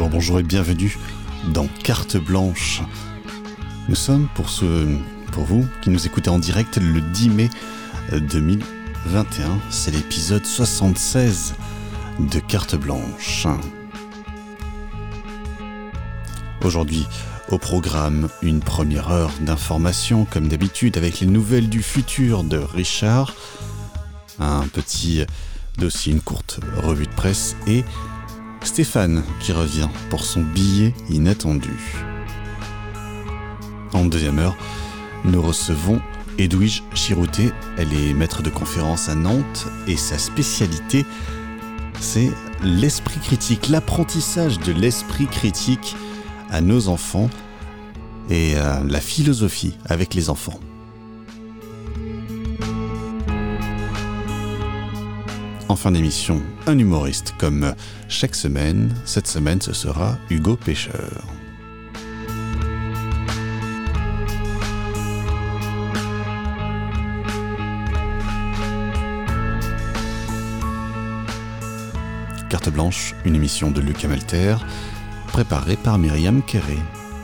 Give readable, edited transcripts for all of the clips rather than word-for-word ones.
Bonjour et bienvenue dans Carte Blanche. Nous sommes, pour vous qui nous écoutez en direct, le 10 mai 2021. C'est l'épisode 76 de Carte Blanche. Aujourd'hui, au programme, une première heure d'information, comme d'habitude, avec les nouvelles du futur de Richard, un petit dossier, une courte revue de presse, et Stéphane qui revient pour son billet inattendu. En deuxième heure, nous recevons Edwige Chirouté. Elle est maître de conférence à Nantes et sa spécialité, c'est l'esprit critique, l'apprentissage de l'esprit critique à nos enfants et la philosophie avec les enfants. En fin d'émission, un humoriste comme chaque semaine. Cette semaine, ce sera Hugo Pêcheur. Carte Blanche, une émission de Lucas Malter, préparée par Myriam Kéré.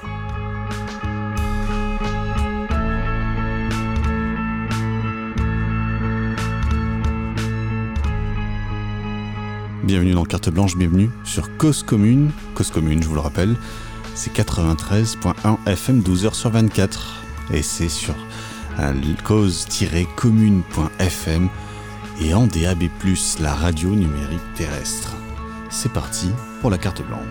Bienvenue dans Carte Blanche, bienvenue sur Cause Commune. Cause Commune, je vous le rappelle, c'est 93.1 FM 12h/24. Et c'est sur cause-commune.fm et en DAB+, la radio numérique terrestre. C'est parti pour la Carte Blanche.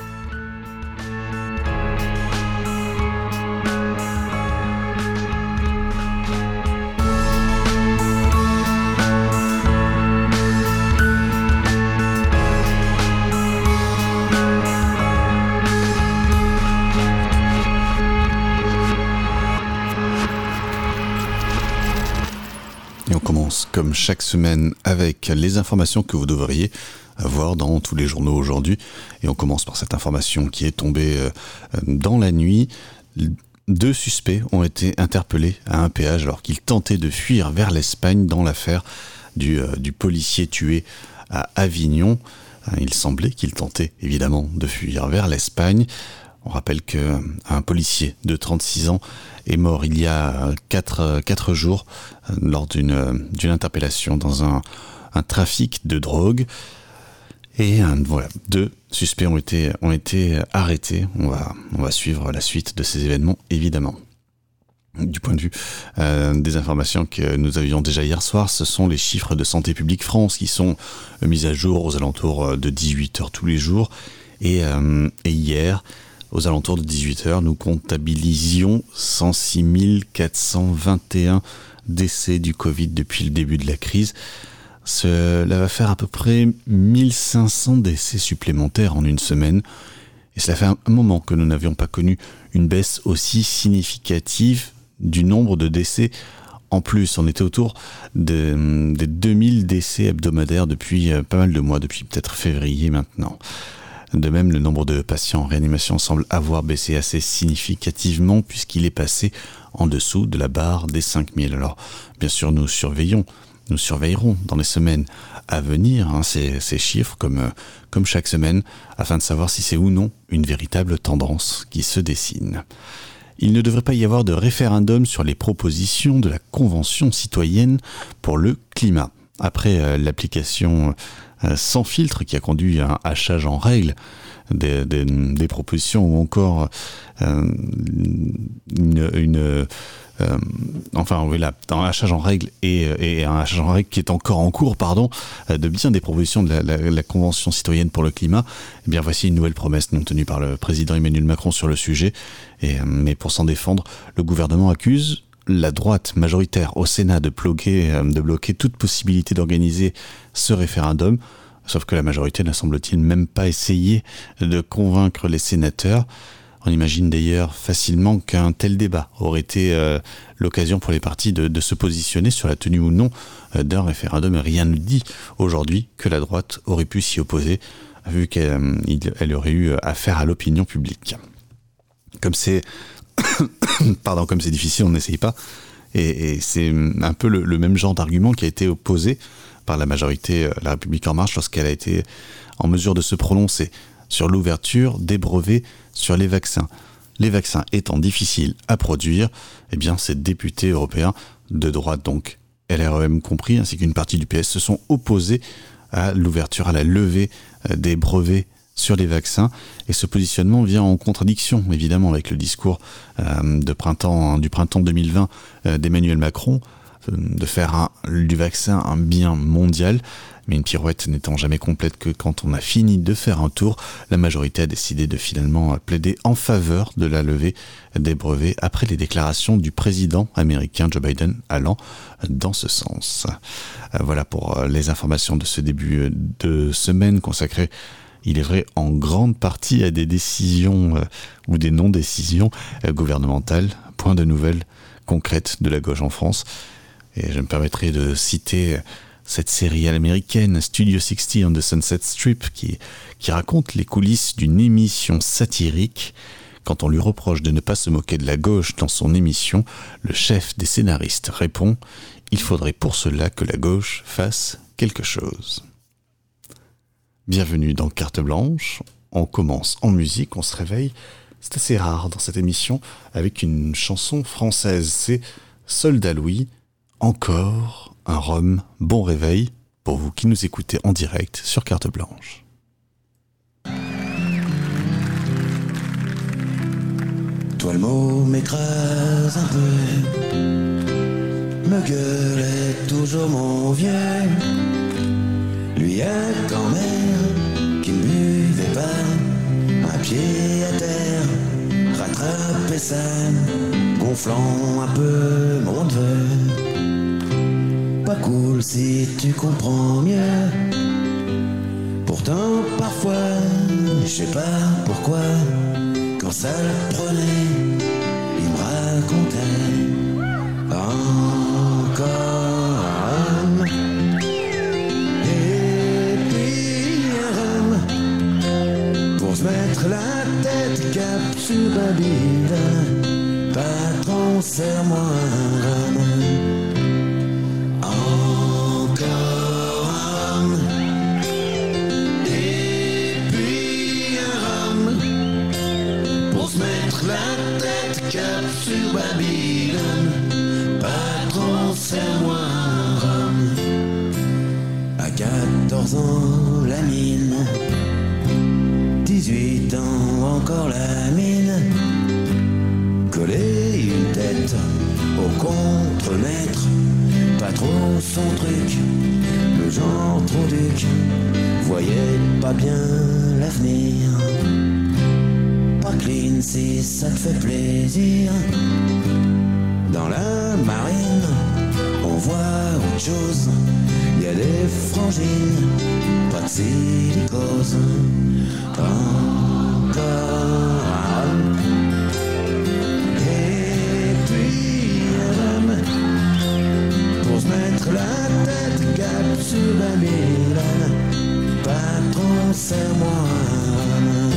Comme chaque semaine avec les informations que vous devriez avoir dans tous les journaux aujourd'hui. Et on commence par cette information qui est tombée dans la nuit. 2 suspects ont été interpellés à un péage alors qu'ils tentaient de fuir vers l'Espagne dans l'affaire du policier tué à Avignon. Il semblait qu'il tentait évidemment de fuir vers l'Espagne. On rappelle qu'un policier de 36 ans est mort il y a 4 jours lors d'une interpellation dans un trafic de drogue. Et voilà, 2 suspects ont été arrêtés. On va suivre la suite de ces événements, évidemment. Du point de vue des informations que nous avions déjà hier soir, ce sont les chiffres de Santé publique France qui sont mis à jour aux alentours de 18h tous les jours. Et hier, aux alentours de 18h, nous comptabilisions 106 421 décès du Covid depuis le début de la crise. Cela va faire à peu près 1500 décès supplémentaires en une semaine. Et cela fait un moment que nous n'avions pas connu une baisse aussi significative du nombre de décès. En plus, on était autour des 2000 décès hebdomadaires depuis pas mal de mois, depuis peut-être février maintenant. De même, le nombre de patients en réanimation semble avoir baissé assez significativement puisqu'il est passé en dessous de la barre des 5000. Alors, bien sûr, nous surveillerons dans les semaines à venir ces chiffres comme chaque semaine afin de savoir si c'est ou non une véritable tendance qui se dessine. Il ne devrait pas y avoir de référendum sur les propositions de la Convention citoyenne pour le climat. Après l'application sans filtre qui a conduit à un hachage en règle des propositions ou encore un hachage en règle et un hachage en règle qui est encore en cours, de bien des propositions de la Convention citoyenne pour le climat. Eh bien, voici une nouvelle promesse non tenue par le président Emmanuel Macron sur le sujet. Mais pour s'en défendre, le gouvernement accuse la droite majoritaire au Sénat de bloquer toute possibilité d'organiser ce référendum, sauf que la majorité n'a, semble-t-il, même pas essayé de convaincre les sénateurs. On imagine d'ailleurs facilement qu'un tel débat aurait été l'occasion pour les partis de se positionner sur la tenue ou non d'un référendum. Rien ne dit aujourd'hui que la droite aurait pu s'y opposer, vu qu'elle aurait eu affaire à l'opinion publique. Comme c'est difficile, on n'essaye pas. Et c'est un peu le même genre d'argument qui a été opposé par la majorité La République En Marche lorsqu'elle a été en mesure de se prononcer sur l'ouverture des brevets sur les vaccins. Les vaccins étant difficiles à produire, eh bien ces députés européens de droite, donc LREM compris, ainsi qu'une partie du PS, se sont opposés à l'ouverture, à la levée des brevets sur les vaccins. Et ce positionnement vient en contradiction, évidemment, avec le discours du printemps 2020 d'Emmanuel Macron, de faire du vaccin un bien mondial. Mais une pirouette n'étant jamais complète que quand on a fini de faire un tour, la majorité a décidé de finalement plaider en faveur de la levée des brevets après les déclarations du président américain Joe Biden allant dans ce sens. Voilà pour les informations de ce début de semaine consacrées, il est vrai, en grande partie à des décisions ou des non-décisions gouvernementales. Point de nouvelles concrètes de la gauche en France. Et je me permettrai de citer cette série américaine Studio 60 on the Sunset Strip qui raconte les coulisses d'une émission satirique. Quand on lui reproche de ne pas se moquer de la gauche dans son émission, le chef des scénaristes répond « Il faudrait pour cela que la gauche fasse quelque chose ». Bienvenue dans Carte Blanche. On commence en musique, on se réveille. C'est assez rare dans cette émission avec une chanson française. C'est Soldat Louis, encore un rhum, bon réveil pour vous qui nous écoutez en direct sur Carte Blanche. Toi le mot m'écrase un peu, me gueulait toujours mon vieux. Lui à grand-mère qui ne buvait pas, un pied à terre, rattrapait ça, gonflant un peu mon neveu. Pas cool si tu comprends mieux. Pourtant parfois, je sais pas pourquoi, quand ça le prenait, il me racontait encore un rhum. Et puis un rhum, pour se mettre la tête cap sur Babylone. Patron, serre-moi un rhum. La tête cap sur Babylone, patron, serre-moi un rhum. À 14 ans, la mine, 18 ans, encore la mine. Coller une tête au contre-maître, pas trop son truc, le genre trop duc, voyait pas bien l'avenir. Clean si ça te fait plaisir. Dans la marine, on voit autre chose. Y a des frangines, pas de silicose. Encore un rhum. Et puis un rhum, pour se mettre la tête cap sur Babylone. Patron, serre-moi un rhum.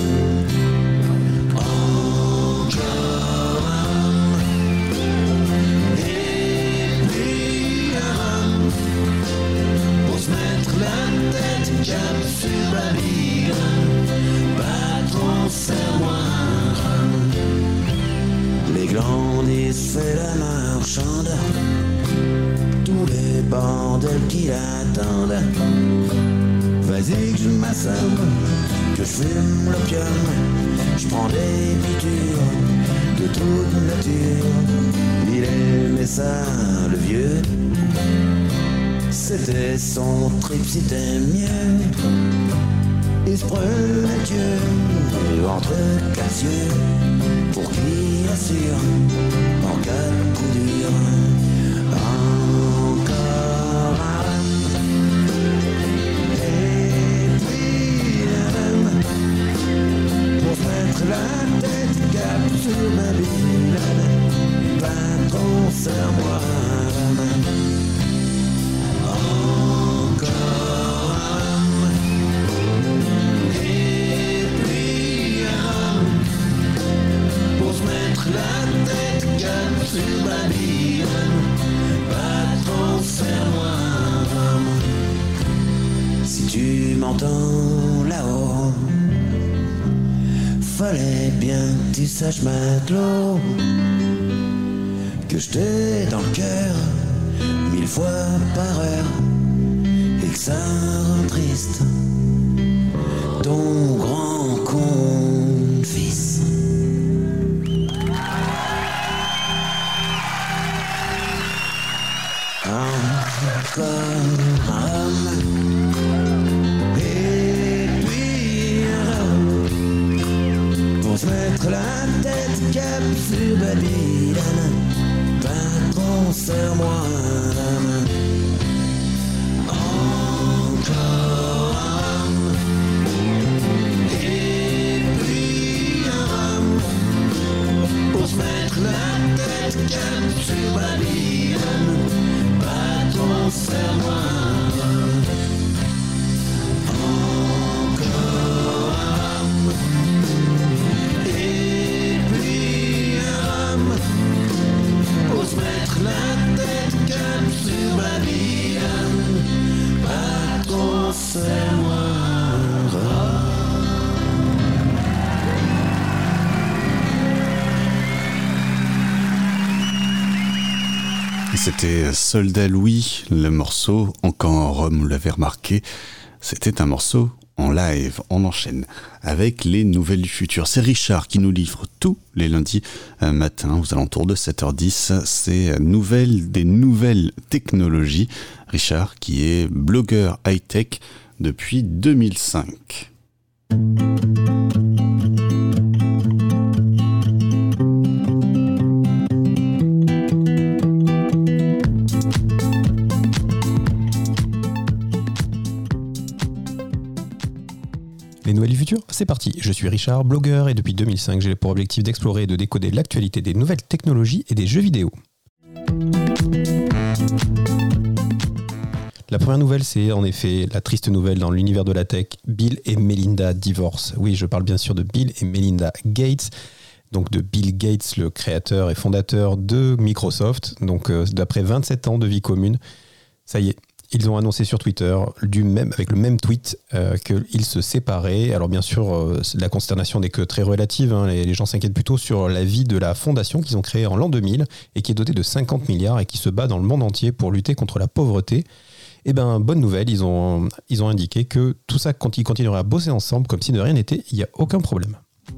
Cap sur Babylone, patron, serre-moi un rhum. Les glandisses fait la marchande, tous les bordels qui l'attendent. Vas-y que je m'assomme, que je fume l'opium, je prends des piqûres de toute nature. Il aimait ça, le vieux. C'était son trip, c'était mieux. Il se prenait Dieu entre quatre yeux pour qu'il assure en cas de coup dur. Encore un rhum. Et puis un rhum, pour se mettre la tête cap sur Babylone. Patron, serre-moi un rhum. La tête cap sur Babylone, patron, serre-moi un rhum. Si tu m'entends là-haut, fallait bien que tu saches, matelot, que je t'ai dans le cœur 1000 fois par heure et que ça rend triste ton grand con fils. Encore un homme et puis un homme pour se mettre la tête cap sur Babylone. Patron, serre-moi la main. Encore un homme et puis un homme pour se mettre la tête cap sur Babylone. Patron, serre-moi la main. Encore un homme et puis un homme pour se mettre la tête calme sur Babylone. Patron, serre-moi la main. C'était Soldat Louis, le morceau Encore en Rome, vous l'avez remarqué, c'était un morceau en live. On enchaîne avec les nouvelles du futur. C'est Richard qui nous livre tous les lundis matin aux alentours de 7h10. C'est des nouvelles technologies. Richard qui est blogueur high-tech depuis 2005. Les nouvelles du futur, c'est parti. Je suis Richard, blogueur, et depuis 2005, j'ai pour objectif d'explorer et de décoder l'actualité des nouvelles technologies et des jeux vidéo. La première nouvelle, c'est en effet la triste nouvelle dans l'univers de la tech. Bill et Melinda divorcent. Oui, je parle bien sûr de Bill et Melinda Gates. Donc de Bill Gates, le créateur et fondateur de Microsoft. Donc d'après 27 ans de vie commune, ça y est. Ils ont annoncé sur Twitter, avec le même tweet, qu'ils se séparaient. Alors bien sûr, la consternation n'est que très relative. Les gens s'inquiètent plutôt sur la vie de la fondation qu'ils ont créée en l'an 2000 et qui est dotée de 50 milliards et qui se bat dans le monde entier pour lutter contre la pauvreté. Eh bien, bonne nouvelle, ils ont indiqué que tout ça, quand ils continueraient à bosser ensemble, comme si de rien n'était, il n'y a aucun problème.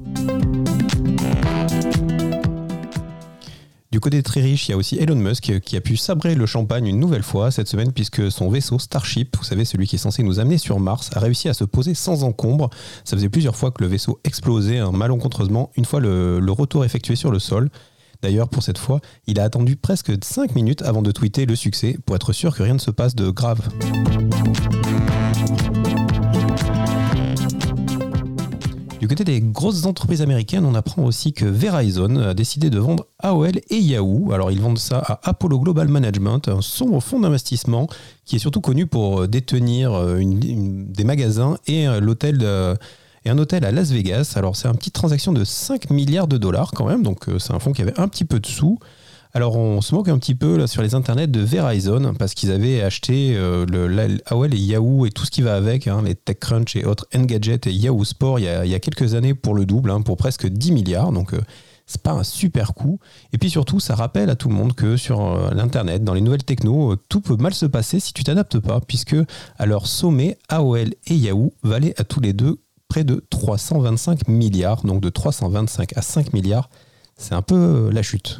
Du côté des très riches, il y a aussi Elon Musk qui a pu sabrer le champagne une nouvelle fois cette semaine puisque son vaisseau Starship, vous savez celui qui est censé nous amener sur Mars, a réussi à se poser sans encombre. Ça faisait plusieurs fois que le vaisseau explosait malencontreusement une fois le retour effectué sur le sol. D'ailleurs, pour cette fois, il a attendu presque 5 minutes avant de tweeter le succès pour être sûr que rien ne se passe de grave. Du côté des grosses entreprises américaines, on apprend aussi que Verizon a décidé de vendre AOL et Yahoo. Alors ils vendent ça à Apollo Global Management, un sombre fonds d'investissement qui est surtout connu pour détenir des magasins et un hôtel à Las Vegas. Alors c'est une petite transaction de 5 milliards de dollars quand même, donc c'est un fonds qui avait un petit peu de sous. Alors on se moque un petit peu là, sur les internets de Verizon parce qu'ils avaient acheté AOL et Yahoo et tout ce qui va avec, les TechCrunch et autres Engadget et Yahoo Sport il y a quelques années pour le double, pour presque 10 milliards. Donc c'est pas un super coup. Et puis surtout, ça rappelle à tout le monde que sur l'internet, dans les nouvelles techno, tout peut mal se passer si tu t'adaptes pas, puisque à leur sommet, AOL et Yahoo valaient à tous les deux près de 325 milliards. Donc de 325 à 5 milliards, c'est un peu la chute.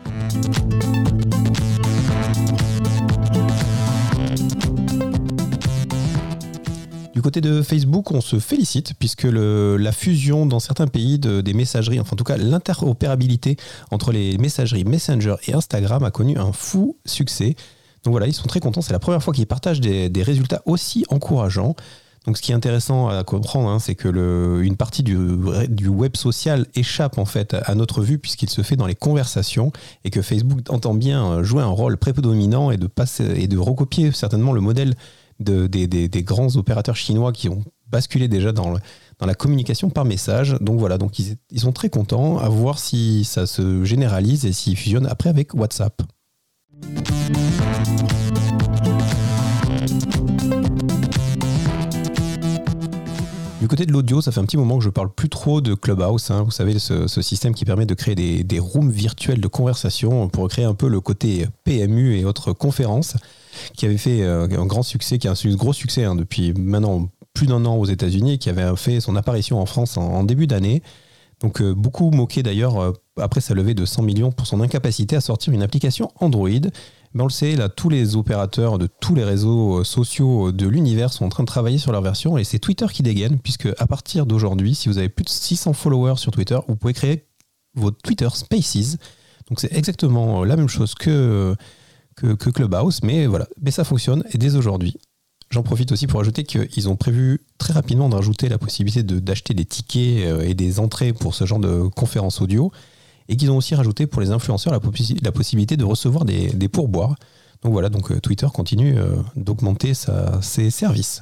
Du côté de Facebook, on se félicite puisque la fusion dans certains pays des messageries, enfin en tout cas l'interopérabilité entre les messageries Messenger et Instagram a connu un fou succès. Donc voilà, ils sont très contents, c'est la première fois qu'ils partagent des résultats aussi encourageants. Donc ce qui est intéressant à comprendre, c'est que une partie du web social échappe en fait à notre vue puisqu'il se fait dans les conversations et que Facebook entend bien jouer un rôle prédominant et de recopier certainement le modèle des grands opérateurs chinois qui ont basculé déjà dans la communication par message. Donc voilà, donc ils sont très contents à voir si ça se généralise et s'ils fusionnent après avec WhatsApp. Du Du côté de l'audio, ça fait un petit moment que je parle plus trop de Clubhouse. Vous savez, ce système qui permet de créer des rooms virtuels de conversation pour créer un peu le côté PMU et autres conférences, qui avait fait un grand succès, qui a un gros succès depuis maintenant plus d'1 an aux États-Unis et qui avait fait son apparition en France en début d'année. Donc beaucoup moqué d'ailleurs après sa levée de 100 millions pour son incapacité à sortir une application Android. Mais on le sait, là, tous les opérateurs de tous les réseaux sociaux de l'univers sont en train de travailler sur leur version et c'est Twitter qui dégaine, puisque à partir d'aujourd'hui, si vous avez plus de 600 followers sur Twitter, vous pouvez créer vos Twitter Spaces. Donc c'est exactement la même chose que Clubhouse, mais voilà, mais ça fonctionne et dès aujourd'hui. J'en profite aussi pour ajouter qu'ils ont prévu très rapidement de rajouter la possibilité d'acheter des tickets et des entrées pour ce genre de conférences audio, et qu'ils ont aussi rajouté pour les influenceurs la possibilité de recevoir des pourboires. Donc voilà, donc Twitter continue d'augmenter ses services.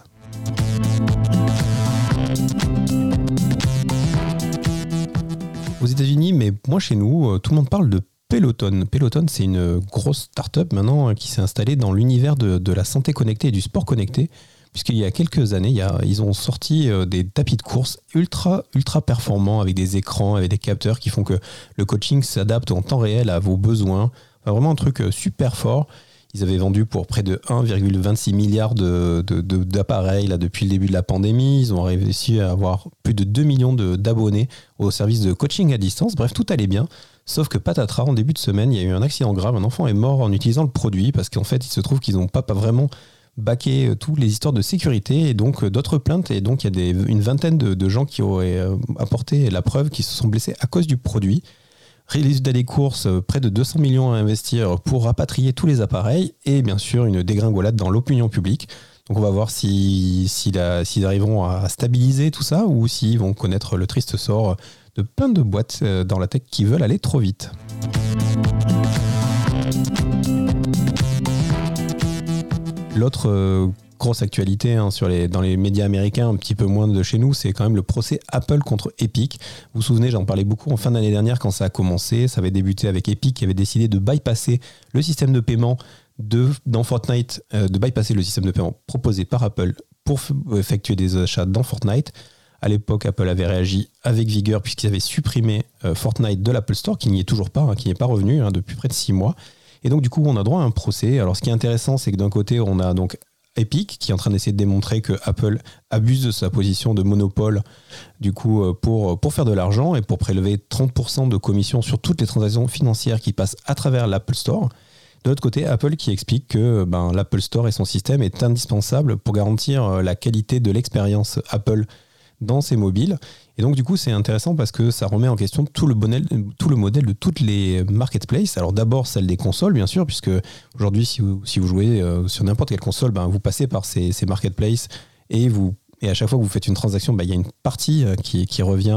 Aux États-Unis, mais moins chez nous, tout le monde parle de Peloton. Peloton, c'est une grosse start-up maintenant qui s'est installée dans l'univers de la santé connectée et du sport connecté, puisqu'il y a quelques années, ils ont sorti des tapis de course ultra performants avec des écrans, avec des capteurs qui font que le coaching s'adapte en temps réel à vos besoins. Enfin, vraiment un truc super fort. Ils avaient vendu pour près de 1,26 milliard d'appareils là, depuis le début de la pandémie. Ils ont réussi à avoir plus de 2 millions d'abonnés au service de coaching à distance. Bref, tout allait bien. Sauf que patatras, en début de semaine, il y a eu un accident grave. Un enfant est mort en utilisant le produit parce qu'en fait, il se trouve qu'ils n'ont pas vraiment baqué toutes les histoires de sécurité et donc d'autres plaintes. Et donc, il y a une vingtaine de gens qui auraient apporté la preuve qu'ils se sont blessés à cause du produit. Résultat des courses, près de 200 millions à investir pour rapatrier tous les appareils et bien sûr une dégringolade dans l'opinion publique. Donc on va voir s'ils arriveront à stabiliser tout ça ou s'ils vont connaître le triste sort de plein de boîtes dans la tech qui veulent aller trop vite. L'autre grosse actualité dans les médias américains, un petit peu moins de chez nous, c'est quand même le procès Apple contre Epic. Vous vous souvenez, j'en parlais beaucoup en fin d'année dernière quand ça a commencé. Ça avait débuté avec Epic qui avait décidé de bypasser le système de paiement dans Fortnite, de bypasser le système de paiement proposé par Apple pour effectuer des achats dans Fortnite. À l'époque, Apple avait réagi avec vigueur puisqu'ils avaient supprimé Fortnite de l'Apple Store, qui n'y est toujours pas, qui n'est pas revenu depuis près de 6 mois. Et donc, du coup, on a droit à un procès. Alors, ce qui est intéressant, c'est que d'un côté, on a donc Epic qui est en train d'essayer de démontrer que Apple abuse de sa position de monopole du coup pour faire de l'argent et pour prélever 30% de commission sur toutes les transactions financières qui passent à travers l'Apple Store. De l'autre côté, Apple qui explique que l'Apple Store et son système est indispensable pour garantir la qualité de l'expérience Apple dans ses mobiles. Et donc du coup c'est intéressant parce que ça remet en question tout le modèle de toutes les marketplaces. Alors d'abord celle des consoles bien sûr, puisque aujourd'hui si vous jouez sur n'importe quelle console, vous passez par ces marketplaces et à chaque fois que vous faites une transaction, il y a une partie qui revient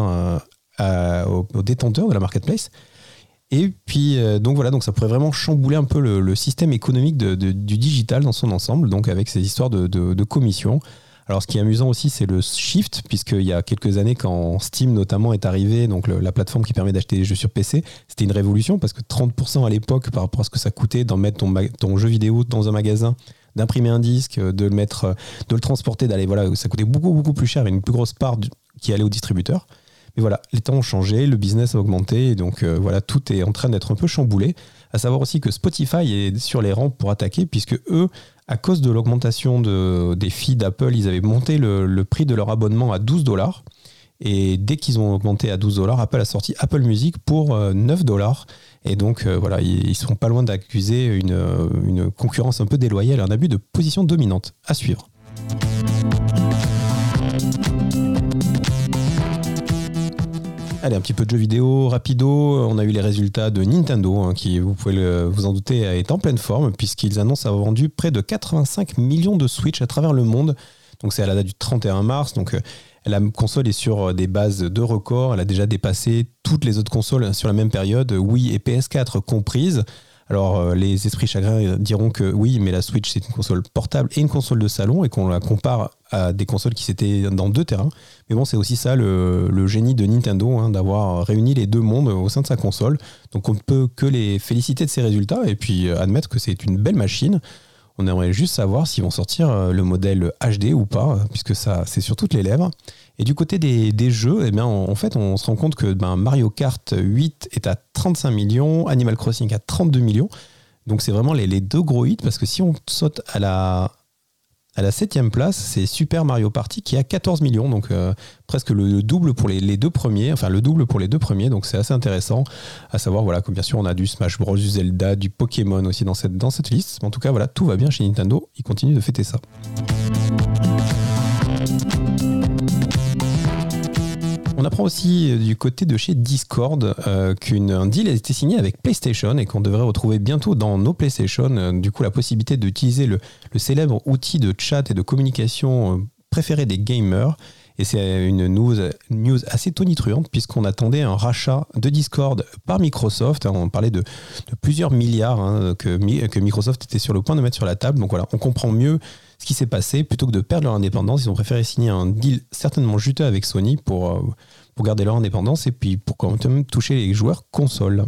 au détenteur de la marketplace. Et puis donc voilà, donc ça pourrait vraiment chambouler un peu le système économique du digital dans son ensemble, donc avec ces histoires de commissions. Alors ce qui est amusant aussi, c'est le shift, puisqu'il y a quelques années, quand Steam notamment est arrivé, donc la plateforme qui permet d'acheter des jeux sur PC, c'était une révolution parce que 30% à l'époque par rapport à ce que ça coûtait d'en mettre ton jeu vidéo dans un magasin, d'imprimer un disque, de le transporter, ça coûtait beaucoup plus cher et une plus grosse part qui allait au distributeur. Mais voilà, les temps ont changé, le business a augmenté et donc tout est en train d'être un peu chamboulé. À savoir aussi que Spotify est sur les rangs pour attaquer, puisque eux, à cause de l'augmentation des fees d'Apple, ils avaient monté le prix de leur abonnement à $12. Et dès qu'ils ont augmenté à $12, Apple a sorti Apple Music pour $9. Et donc ils sont pas loin d'accuser une concurrence un peu déloyale, un abus de position dominante. À suivre. Allez, un petit peu de jeux vidéo rapido. On a eu les résultats de Nintendo, qui, vous pouvez vous en douter, est en pleine forme, puisqu'ils annoncent avoir vendu près de 85 millions de Switch à travers le monde. Donc c'est à la date du 31 mars. Donc la console est sur des bases de records. Elle a déjà dépassé toutes les autres consoles sur la même période, Wii et PS4 comprises. Alors les esprits chagrins diront que oui, mais la Switch c'est une console portable et une console de salon et qu'on la compare à des consoles qui s'étaient dans 2 terrains. Mais bon, c'est aussi ça le génie de Nintendo, d'avoir réuni les 2 mondes au sein de sa console. Donc on ne peut que les féliciter de ces résultats et puis admettre que c'est une belle machine. On aimerait juste savoir s'ils vont sortir le modèle HD ou pas, puisque ça c'est sur toutes les lèvres. Et du côté des jeux, eh bien, en fait, on se rend compte que Mario Kart 8 est à 35 millions, Animal Crossing à 32 millions. Donc c'est vraiment les deux gros hits, parce que si on saute à la 7e place, c'est Super Mario Party qui est à 14 millions, donc presque le double pour les deux premiers, enfin le double pour les deux premiers, donc c'est assez intéressant à savoir, voilà, que bien sûr on a du Smash Bros, du Zelda, du Pokémon aussi dans cette liste. Mais en tout cas, voilà, tout va bien chez Nintendo, ils continuent de fêter ça. On apprend aussi du côté de chez Discord qu'un deal a été signé avec PlayStation et qu'on devrait retrouver bientôt dans nos PlayStation du coup la possibilité d'utiliser le célèbre outil de chat et de communication préféré des gamers. Et c'est une news assez tonitruante puisqu'on attendait un rachat de Discord par Microsoft. On parlait de plusieurs milliards que Microsoft était sur le point de mettre sur la table. Donc voilà, on comprend mieux ce qui s'est passé. Plutôt que de perdre leur indépendance, ils ont préféré signer un deal certainement juteux avec Sony pour garder leur indépendance et puis pour quand même toucher les joueurs consoles.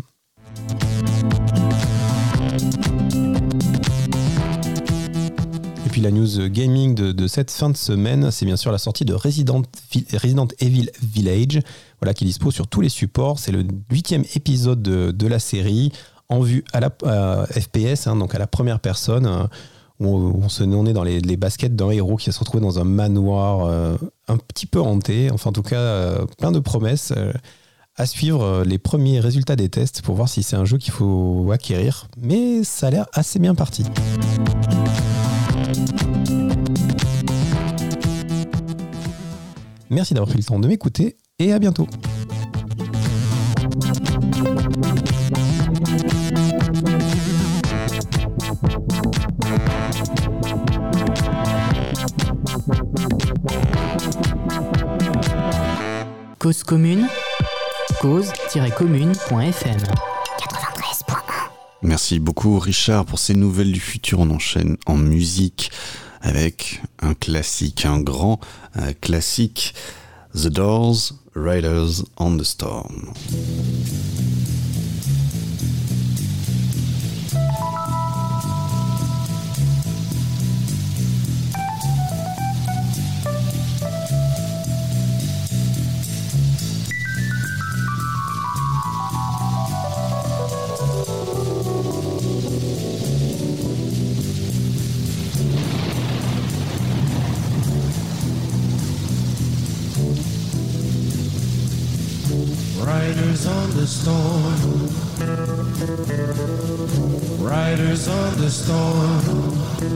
Et puis la news gaming de cette fin de semaine, c'est bien sûr la sortie de Resident Evil Village, voilà, qui est dispo sur tous les supports. C'est le 8e épisode de la série, en vue à la FPS, donc à la première personne, où on est dans les baskets d'un héros qui va se retrouver dans un manoir un petit peu hanté, enfin en tout cas plein de promesses. À suivre les premiers résultats des tests pour voir si c'est un jeu qu'il faut acquérir, mais ça a l'air assez bien parti. Merci d'avoir pris le temps de m'écouter et à bientôt. Cause commune, cause-commune.fm. Merci beaucoup Richard pour ces nouvelles du futur. On enchaîne en musique avec un classique, un grand classique, The Doors, Riders on the Storm. Riders on the storm, riders on the storm.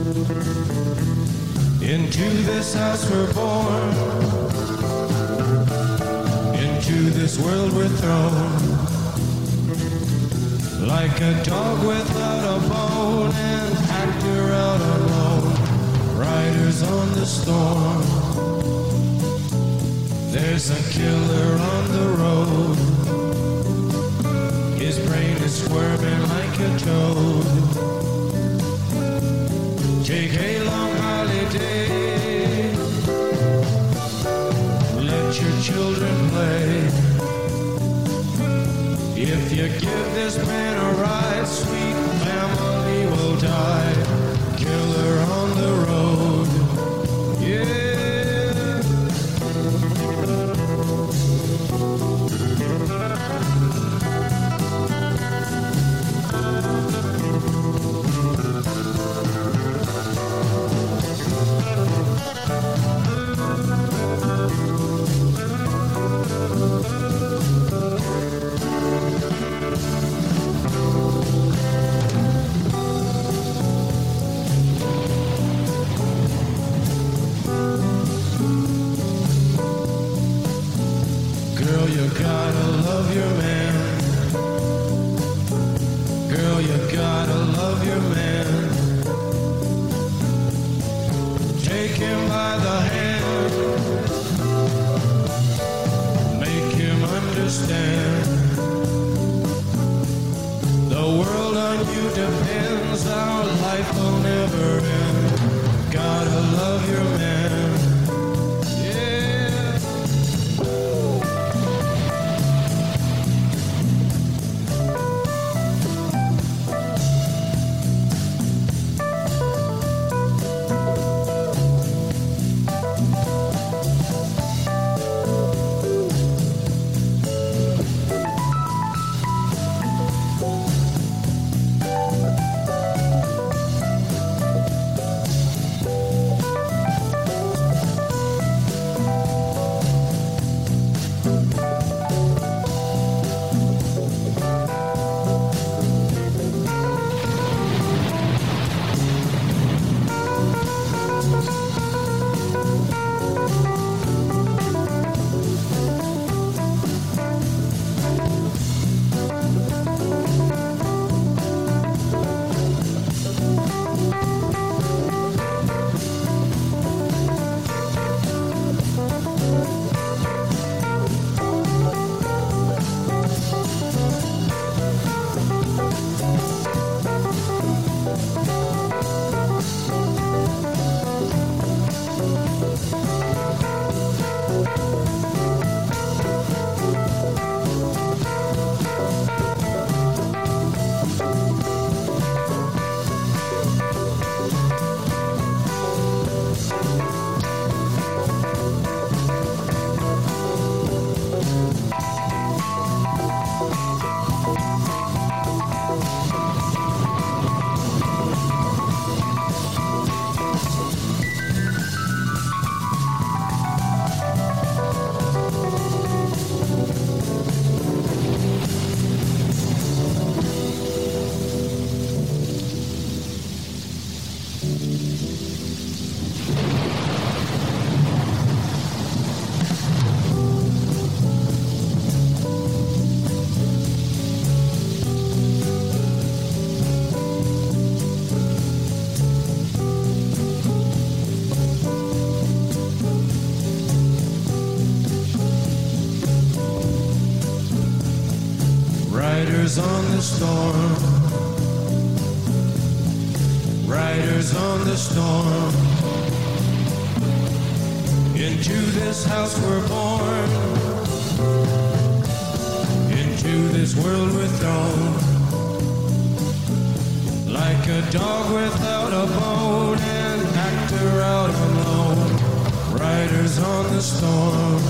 Into this house we're born, into this world we're thrown. Like a dog without a bone, an actor out alone. Riders on the storm. There's a killer on the road. His brain is squirming like a toad. Take a long holiday. Let your children play. If you give this man a ride, sweet family will die. Killer on the road. Yeah. Girl, you gotta love your man. Girl, you gotta love your man. Take him by the hand. Make him understand. The world on you depends. Our life will never end. Gotta love your man. Riders on the storm. Riders on the storm. Into this house we're born. Into this world we're thrown. Like a dog without a bone, an actor out alone. Riders on the storm.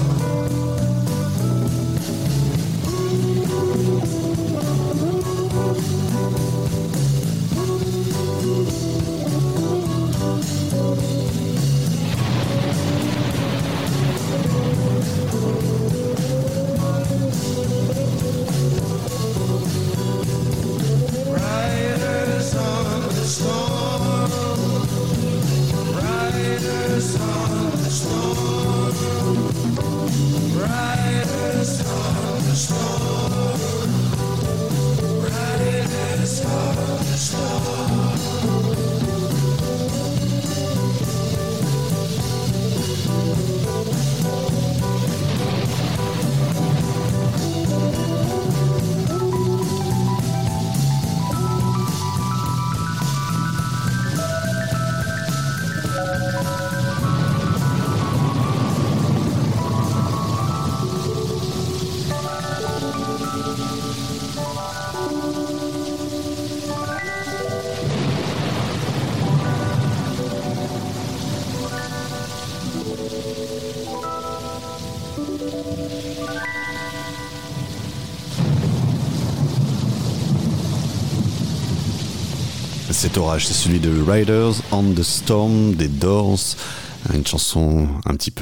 Cet orage, c'est celui de Riders on the Storm des Doors, une chanson un petit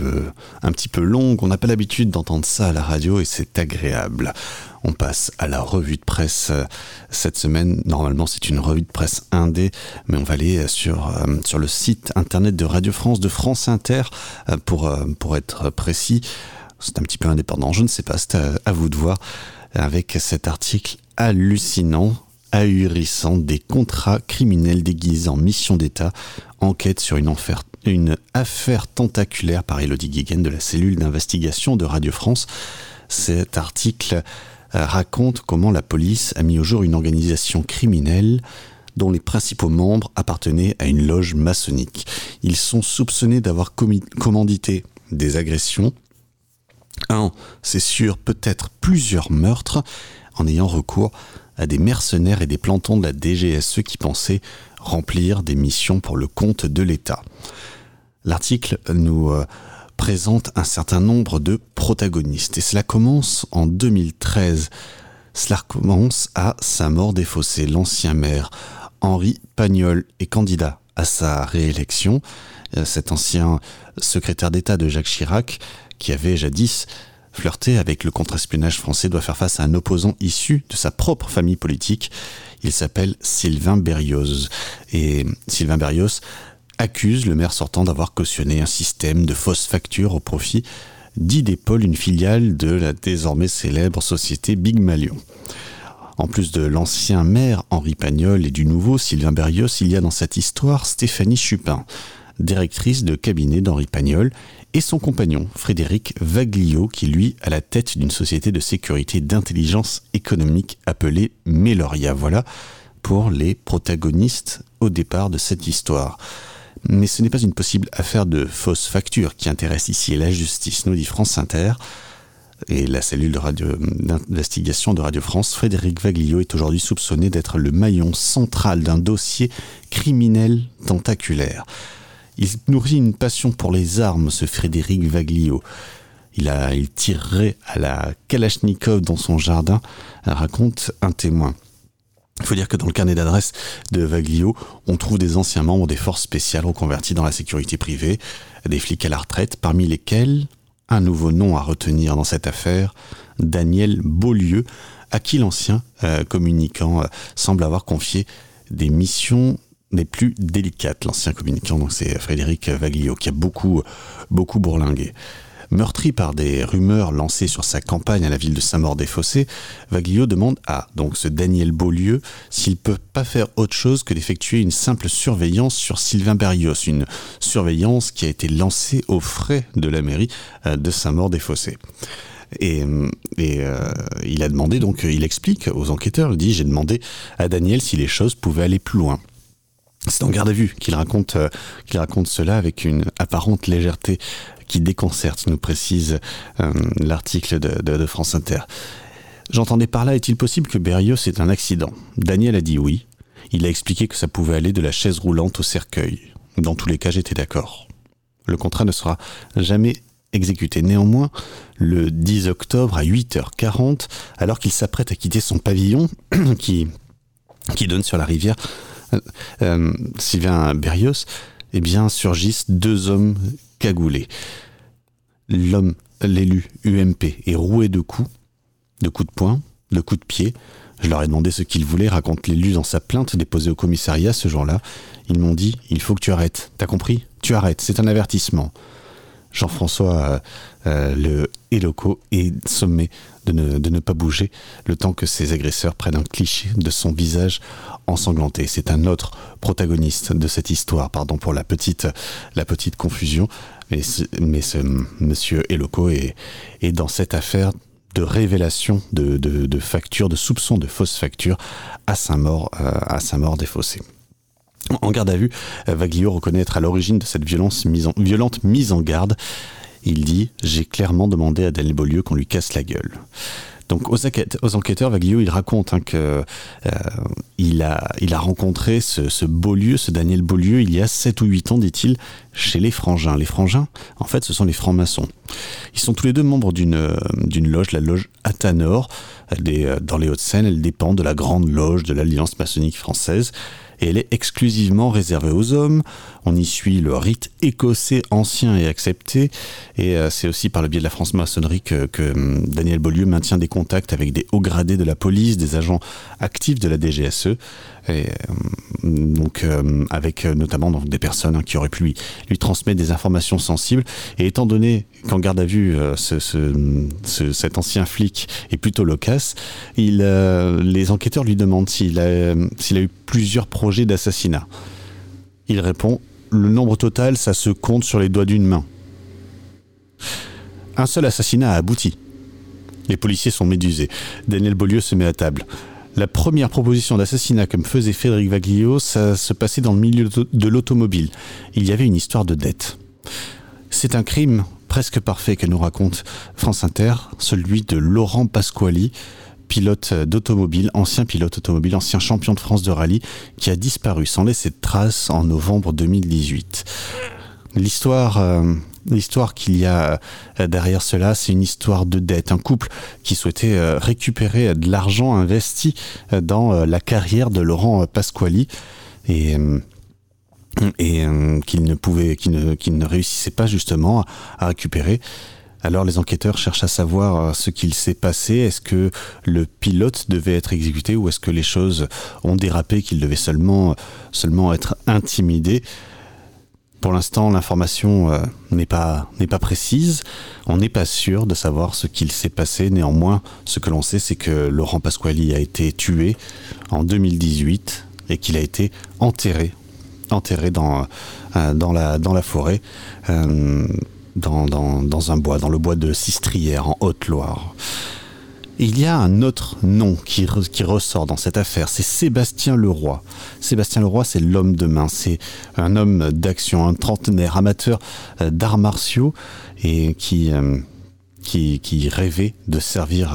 peu longue. On n'a pas l'habitude d'entendre ça à la radio et c'est agréable. On passe à la revue de presse cette semaine. Normalement, c'est une revue de presse indé, mais on va aller sur le site internet de Radio France, de France Inter, pour être précis. C'est un petit peu indépendant, je ne sais pas, c'est à vous de voir, avec cet article hallucinant, ahurissant, des contrats criminels déguisés en mission d'État, enquête sur une affaire tentaculaire par Élodie Guéguen de la cellule d'investigation de Radio France. Cet article raconte comment la police a mis au jour une organisation criminelle dont les principaux membres appartenaient à une loge maçonnique. Ils sont soupçonnés d'avoir commandité des agressions, c'est sûr, peut-être plusieurs meurtres, en ayant recours à des mercenaires et des plantons de la DGSE qui pensaient remplir des missions pour le compte de l'État. L'article nous présente un certain nombre de protagonistes et cela commence en 2013. Cela commence à Saint-Maur-des-Fossés. L'ancien maire Henri Pagnol est candidat à sa réélection. Cet ancien secrétaire d'État de Jacques Chirac, qui avait jadis flirté avec le contre-espionnage français, doit faire face à un opposant issu de sa propre famille politique. Il s'appelle Sylvain Berrios. Et Sylvain Berrios accuse le maire sortant d'avoir cautionné un système de fausses factures au profit d'Idépol, une filiale de la désormais célèbre société Big Malion. En plus de l'ancien maire Henri Pagnol et du nouveau Sylvain Berrios, il y a dans cette histoire Stéphanie Chupin, directrice de cabinet d'Henri Pagnol, et son compagnon, Frédéric Vaglio, qui lui a la tête d'une société de sécurité et d'intelligence économique appelée Meloria. Voilà pour les protagonistes au départ de cette histoire. Mais ce n'est pas une possible affaire de fausses factures qui intéresse ici la justice, nous dit France Inter. Et la cellule d'investigation de Radio France, Frédéric Vaglio est aujourd'hui soupçonné d'être le maillon central d'un dossier criminel tentaculaire. Il nourrit une passion pour les armes, ce Frédéric Vaglio. Il tirerait à la Kalachnikov dans son jardin, raconte un témoin. Il faut dire que dans le carnet d'adresse de Vaglio, on trouve des anciens membres des forces spéciales reconvertis dans la sécurité privée, des flics à la retraite, parmi lesquels un nouveau nom à retenir dans cette affaire, Daniel Beaulieu, à qui l'ancien communicant semble avoir confié des missions les plus délicates. L'ancien communicant, donc c'est Frédéric Vaglio, qui a beaucoup bourlingué. Meurtri par des rumeurs lancées sur sa campagne à la ville de Saint-Maur-des-Fossés, Vaglio demande à donc ce Daniel Beaulieu s'il peut pas faire autre chose que d'effectuer une simple surveillance sur Sylvain Berrios, une surveillance qui a été lancée aux frais de la mairie de Saint-Maur-des-Fossés. Et il a demandé, donc il explique aux enquêteurs, il dit « J'ai demandé à Daniel si les choses pouvaient aller plus loin ». C'est en garde à vue qu'il raconte cela avec une apparente légèreté qui déconcerte, nous précise l'article de France Inter. J'entendais par là, est-il possible que Berrios ait un accident ? Daniel a dit oui. Il a expliqué que ça pouvait aller de la chaise roulante au cercueil. Dans tous les cas, j'étais d'accord. Le contrat ne sera jamais exécuté. Néanmoins, le 10 octobre à 8h40, alors qu'il s'apprête à quitter son pavillon qui donne sur la rivière Sylvain Berrios, eh bien, surgissent deux hommes cagoulés. L'élu UMP est roué de coups de poing, de coups de pied. Je leur ai demandé ce qu'ils voulaient, raconte l'élu dans sa plainte déposée au commissariat ce jour-là. Ils m'ont dit « Il faut que tu arrêtes. T'as compris ? Tu arrêtes, c'est un avertissement. » Jean-François le Eloco est sommé de ne pas bouger le temps que ses agresseurs prennent un cliché de son visage ensanglanté. C'est un autre protagoniste de cette histoire, pardon pour la petite confusion, mais ce monsieur Eloco est dans cette affaire de révélation de factures, de soupçons de fausses factures à Saint-Maur des Fossés. En garde à vue, Vaglio reconnaît être à l'origine de cette violente mise en garde. Il dit « J'ai clairement demandé à Daniel Beaulieu qu'on lui casse la gueule ». Donc aux enquêteurs, Vaglio, il raconte que il a rencontré ce Beaulieu, ce Daniel Beaulieu, il y a 7 ou 8 ans, dit-il, chez les Frangins. Les Frangins, en fait, ce sont les francs-maçons. Ils sont tous les deux membres d'une loge, la loge Athanor. Dans les Hauts-de-Seine, elle dépend de la grande loge de l'Alliance maçonnique française. Et elle est exclusivement réservée aux hommes. On y suit le rite écossais ancien et accepté. Et c'est aussi par le biais de la franc-maçonnerie que Daniel Beaulieu maintient des contacts avec des hauts gradés de la police, des agents actifs de la DGSE. Et donc avec notamment donc, des personnes qui auraient pu lui transmettre des informations sensibles. Et étant donné qu'en garde à vue, cet ancien flic est plutôt loquace, les enquêteurs lui demandent s'il a eu plusieurs projets d'assassinat. Il répond « Le nombre total, ça se compte sur les doigts d'une main. » Un seul assassinat a abouti. Les policiers sont médusés. Daniel Beaulieu se met à table. La première proposition d'assassinat que me faisait Frédéric Vaglio, ça se passait dans le milieu de l'automobile. Il y avait une histoire de dette. C'est un crime presque parfait que nous raconte France Inter, celui de Laurent Pasquali, pilote d'automobile, ancien champion de France de rallye, qui a disparu sans laisser de traces en novembre 2018. L'histoire qu'il y a derrière cela, c'est une histoire de dette. Un couple qui souhaitait récupérer de l'argent investi dans la carrière de Laurent Pasquali et qu'il ne réussissait pas justement à récupérer. Alors les enquêteurs cherchent à savoir ce qu'il s'est passé. Est-ce que le pilote devait être exécuté ou est-ce que les choses ont dérapé, qu'il devait seulement être intimidé ? Pour l'instant, l'information n'est pas précise. On n'est pas sûr de savoir ce qu'il s'est passé. Néanmoins, ce que l'on sait, c'est que Laurent Pasquali a été tué en 2018 et qu'il a été enterré dans la forêt, dans un bois, dans le bois de Sistrières, en Haute-Loire. Il y a un autre nom qui ressort dans cette affaire, c'est Sébastien Leroy. Sébastien Leroy, c'est l'homme de main, c'est un homme d'action, un trentenaire amateur d'arts martiaux et qui rêvait de servir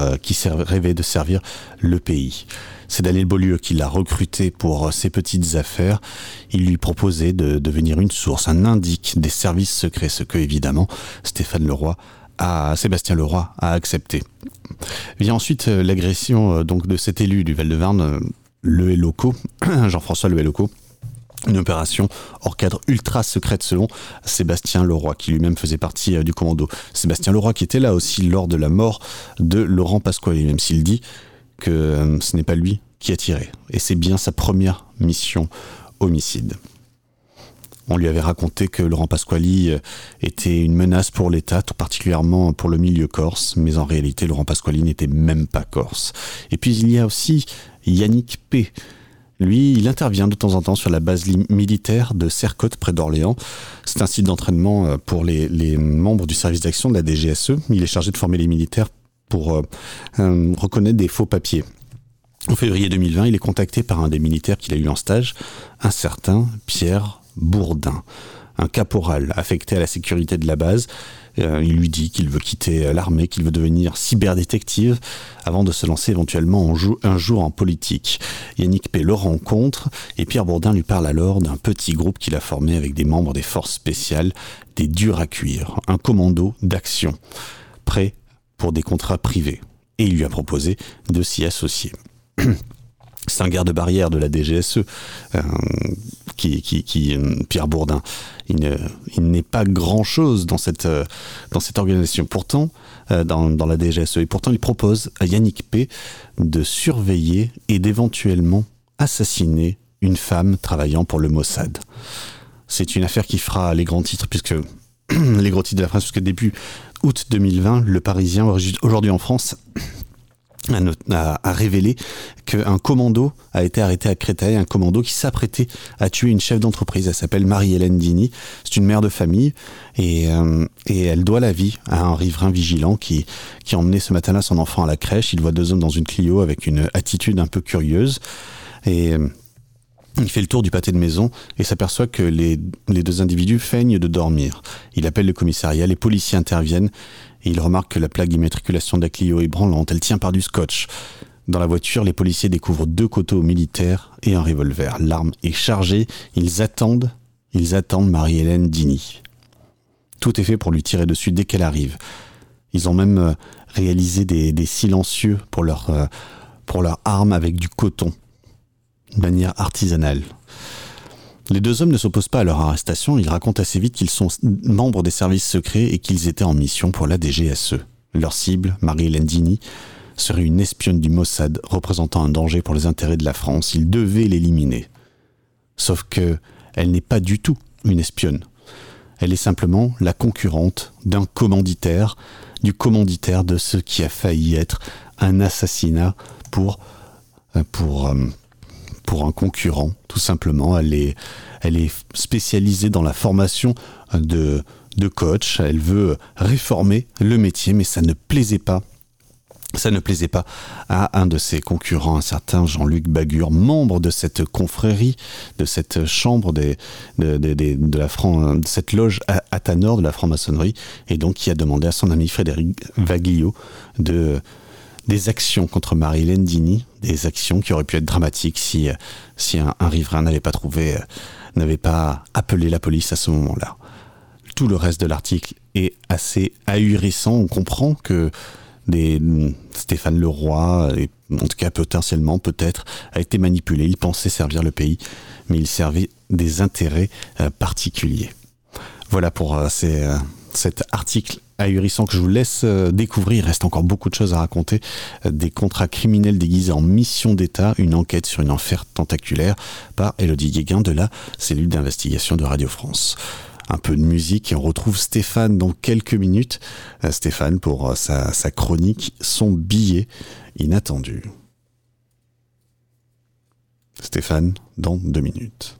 le pays. C'est Daniel Beaulieu qui l'a recruté pour ses petites affaires. Il lui proposait de devenir une source, un indique des services secrets, ce que évidemment Sébastien Leroy a accepté. Vient ensuite l'agression donc de cet élu du Val-de-Marne, le Eloco, Jean-François le Eloco. Une opération hors cadre ultra secrète selon Sébastien Leroy, qui lui-même faisait partie du commando. Sébastien Leroy qui était là aussi lors de la mort de Laurent Pasquali, même s'il dit que ce n'est pas lui qui a tiré. Et c'est bien sa première mission homicide. On lui avait raconté que Laurent Pasquali était une menace pour l'État, tout particulièrement pour le milieu corse, mais en réalité, Laurent Pasquali n'était même pas corse. Et puis il y a aussi Yannick P. Lui, il intervient de temps en temps sur la base militaire de Sercotte, près d'Orléans. C'est un site d'entraînement pour les membres du service d'action de la DGSE. Il est chargé de former les militaires pour reconnaître des faux papiers. En février 2020, il est contacté par un des militaires qu'il a eu en stage, un certain Pierre Bourdin, un caporal affecté à la sécurité de la base. Il lui dit qu'il veut quitter l'armée, qu'il veut devenir cyberdétective avant de se lancer éventuellement un jour en politique. Yannick P. le rencontre et Pierre Bourdin lui parle alors d'un petit groupe qu'il a formé avec des membres des forces spéciales, des durs à cuire, un commando d'action, prêt pour des contrats privés. Et il lui a proposé de s'y associer. C'est un garde-barrière de la DGSE, Pierre Bourdin. Il n'est pas grand-chose dans cette organisation. Pourtant, dans la DGSE, et pourtant il propose à Yannick P. de surveiller et d'éventuellement assassiner une femme travaillant pour le Mossad. C'est une affaire qui fera les grands titres, les gros titres de la presse, puisque début août 2020, Le Parisien, aujourd'hui en France, a révélé qu'un commando a été arrêté à Créteil, un commando qui s'apprêtait à tuer une chef d'entreprise. Elle s'appelle Marie-Hélène Dini, c'est une mère de famille et elle doit la vie à un riverain vigilant qui a emmené ce matin-là son enfant à la crèche. Il voit 2 hommes dans une Clio avec une attitude un peu curieuse et il fait le tour du pâté de maison et s'aperçoit que les 2 individus feignent de dormir. Il appelle le commissariat, les policiers interviennent et il remarque que la plaque d'immatriculation de la Clio est branlante, elle tient par du scotch. Dans la voiture, les policiers découvrent 2 couteaux militaires et un revolver. L'arme est chargée, ils attendent Marie-Hélène Dini. Tout est fait pour lui tirer dessus dès qu'elle arrive. Ils ont même réalisé des silencieux pour leur arme avec du coton, de manière artisanale. Les 2 hommes ne s'opposent pas à leur arrestation, ils racontent assez vite qu'ils sont membres des services secrets et qu'ils étaient en mission pour la DGSE. Leur cible, Marie-Hélène Dini, serait une espionne du Mossad représentant un danger pour les intérêts de la France. Ils devaient l'éliminer. Sauf que elle n'est pas du tout une espionne. Elle est simplement la concurrente d'un commanditaire, du commanditaire de ce qui a failli être un assassinat pour un concurrent, tout simplement. Elle est spécialisée dans la formation de coach. Elle veut réformer le métier, mais ça ne plaisait pas. Ça ne plaisait pas à un de ses concurrents, un certain Jean-Luc Bagur, membre de cette confrérie, de cette chambre de cette loge à Tanor de la franc-maçonnerie, et donc qui a demandé à son ami Frédéric Vaglio des actions contre Marie-Hélène Dini, des actions qui auraient pu être dramatiques si un riverain n'avait pas appelé la police à ce moment-là. Tout le reste de l'article est assez ahurissant. On comprend que Stéphane Leroy, et en tout cas potentiellement peut-être, a été manipulé. Il pensait servir le pays, mais il servait des intérêts particuliers. Voilà pour cet article ahurissant que je vous laisse découvrir. Il reste encore beaucoup de choses à raconter. Des contrats criminels déguisés en mission d'État, une enquête sur une affaire tentaculaire par Élodie Guéguin de la cellule d'investigation de Radio France. Un peu de musique et on retrouve Stéphane dans quelques minutes. Stéphane pour sa chronique « Son billet inattendu ». Stéphane dans 2 minutes.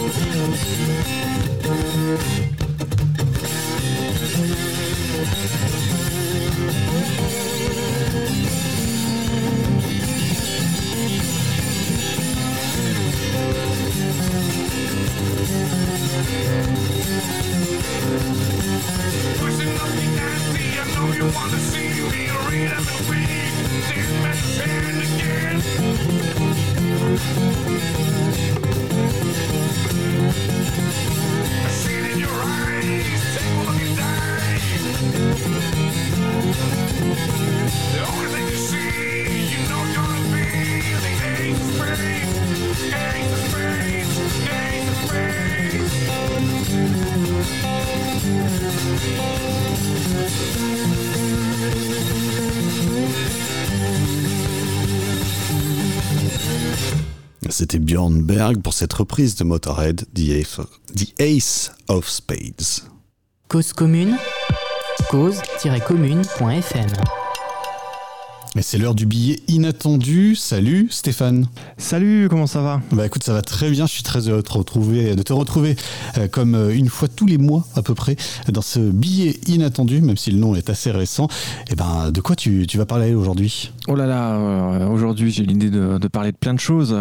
Pushing up me nasty, I know you wanna see me read up and read. This man's hand again. I see it in your eyes, take a look and die. The only thing you see, you know you're gonna be the ace of spades, ace of spades, ace of spades. C'était Björn Berg pour cette reprise de Motorhead, The Ace of Spades. Cause commune, cause-commune.fm. Et c'est l'heure du billet inattendu. Salut Stéphane. Salut, comment ça va ? Bah écoute, ça va très bien. Je suis très heureux de te retrouver comme une fois tous les mois à peu près dans ce billet inattendu, même si le nom est assez récent. Et ben, de quoi tu vas parler aujourd'hui ? Oh là là, aujourd'hui j'ai l'idée de parler de plein de choses.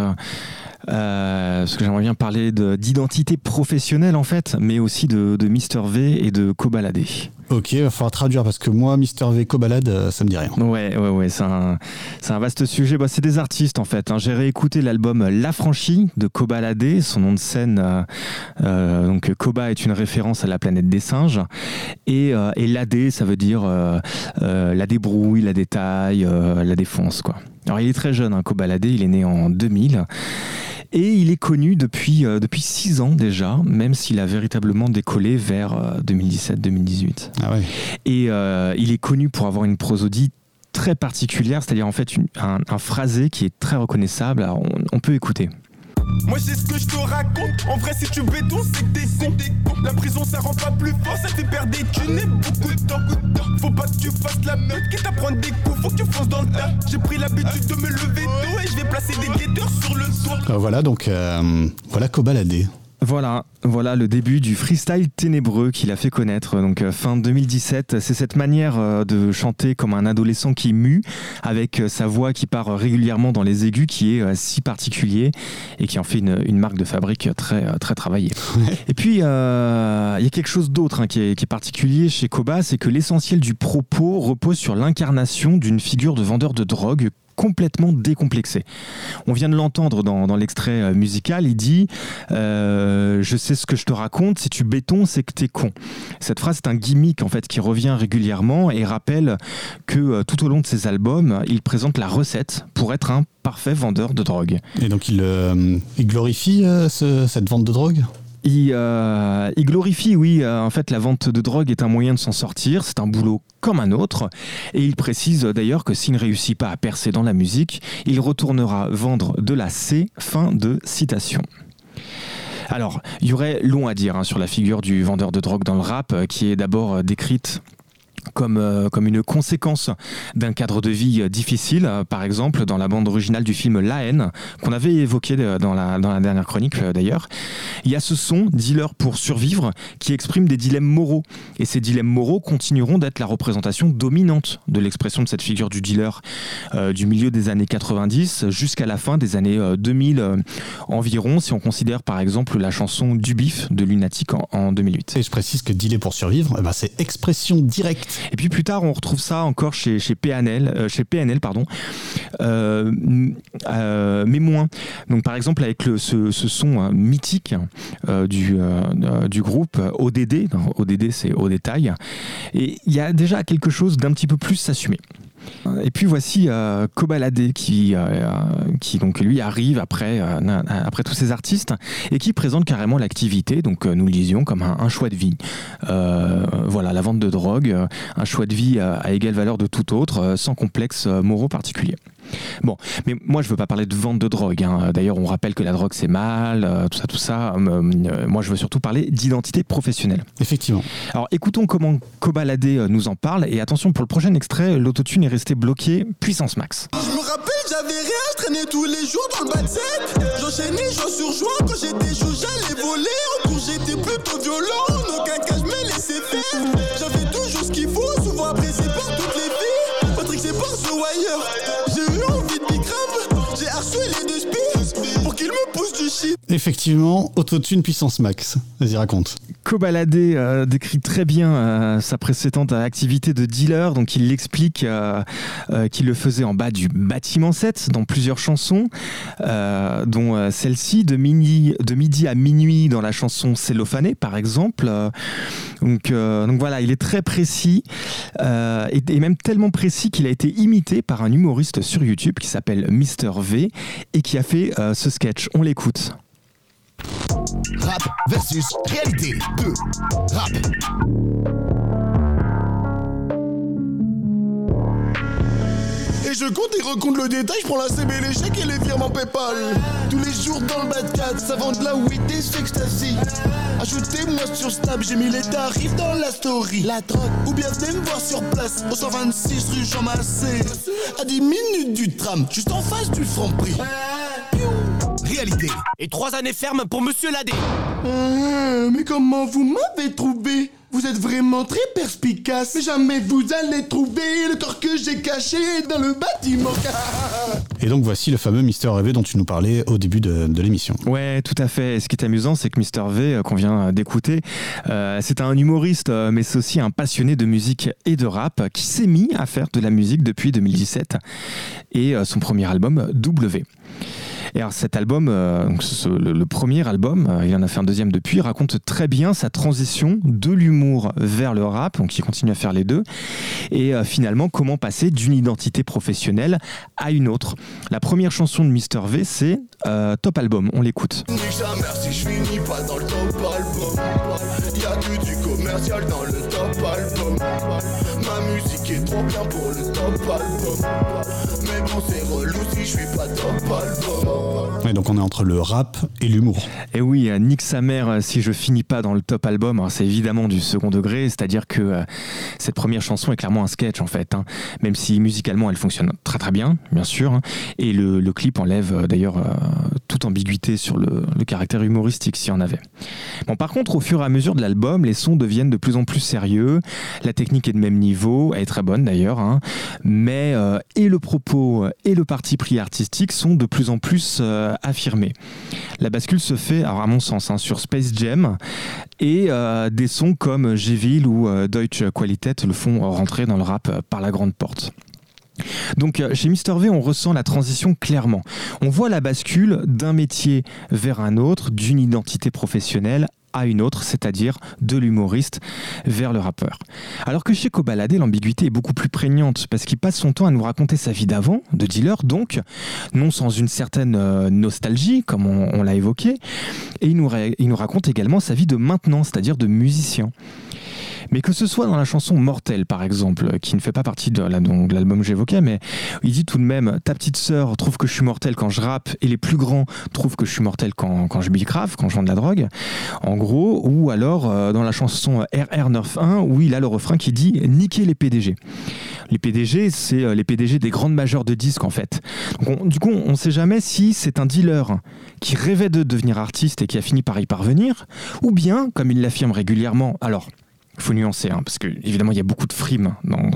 Parce que j'aimerais bien parler d'identité professionnelle en fait, mais aussi de Mr V et de Kobalade. Ok, il va falloir traduire parce que moi, Mr V, Kobalade, ça me dit rien. Ouais, c'est un vaste sujet. Bah, c'est des artistes en fait. J'ai réécouté l'album L'Affranchi de Kobalade, son nom de scène. Donc Koba est une référence à la planète des singes. Et Lade, ça veut dire la débrouille, la détaille, la défense, quoi. Alors il est très jeune, Kobalade, il est né en 2000. Et il est connu depuis 6 ans déjà, même s'il a véritablement décollé vers 2017-2018. Ah ouais. Et il est connu pour avoir une prosodie très particulière, c'est-à-dire en fait un phrasé qui est très reconnaissable. Alors on peut écouter. Moi c'est ce que je te raconte. En vrai si tu béton c'est que t'es con. La prison ça rend pas plus fort, ça fait perdre des thunes et beaucoup de temps. Faut pas que tu fasses la meute, quitte à prendre des coups, faut que tu fonces dans le tas. J'ai pris l'habitude de me lever tôt et je vais placer des guetteurs sur le toit. Voilà donc, voilà Kobalade. Voilà le début du freestyle ténébreux qu'il a fait connaître. Donc fin 2017, c'est cette manière de chanter comme un adolescent qui mue, avec sa voix qui part régulièrement dans les aigus, qui est si particulier et qui en fait une marque de fabrique très, très travaillée. Et puis il y a quelque chose d'autre qui est particulier chez Koba, c'est que l'essentiel du propos repose sur l'incarnation d'une figure de vendeur de drogue complètement décomplexé. On vient de l'entendre dans l'extrait musical, il dit je sais ce que je te raconte, si tu béton, c'est que t'es con. Cette phrase est un gimmick en fait qui revient régulièrement et rappelle que tout au long de ses albums, il présente la recette pour être un parfait vendeur de drogue. Et donc il glorifie cette vente de drogue ? Il glorifie, oui, en fait la vente de drogue est un moyen de s'en sortir, c'est un boulot comme un autre, et il précise d'ailleurs que s'il ne réussit pas à percer dans la musique, il retournera vendre de la C, fin de citation. Alors, il y aurait long à dire sur la figure du vendeur de drogue dans le rap, qui est d'abord décrite comme une conséquence d'un cadre de vie difficile, par exemple dans la bande originale du film La Haine, qu'on avait évoqué dans la dernière chronique d'ailleurs. Il y a ce son, Dealer pour survivre, qui exprime des dilemmes moraux. Et ces dilemmes moraux continueront d'être la représentation dominante de l'expression de cette figure du dealer du milieu des années 90 jusqu'à la fin des années 2000 environ, si on considère par exemple la chanson Du Bif de Lunatic en 2008. Et je précise que dealer pour survivre, c'est expression directe. Et puis plus tard, on retrouve ça encore chez PNL, mais moins. Donc par exemple avec ce son mythique du groupe ODD. ODD, c'est au détail. Et il y a déjà quelque chose d'un petit peu plus assumé. Et puis voici Kobalade qui donc lui arrive après tous ces artistes et qui présente carrément l'activité, donc nous le disions, comme un choix de vie. Voilà, la vente de drogue, un choix de vie à égale valeur de tout autre, sans complexe moraux particulier. Bon, mais moi je veux pas parler de vente de drogue. D'ailleurs, on rappelle que la drogue c'est mal, tout ça. Moi, je veux surtout parler d'identité professionnelle. Effectivement. Alors, écoutons comment Kobalade nous en parle. Et attention, pour le prochain extrait, l'autotune est resté bloqué puissance max. Je me rappelle, j'avais rien, je traînais tous les jours dans le bas de set. J'enchaînais jour sur jour, quand j'étais jour, j'allais voler. effectivement, autotune puissance max. Vas-y, raconte. Kobalade décrit très bien sa précédente activité de dealer. Donc il l'explique qu'il le faisait en bas du bâtiment 7 dans plusieurs chansons, dont celle-ci de midi à minuit dans la chanson Cellophané par exemple. Donc voilà, il est très précis et même tellement précis qu'il a été imité par un humoriste sur YouTube qui s'appelle Mr V et qui a fait ce sketch. On l'écoute. Rap versus réalité 2. Rap. Et je compte et recompte le détail, je prends la CB, les chèques et les virements Paypal. Tous les jours dans le bas de 4, ça vend de la weed et du ecstasy. Ajoutez-moi sur Snap, j'ai mis les tarifs dans la story. La drogue, ou bien venez me voir sur place, au 126 rue Jean Massé. À 10 minutes du tram, juste en face du Franprix. Réalité. Et 3 années ferme pour Monsieur Ladé. Mais comment vous m'avez trouvé? Vous êtes vraiment très perspicace, mais jamais vous allez trouver le corps que j'ai caché dans le bâtiment. Et donc voici le fameux Mister V dont tu nous parlais au début de l'émission. Ouais, tout à fait. Et ce qui est amusant, c'est que Mr V, qu'on vient d'écouter, c'est un humoriste, mais c'est aussi un passionné de musique et de rap qui s'est mis à faire de la musique depuis 2017 et son premier album, W. Et alors cet album, le premier album, il en a fait un deuxième depuis, raconte très bien sa transition de l'humour vers le rap, donc il continue à faire les deux, et finalement comment passer d'une identité professionnelle à une autre. La première chanson de Mr V, c'est Top Album, on l'écoute. Nique sa mère si je finis pas dans le top album. Y'a que du commercial dans le top album. Ma musique est trop bien pour le top album. Mais bon c'est relou si je suis pas top album. Et donc on est entre le rap et l'humour. Et oui, nique sa mère si je finis pas dans le top album. Alors, c'est évidemment du second degré, c'est-à-dire que cette première chanson est clairement un sketch en fait, hein, même si musicalement elle fonctionne très très bien, bien sûr, hein, et le clip enlève d'ailleurs toute ambiguïté sur le caractère humoristique s'il y en avait. Bon, par contre, au fur et à mesure de l'album, les sons deviennent de plus en plus sérieux, la technique est de même niveau, elle est très bonne d'ailleurs, hein, mais et le propos et le parti pris artistique sont de plus en plus affirmés. La bascule se fait, alors à mon sens, hein, sur Space Jam, et des sons comme G-Ville ou Deutsche Qualität le font rentrer dans le rap par la grande porte. Donc chez Mr V, on ressent la transition clairement. On voit la bascule d'un métier vers un autre, d'une identité professionnelle à une autre, c'est-à-dire de l'humoriste vers le rappeur. Alors que chez Kobalade, l'ambiguïté est beaucoup plus prégnante parce qu'il passe son temps à nous raconter sa vie d'avant, de dealer donc, non sans une certaine nostalgie, comme on l'a évoqué, et il nous raconte également sa vie de maintenant, c'est-à-dire de musicien. Mais que ce soit dans la chanson Mortel, par exemple, qui ne fait pas partie de l'album que j'évoquais, mais il dit tout de même « Ta petite sœur trouve que je suis mortel quand je rappe et les plus grands trouvent que je suis mortel quand je bicrave, quand je vends de la drogue. » En gros, ou alors dans la chanson RR91, où il a le refrain qui dit « Niquer les PDG ». Les PDG, c'est les PDG des grandes majors de disques, en fait. Donc du coup, on ne sait jamais si c'est un dealer qui rêvait de devenir artiste et qui a fini par y parvenir, ou bien, comme il l'affirme régulièrement, alors... Il faut nuancer, hein, parce que évidemment il y a beaucoup de frimes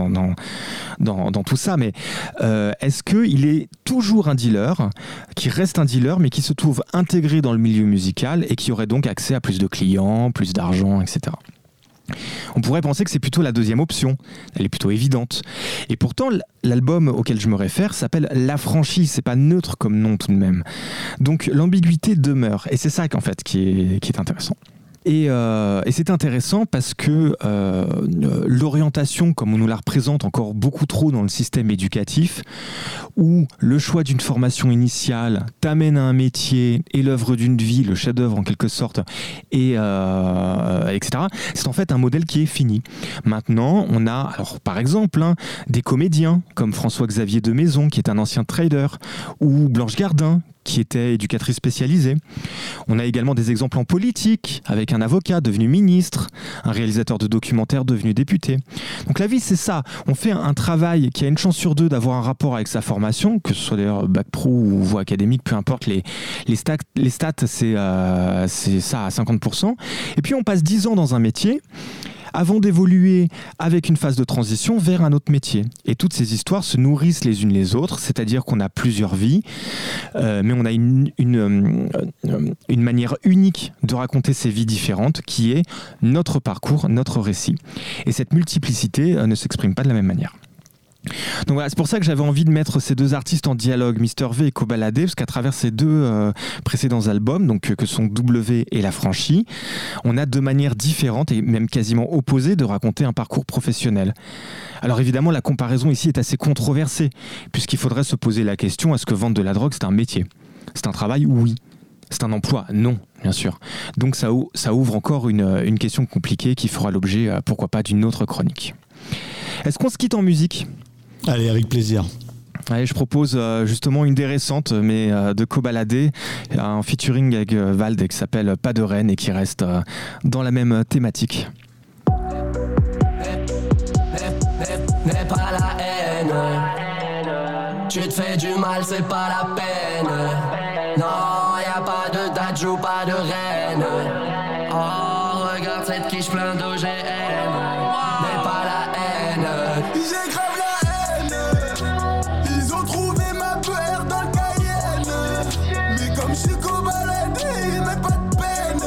dans tout ça, mais est-ce qu'il est toujours un dealer, qui reste un dealer, mais qui se trouve intégré dans le milieu musical et qui aurait donc accès à plus de clients, plus d'argent, etc. On pourrait penser que c'est plutôt la deuxième option, elle est plutôt évidente. Et pourtant, l'album auquel je me réfère s'appelle L'Affranchi, c'est pas neutre comme nom tout de même. Donc l'ambiguïté demeure, et c'est ça en fait qui est intéressant. Et c'est intéressant parce que l'orientation, comme on nous la représente encore beaucoup trop dans le système éducatif, où le choix d'une formation initiale t'amène à un métier et l'œuvre d'une vie, le chef-d'œuvre en quelque sorte, et etc., c'est en fait un modèle qui est fini. Maintenant, on a, alors par exemple, des comédiens comme François-Xavier de Maison, qui est un ancien trader, ou Blanche Gardin, qui était éducatrice spécialisée. On a également des exemples en politique, avec un avocat devenu ministre, un réalisateur de documentaires devenu député. Donc la vie, c'est ça. On fait un travail qui a une chance sur deux d'avoir un rapport avec sa formation, que ce soit d'ailleurs bac pro ou voie académique, peu importe, les stats, c'est ça à 50%. Et puis on passe 10 ans dans un métier avant d'évoluer avec une phase de transition vers un autre métier. Et toutes ces histoires se nourrissent les unes les autres, c'est-à-dire qu'on a plusieurs vies, mais on a une manière unique de raconter ces vies différentes qui est notre parcours, notre récit. Et cette multiplicité ne s'exprime pas de la même manière. Donc voilà, c'est pour ça que j'avais envie de mettre ces deux artistes en dialogue, Mr V et Kobalade, parce qu'à travers ces deux précédents albums, donc que sont W et La Franchie, on a deux manières différentes et même quasiment opposées de raconter un parcours professionnel. Alors évidemment, la comparaison ici est assez controversée, puisqu'il faudrait se poser la question, est-ce que vendre de la drogue, c'est un métier ? C'est un travail ? Oui. C'est un emploi ? Non, bien sûr. Donc ça ouvre encore une question compliquée qui fera l'objet, pourquoi pas, d'une autre chronique. Est-ce qu'on se quitte en musique ? Allez, avec plaisir. Allez, je propose justement une des récentes, mais de Kobalade, en featuring avec Vald, qui s'appelle Pas de reine et qui reste dans la même thématique. N'aie pas la haine. Tu te fais du mal, c'est pas la peine. Non, y a pas de date, joue pas de reine. Oh, regarde cette quiche plein d'OGM. N'aie pas la haine. J'ai grave la haine. Ils ont trouvé ma peur dans le Cayenne. Mais comme je suis Kobalade, ils mettent pas de peine.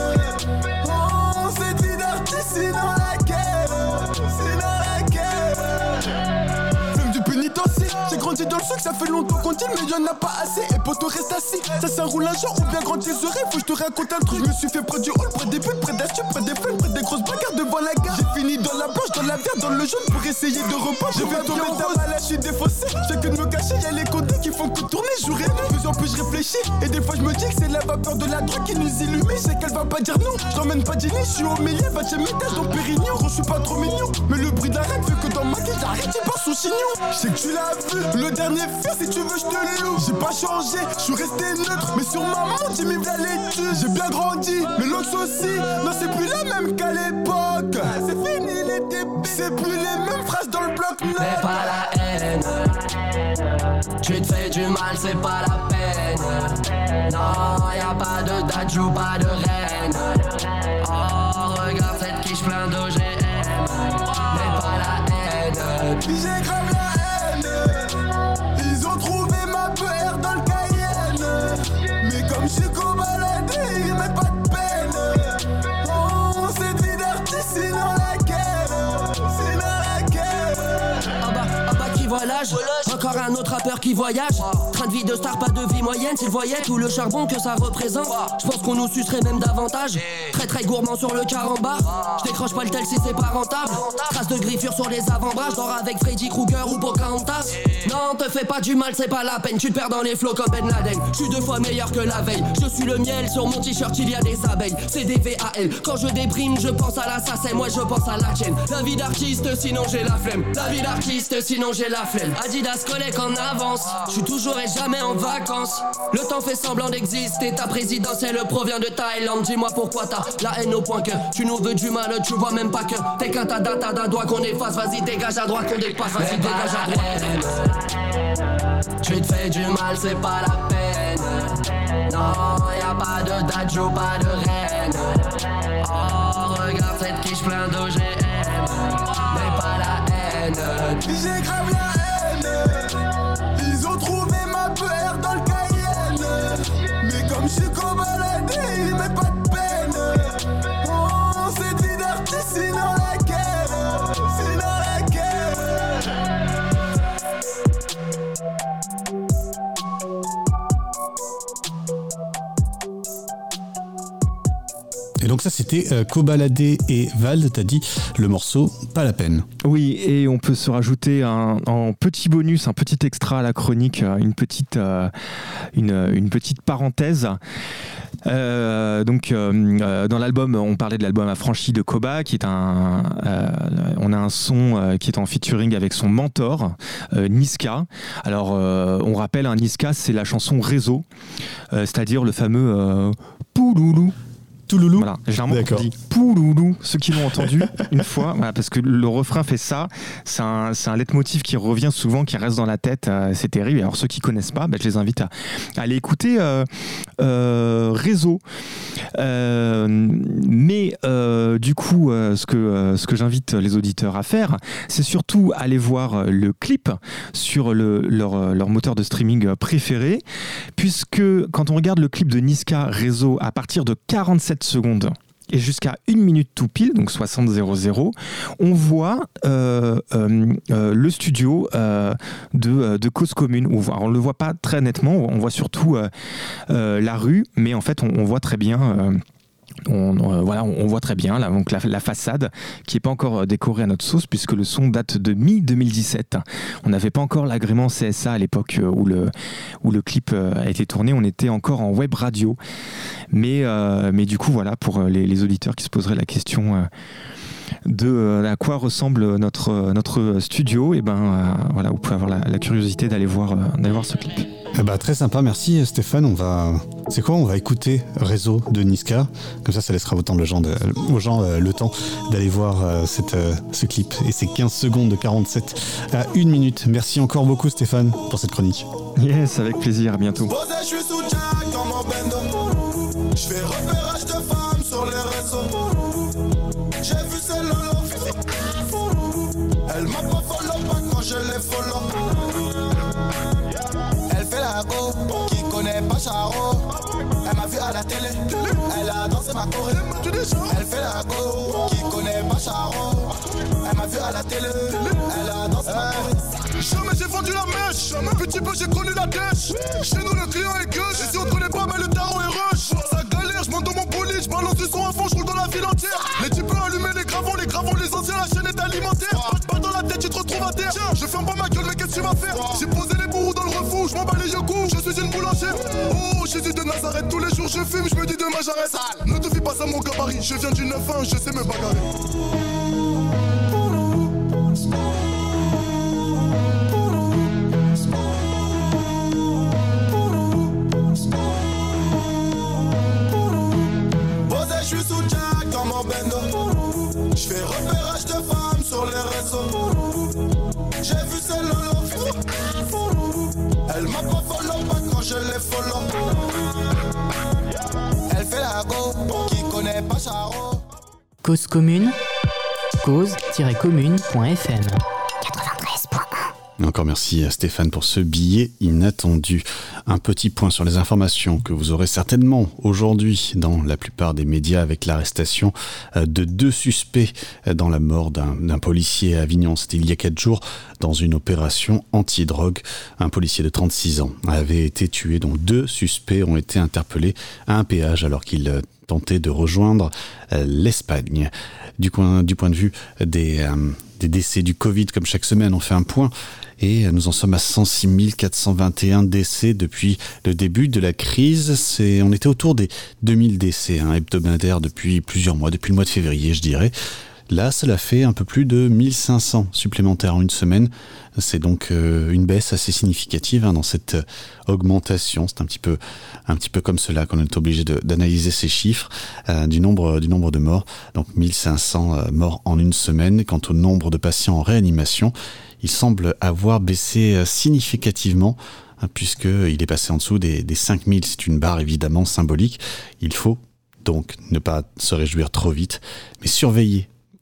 Oh, cette vie d'artiste, c'est dans la guerre. C'est dans la guerre. Femme du pénitencier, j'ai grandi dans le sucre, ça fait longtemps qu'on dit, mais y'en a pas assez. Et poto reste assis, ça roule un jour ou bien grandir les oreilles. Faut que je te raconte un truc. Je me suis fait près du hall, près des buts, près d'astuces, près des flammes, près des grosses bagarres devant la gare. J'ai fini dans la blanche, dans la verte, dans le jaune pour essayer de repas. J'ai fait tomber ta balle, je suis défaussé. J'ai que de me cacher, y'a les condés qui font que tourner jour et nuit. De plus en plus je réfléchis, et des fois je me dis que c'est la vapeur de la drogue qui nous illumine. Je sais qu'elle va pas dire non, je t'emmène pas dîner, je suis au milieu, va chez Métage dans Pérignon. Gros, je suis pas trop mignon, mais le bruit de la reine fait que dans ma gueule, j'arrête, il passe sous chignon. Je sais que tu l'as vu, le dernier fils, si tu veux, je te le loue. J'ai pas changé, je suis resté neutre, mais sur ma montre, j'ai mis v'là les tues. J'ai bien grandi, mais l'ox aussi, non, c'est plus la même qu'à l'époque. C'est fini les débats, c'est plus les mêmes phrases dans le bloc. N'aie pas la haine. Tu te fais du mal, c'est pas la peine. Non, y a pas de date, joue pas de reine. Oh, regarde cette quiche plein d'OGM. N'aie pas la haine. J'ai grave la haine. Ils ont trouvé ma peur dans le Cayenne. Mais comme je suis Kobalade, ils mettent pas de peine. Oh, cette vie d'artiste, c'est dans la guerre. C'est dans la guerre. Ah bah qui volage. Encore un autre rappeur qui voyage. Train de vie de star, pas de vie moyenne. S'il voyait tout le charbon que ça représente, je pense qu'on nous sucerait même davantage. Très très gourmand sur le carambar. Je décroche pas le tel si c'est pas rentable. Traces de griffures sur les avant-bras. Je dors avec Freddy Krueger ou Pocahontas. Non, te fais pas du mal, c'est pas la peine. Tu te perds dans les flots comme Ben Laden. Je suis 2 fois meilleur que la veille. Je suis le miel, sur mon t-shirt il y a des abeilles. C'est des VAL. Quand je déprime, je pense à l'assassin. Moi je pense à la tienne. La vie d'artiste, sinon j'ai la flemme. La vie d'artiste, sinon j'ai la flemme. Adidas collègue en avance. Je suis toujours et jamais en vacances. Le temps fait semblant d'exister. Ta présidentielle provient de Thaïlande. Dis-moi pourquoi t'as la haine au point que tu nous veux du mal. Tu vois même pas que t'es qu'un tas d'un doigt qu'on efface. Vas-y dégage à droite qu'on dépasse. Vas-y dégage à droite. Tu te fais du mal, c'est pas la peine. Non, y a pas de date, joue pas de reine. Oh, regarde cette quiche plein d'OGM. N'aie pas la haine. J'ai grave la haine. Ils ont trouvé ma peur dans le Cayenne. Mais comme je suis Kobalade, ils mettent pas de peine. Oh, cette vie d'artiste, c'est dans la guerre. C'est dans la guerre. Et donc ça c'était Kobalade et Vald, t'as dit le morceau Pas la peine. Oui, et on peut se rajouter en petit bonus, un petit extra à la chronique, une petite parenthèse. Dans l'album, on parlait de l'album Affranchi de Koba, qui est on a un son qui est en featuring avec son mentor Niska. Alors on rappelle, Niska, c'est la chanson Réseau, c'est-à-dire le fameux Pouloulou. Touloulou. Voilà, généralement quand on D'accord. dit pouloulou, ceux qui l'ont entendu une fois, voilà, parce que le refrain fait ça, c'est un leitmotiv qui revient souvent, qui reste dans la tête, c'est terrible. Et alors ceux qui connaissent pas, je les invite à aller écouter Réseau. Mais du coup, ce que j'invite les auditeurs à faire, c'est surtout aller voir le clip sur leur moteur de streaming préféré, puisque quand on regarde le clip de Niska Réseau à partir de 47 secondes et jusqu'à 1 minute tout pile, donc 60-00, on voit le studio de Cause Commune. On ne le voit pas très nettement, on voit surtout la rue, mais en fait on voit très bien... On voit très bien là, donc la façade qui n'est pas encore décorée à notre sauce, puisque le son date de mi-2017. On n'avait pas encore l'agrément CSA à l'époque où le clip a été tourné, on était encore en web radio. Mais du coup, voilà, pour les auditeurs qui se poseraient la question de à quoi ressemble notre studio, et voilà, vous pouvez avoir la curiosité d'aller voir ce clip. Très sympa, merci Stéphane. On va écouter Réseau de Niska. Comme ça laissera autant aux gens le temps d'aller voir ce clip et ces 15 secondes de 47 à 1 minute. Merci encore beaucoup Stéphane pour cette chronique. Yes, avec plaisir, à bientôt. Posé, je suis sous Jack dans mon bendo. Je fais repérage de femmes sur les réseaux. J'ai vu celle lolo. Elle m'a pas follow pas quand je l'ai follow. Elle fait la go, qui connaît pas Charo. Elle m'a vu à la télé, elle a dansé ma choré. Elle fait la go, qui connaît pas Charo. Elle m'a vu à la télé, elle a dansé ma choré. Jamais j'ai vendu la mèche, petit peu j'ai connu la dèche. Chez nous le client est gueule, et si on connaît pas le tarot est rush. Ça galère, je monte dans mon bolide, je balance du son à fond, je roule dans la ville entière. Les types allumer les gravons les anciens, la chaîne est alimentaire. Pas dans la tête, tu te retrouves à terre. Je ferme pas ma gueule, mais qu'est-ce que tu vas faire? J'ai posé les bourreaux dans le refou, je m'en bats les yeux, je suis une boulangère. Oh, Jésus de Nazareth, tous les jours je fume, je me dis demain j'arrête. Ne te fie pas à mon gabarit, je viens du 9-1, je sais me bagarrer. Je suis sous Jack dans mon bendo. Je fais repérage de femmes sur les réseaux. J'ai vu celle lolo. Elle m'a pas follow pas quand je l'ai follow. Elle fait la go, qui connaît pas Charo. Cause commune, cause-commune.fm. Encore merci à Stéphane pour ce billet inattendu. Un petit point sur les informations que vous aurez certainement aujourd'hui dans la plupart des médias avec l'arrestation de 2 suspects dans la mort d'un policier à Avignon. C'était il y a 4 jours dans une opération anti-drogue. Un policier de 36 ans avait été tué, dont 2 suspects ont été interpellés à un péage alors qu'ils tentaient de rejoindre l'Espagne. Du point de vue des décès du Covid, comme chaque semaine, on fait un point. Et nous en sommes à 106 421 décès depuis le début de la crise. On était autour des 2000 décès hebdomadaires depuis plusieurs mois, depuis le mois de février, je dirais. Là, cela fait un peu plus de 1500 supplémentaires en une semaine. C'est donc une baisse assez significative dans cette augmentation. C'est un petit peu comme cela qu'on est obligé d'analyser ces chiffres du nombre de morts. Donc 1500 morts en une semaine. Quant au nombre de patients en réanimation, il semble avoir baissé significativement puisqu'il est passé en dessous des 5000. C'est une barre évidemment symbolique. Il faut donc ne pas se réjouir trop vite, mais surveiller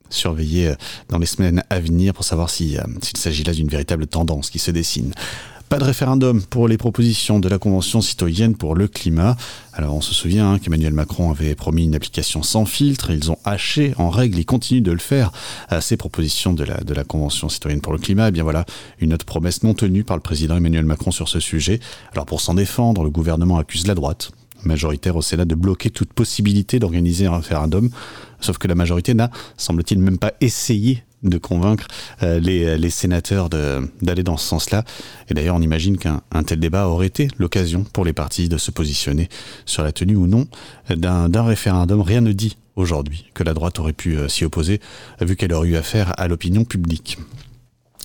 dans les semaines à venir pour savoir s'il s'agit là d'une véritable tendance qui se dessine. Pas de référendum pour les propositions de la Convention citoyenne pour le climat. Alors on se souvient qu'Emmanuel Macron avait promis une application sans filtre. Ils ont haché en règle et continuent de le faire à ces propositions de la Convention citoyenne pour le climat. Et bien voilà, une autre promesse non tenue par le président Emmanuel Macron sur ce sujet. Alors pour s'en défendre, le gouvernement accuse la droite majoritaire au Sénat de bloquer toute possibilité d'organiser un référendum. Sauf que la majorité n'a, semble-t-il, même pas essayé de convaincre les sénateurs d'aller dans ce sens-là. Et d'ailleurs, on imagine qu'un tel débat aurait été l'occasion pour les partis de se positionner sur la tenue ou non d'un référendum. Rien ne dit aujourd'hui que la droite aurait pu s'y opposer, vu qu'elle aurait eu affaire à l'opinion publique.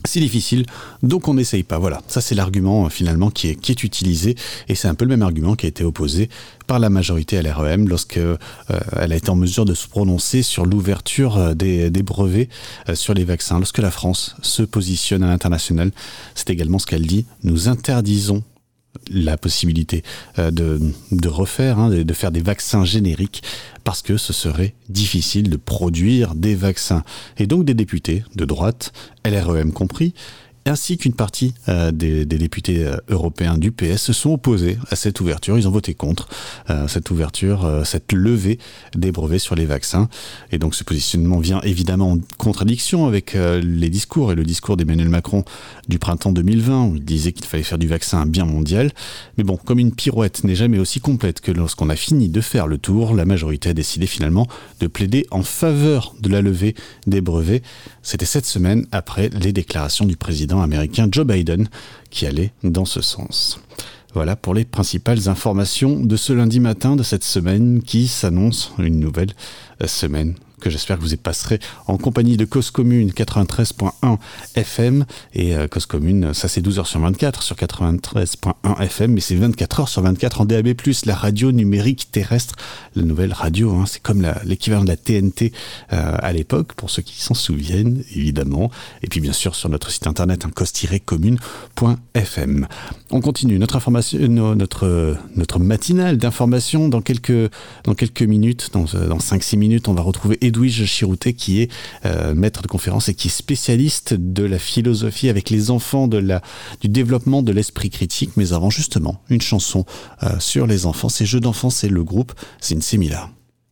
c'est difficile, donc on n'essaye pas. Voilà, ça c'est l'argument finalement qui est utilisé, et c'est un peu le même argument qui a été opposé par la majorité LREM lorsque elle a été en mesure de se prononcer sur l'ouverture des brevets sur les vaccins. Lorsque la France se positionne à l'international, c'est également ce qu'elle dit: nous interdisons la possibilité de refaire, de faire des vaccins génériques, parce que ce serait difficile de produire des vaccins. Et donc des députés de droite, LREM compris, ainsi qu'une partie des députés européens du PS se sont opposés à cette ouverture. Ils ont voté contre cette ouverture, cette levée des brevets sur les vaccins. Et donc ce positionnement vient évidemment en contradiction avec les discours et le discours d'Emmanuel Macron du printemps 2020, où il disait qu'il fallait faire du vaccin un bien mondial. Mais bon, comme une pirouette n'est jamais aussi complète que lorsqu'on a fini de faire le tour, la majorité a décidé finalement de plaider en faveur de la levée des brevets. C'était cette semaine après les déclarations du président américain Joe Biden qui allait dans ce sens. Voilà pour les principales informations de ce lundi matin de cette semaine qui s'annonce une nouvelle semaine que j'espère que vous y passerez en compagnie de Cause Commune 93.1 FM. Et Cause Commune, ça c'est 12h sur 24 sur 93.1 FM, mais c'est 24h sur 24 en DAB+, la radio numérique terrestre, la nouvelle radio, c'est comme l'équivalent de la TNT à l'époque, pour ceux qui s'en souviennent, évidemment. Et puis bien sûr sur notre site internet, cause-commune.fm. On continue notre information, notre matinale d'information dans quelques minutes, dans 5-6 minutes, on va retrouver Edwige Chirouté qui est maître de conférence et qui est spécialiste de la philosophie avec les enfants, du développement de l'esprit critique. Mais avant justement, une chanson sur les enfants. C'est Jeux d'enfants, c'est le groupe Sinsemilla.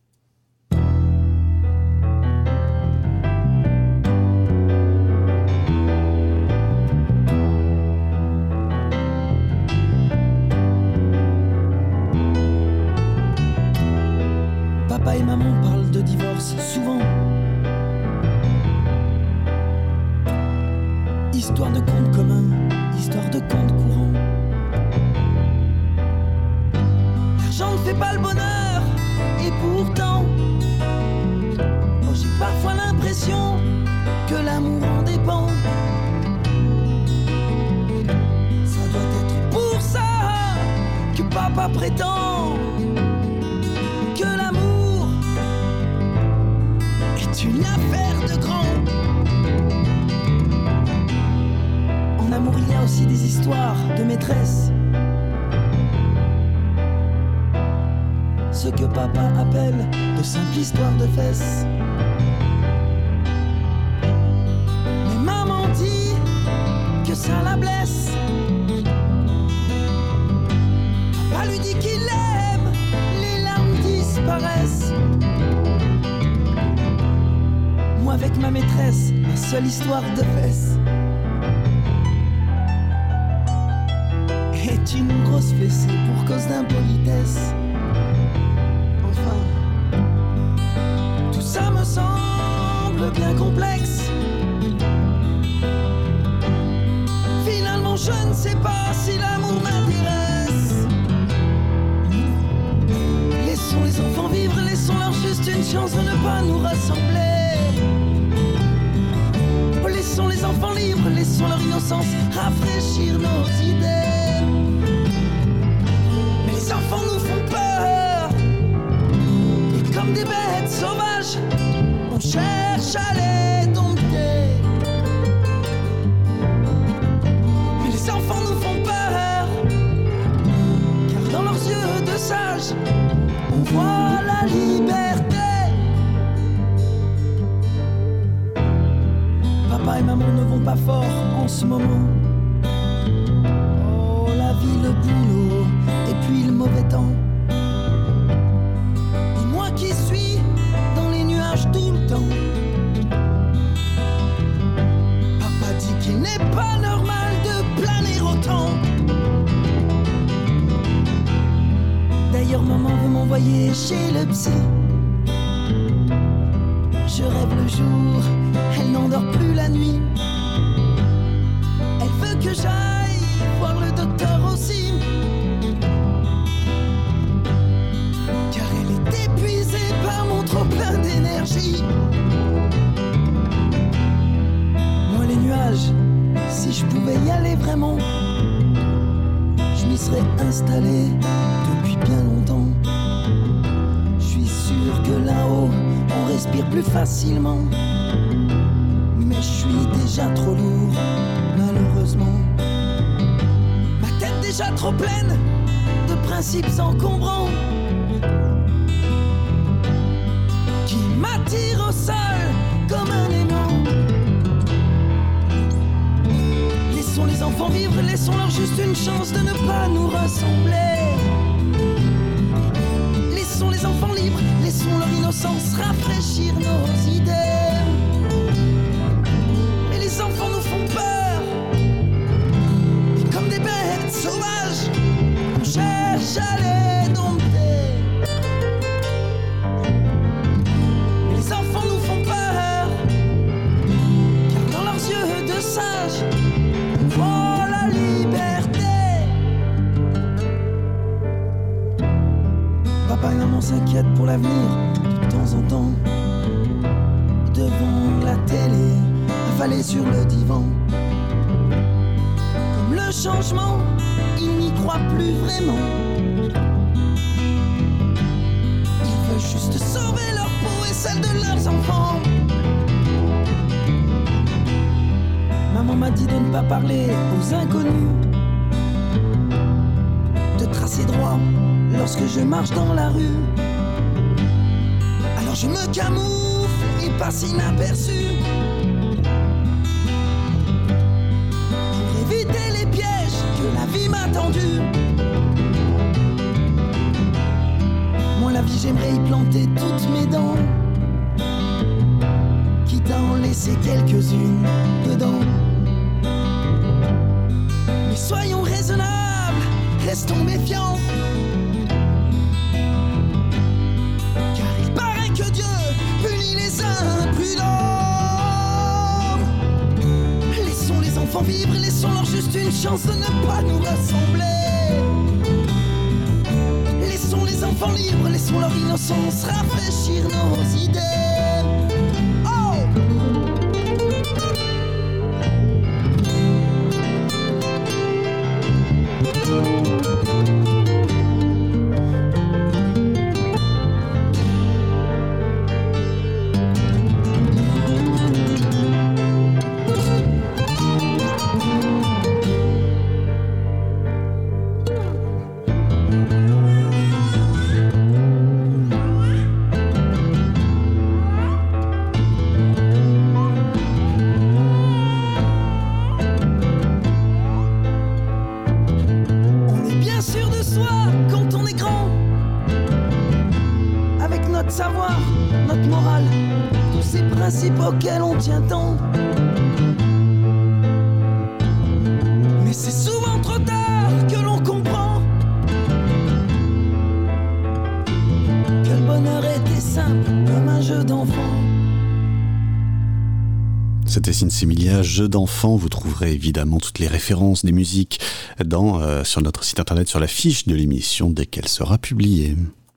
Papa et maman parlent de divorce souvent. Histoire de compte commun, histoire de compte courant. L'argent ne fait pas le bonheur, et pourtant, j'ai parfois l'impression que l'amour en dépend. Ça doit être pour ça que papa prétend que l'amour est une affaire de grand. En amour, il y a aussi des histoires de maîtresse. Ce que papa appelle de simples histoires de fesses. Mais maman dit que ça la blesse. Papa lui dit qu'il l'aime, les larmes disparaissent. Moi avec ma maîtresse, ma seule histoire de fesses est une grosse fessée pour cause d'impolitesse. Enfin, tout ça me semble bien complexe. Finalement, je ne sais pas si l'amour m'intéresse. Laissons les enfants vivre, laissons-leur juste une chance de ne pas nous rassembler. Laissons les enfants libres, laissons leur innocence rafraîchir nos idées. Mais les enfants nous font peur, et comme des bêtes sauvages, on cherche à les dompter. Mais les enfants nous font peur, car dans leurs yeux de sages, on voit la liberté. Papa et maman ne vont pas fort en ce moment. Oh, la vie, le boulot, et puis le mauvais temps. Et moi qui suis dans les nuages tout le temps. Papa dit qu'il n'est pas normal de planer autant. D'ailleurs, maman veut m'envoyer chez le psy. Je rêve le jour, elle n'endort plus la nuit. Elle veut que j'aille voir le docteur aussi, car elle est épuisée par mon trop plein d'énergie. Moi les nuages, pouvais y aller vraiment, je m'y serais installé depuis bien longtemps. Je suis sûr que là-haut, on respire plus facilement. Mais je suis déjà trop lourd, malheureusement. Ma tête déjà trop pleine de principes encombrants qui m'attirent au sol comme un aimant. Laissons les enfants vivre, laissons-leur juste une chance de ne pas nous ressembler. Laissons les enfants libres, laissons leur innocence rafraîchir nos idées. Mais les enfants nous font peur, et comme des bêtes sauvages, on cherche à les dompter. Mais les enfants nous font peur, car dans leurs yeux de sages, on voit la liberté. Papa et maman s'inquiètent pour l'avenir de temps en temps. Devant la télé, affalés sur le divan. Comme le changement, ils n'y croient plus vraiment. Ils veulent juste sauver leur peau et celle de leurs enfants. Maman m'a dit de ne pas parler aux inconnus, de tracer droit lorsque je marche dans la rue. Alors je me camoufle et passe inaperçu pour éviter les pièges que la vie m'a tendus. Moi la vie j'aimerais y planter toutes mes dents, quitte à en laisser quelques-unes dedans. Mais soyons raisonnables, restons méfiants, car il paraît que Dieu punit les imprudents. Laissons les enfants vivre, laissons-leur juste une chance de ne pas nous ressembler. Laissons les enfants libres, laissons leur innocence rafraîchir nos idées. Savoir, notre morale, tous ces principes auxquels on tient tant. Mais c'est souvent trop tard que l'on comprend que le bonheur était simple comme un jeu d'enfant. C'était Sinsemilia, jeu d'enfant. Vous trouverez évidemment toutes les références des musiques sur notre site internet, sur la fiche de l'émission dès qu'elle sera publiée.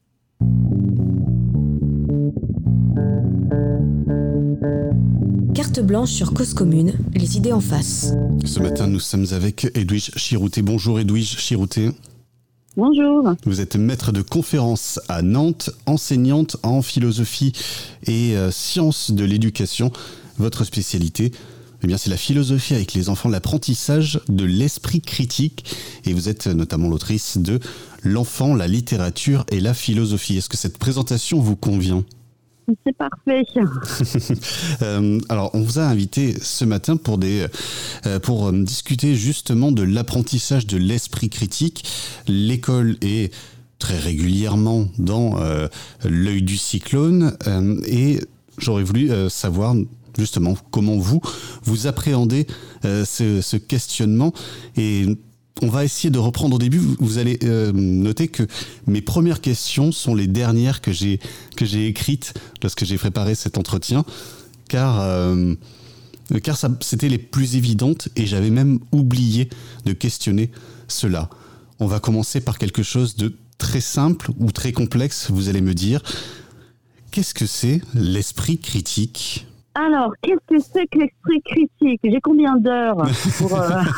Carte blanche sur Cause Commune, les idées en face. Ce matin, nous sommes avec Edwige Chirouté. Bonjour Edwige Chirouté. Bonjour. Vous êtes maître de conférence à Nantes, enseignante en philosophie et sciences de l'éducation. Votre spécialité, eh bien, c'est la philosophie avec les enfants, l'apprentissage de l'esprit critique. Et vous êtes notamment l'autrice de L'enfant, la littérature et la philosophie. Est-ce que cette présentation vous convient ? C'est parfait. Alors, on vous a invité ce matin pour discuter justement de l'apprentissage de l'esprit critique. L'école est très régulièrement dans l'œil du cyclone et j'aurais voulu savoir justement comment vous appréhendez ce questionnement. Et on va essayer de reprendre au début. Vous allez noter que mes premières questions sont les dernières que j'ai écrites lorsque j'ai préparé cet entretien, car ça, c'était les plus évidentes et j'avais même oublié de questionner cela. On va commencer par quelque chose de très simple ou très complexe, vous allez me dire. Qu'est-ce que c'est l'esprit critique ? Alors, qu'est-ce que c'est que l'esprit critique? J'ai combien d'heures pour...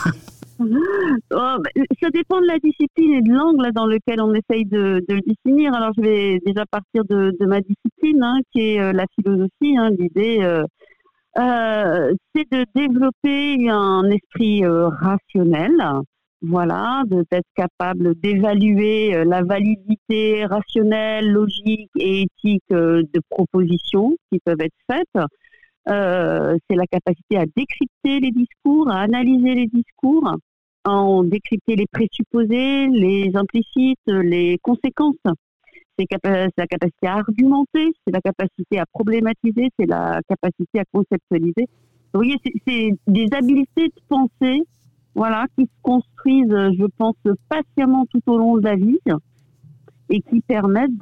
ça dépend de la discipline et de l'angle dans lequel on essaye de le définir. Alors, je vais déjà partir de ma discipline, qui est la philosophie. L'idée, c'est de développer un esprit rationnel, voilà, d'être capable d'évaluer la validité rationnelle, logique et éthique de propositions qui peuvent être faites. C'est la capacité à décrypter les discours, à analyser les discours, à décrypter les présupposés, les implicites, les conséquences. C'est la capacité à argumenter, c'est la capacité à problématiser, c'est la capacité à conceptualiser. Vous voyez, c'est des habiletés de pensée, voilà, qui se construisent, je pense, patiemment tout au long de la vie et qui permettent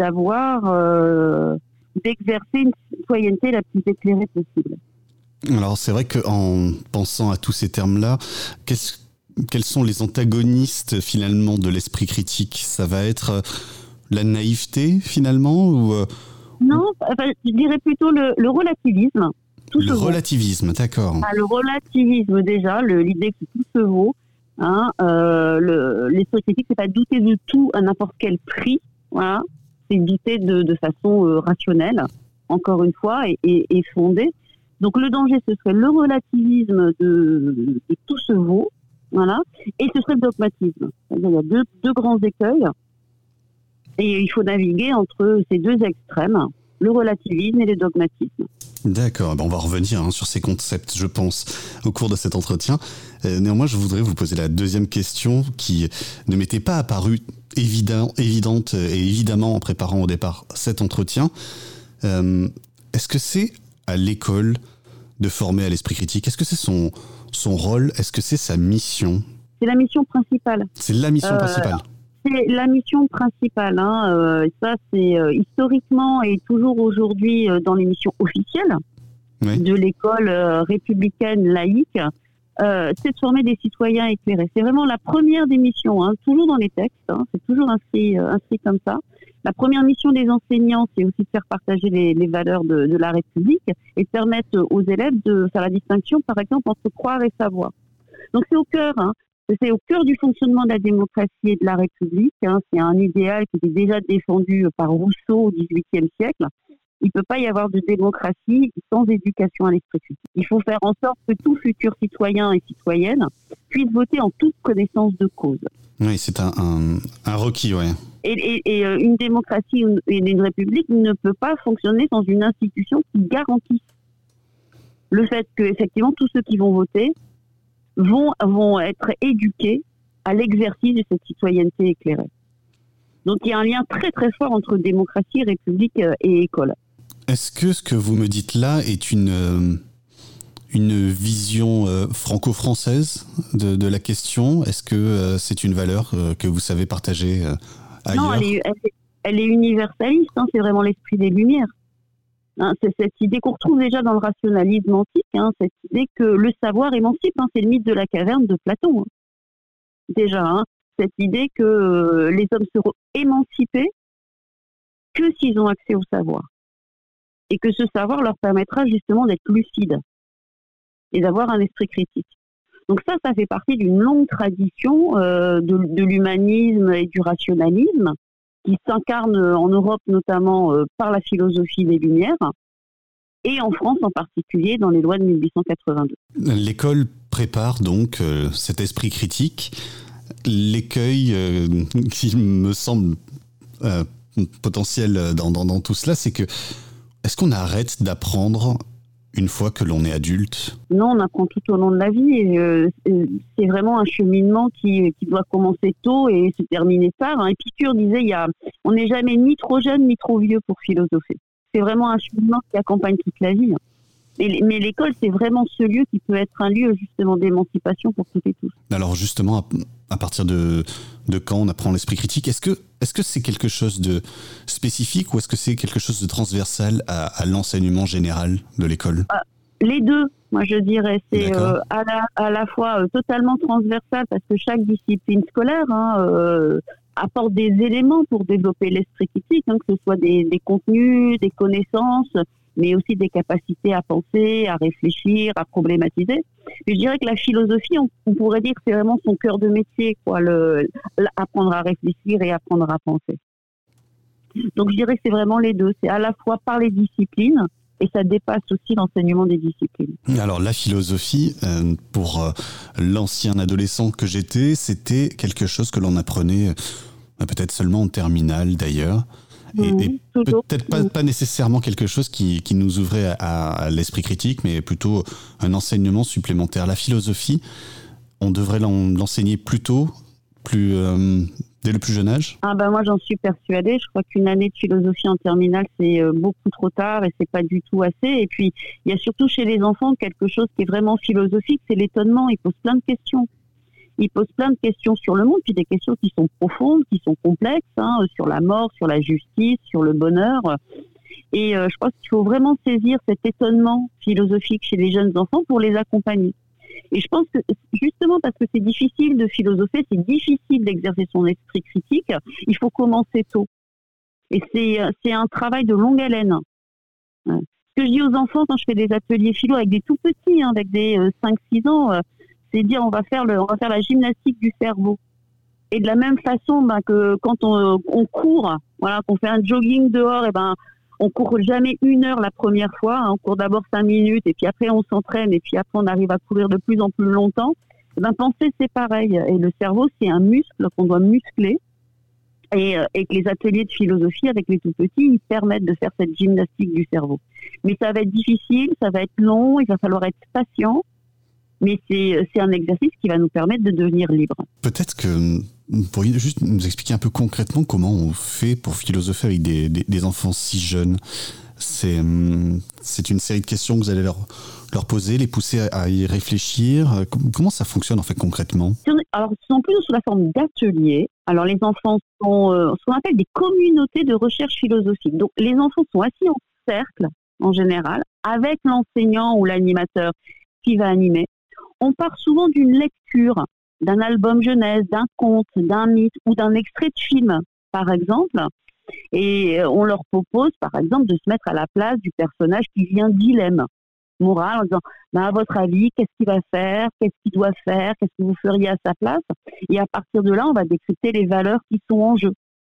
d'exercer une citoyenneté la plus éclairée possible. Alors c'est vrai qu'en pensant à tous ces termes-là, quels sont les antagonistes finalement de l'esprit critique? Ça va être la naïveté finalement ou Non, je dirais plutôt le relativisme. Le relativisme, d'accord. Le relativisme déjà, l'idée que tout se vaut. L'esprit critique, c'est pas douter de tout à n'importe quel prix, voilà. C'est douter de façon rationnelle, encore une fois, et fondée. Donc le danger, ce serait le relativisme de tout se vaut, voilà, et ce serait le dogmatisme. C'est-à-dire, il y a deux grands écueils, et il faut naviguer entre ces deux extrêmes, le relativisme et le dogmatisme. D'accord, on va revenir sur ces concepts, je pense, au cours de cet entretien. Néanmoins, je voudrais vous poser la deuxième question qui ne m'était pas apparue évidente et évidemment en préparant au départ cet entretien. Est-ce que c'est à l'école de former à l'esprit critique? Est-ce que c'est son rôle? Est-ce que c'est sa mission? C'est la mission principale. C'est la mission principale. C'est la mission principale. Ça, c'est historiquement et toujours aujourd'hui dans les missions officielles de l'école républicaine laïque, c'est de former des citoyens éclairés. C'est vraiment la première des missions, toujours dans les textes, c'est toujours inscrit comme ça. La première mission des enseignants, c'est aussi de faire partager les valeurs de la République et de permettre aux élèves de faire la distinction, par exemple, entre croire et savoir. Donc c'est au cœur, c'est au cœur du fonctionnement de la démocratie et de la République. C'est un idéal qui était déjà défendu par Rousseau au XVIIIe siècle. Il ne peut pas y avoir de démocratie sans éducation à l'esprit critique. Il faut faire en sorte que tout futur citoyen et citoyenne puisse voter en toute connaissance de cause. Oui, c'est un requis, ouais. Et une démocratie et une république ne peut pas fonctionner sans une institution qui garantisse le fait que, effectivement, tous ceux qui vont voter vont être éduqués à l'exercice de cette citoyenneté éclairée. Donc il y a un lien très très fort entre démocratie, république et école. Est-ce que ce que vous me dites là est une vision franco-française de la question? Est-ce que c'est une valeur que vous savez partager ailleurs? Non, elle est universaliste, c'est vraiment l'esprit des Lumières. C'est cette idée qu'on retrouve déjà dans le rationalisme antique, cette idée que le savoir émancipe, c'est le mythe de la caverne de Platon. Déjà, cette idée que les hommes seront émancipés que s'ils ont accès au savoir. Et que ce savoir leur permettra justement d'être lucides et d'avoir un esprit critique. Donc ça fait partie d'une longue tradition de l'humanisme et du rationalisme qui s'incarne en Europe notamment par la philosophie des Lumières et en France en particulier dans les lois de 1882. L'école prépare donc cet esprit critique. L'écueil qui me semble potentiel dans tout cela, c'est que est-ce qu'on arrête d'apprendre une fois que l'on est adulte? Non, on apprend tout au long de la vie. Et, c'est vraiment un cheminement qui doit commencer tôt et se terminer tard. Épicure disait on n'est jamais ni trop jeune ni trop vieux pour philosopher. C'est vraiment un cheminement qui accompagne toute la vie. Mais l'école, c'est vraiment ce lieu qui peut être un lieu justement d'émancipation pour toutes et tous. Alors justement, à partir de quand on apprend l'esprit critique, est-ce que c'est quelque chose de spécifique ou est-ce que c'est quelque chose de transversal à l'enseignement général de l'école? Les deux, moi je dirais. C'est à la fois totalement transversal parce que chaque discipline scolaire apporte des éléments pour développer l'esprit critique, que ce soit des contenus, des connaissances, mais aussi des capacités à penser, à réfléchir, à problématiser. Et je dirais que la philosophie, on pourrait dire que c'est vraiment son cœur de métier, quoi, apprendre à réfléchir et apprendre à penser. Donc je dirais que c'est vraiment les deux, c'est à la fois par les disciplines, et ça dépasse aussi l'enseignement des disciplines. Alors la philosophie, pour l'ancien adolescent que j'étais, c'était quelque chose que l'on apprenait peut-être seulement en terminale d'ailleurs. Et peut-être pas nécessairement quelque chose qui nous ouvrait à l'esprit critique, mais plutôt un enseignement supplémentaire. La philosophie, on devrait l'enseigner plus tôt, dès le plus jeune âge ? Moi j'en suis persuadée, je crois qu'une année de philosophie en terminale c'est beaucoup trop tard et c'est pas du tout assez. Et puis il y a surtout chez les enfants quelque chose qui est vraiment philosophique, c'est l'étonnement. Ils posent plein de questions. Ils posent plein de questions sur le monde, puis des questions qui sont profondes, qui sont complexes, sur la mort, sur la justice, sur le bonheur. Et je pense qu'il faut vraiment saisir cet étonnement philosophique chez les jeunes enfants pour les accompagner. Et je pense que justement parce que c'est difficile de philosopher, c'est difficile d'exercer son esprit critique, il faut commencer tôt. Et c'est un travail de longue haleine. Ce que je dis aux enfants quand je fais des ateliers philo avec des tout petits, avec des 5-6 ans, c'est dire on va faire la gymnastique du cerveau. Et de la même façon que quand on court, qu'on fait un jogging dehors, on court jamais 1 heure la première fois, on court d'abord 5 minutes et puis après on s'entraîne et puis après on arrive à courir de plus en plus longtemps. Penser c'est pareil, et le cerveau c'est un muscle qu'on doit muscler, et que les ateliers de philosophie avec les tout petits ils permettent de faire cette gymnastique du cerveau. Mais ça va être difficile, ça va être long, il va falloir être patient. Mais c'est un exercice qui va nous permettre de devenir libre. Peut-être que vous pourriez juste nous expliquer un peu concrètement comment on fait pour philosopher avec des enfants si jeunes. C'est une série de questions que vous allez leur poser, les pousser à y réfléchir. Comment ça fonctionne en fait concrètement ? Alors, ce sont plutôt sous la forme d'ateliers. Alors, les enfants sont ce qu'on appelle des communautés de recherche philosophique. Donc, les enfants sont assis en cercle, en général, avec l'enseignant ou l'animateur qui va animer. On part souvent d'une lecture, d'un album jeunesse, d'un conte, d'un mythe ou d'un extrait de film, par exemple. Et on leur propose, par exemple, de se mettre à la place du personnage qui vit un dilemme moral en disant à votre avis, qu'est-ce qu'il va faire, qu'est-ce qu'il doit faire, qu'est-ce que vous feriez à sa place ? Et à partir de là, on va décrypter les valeurs qui sont en jeu.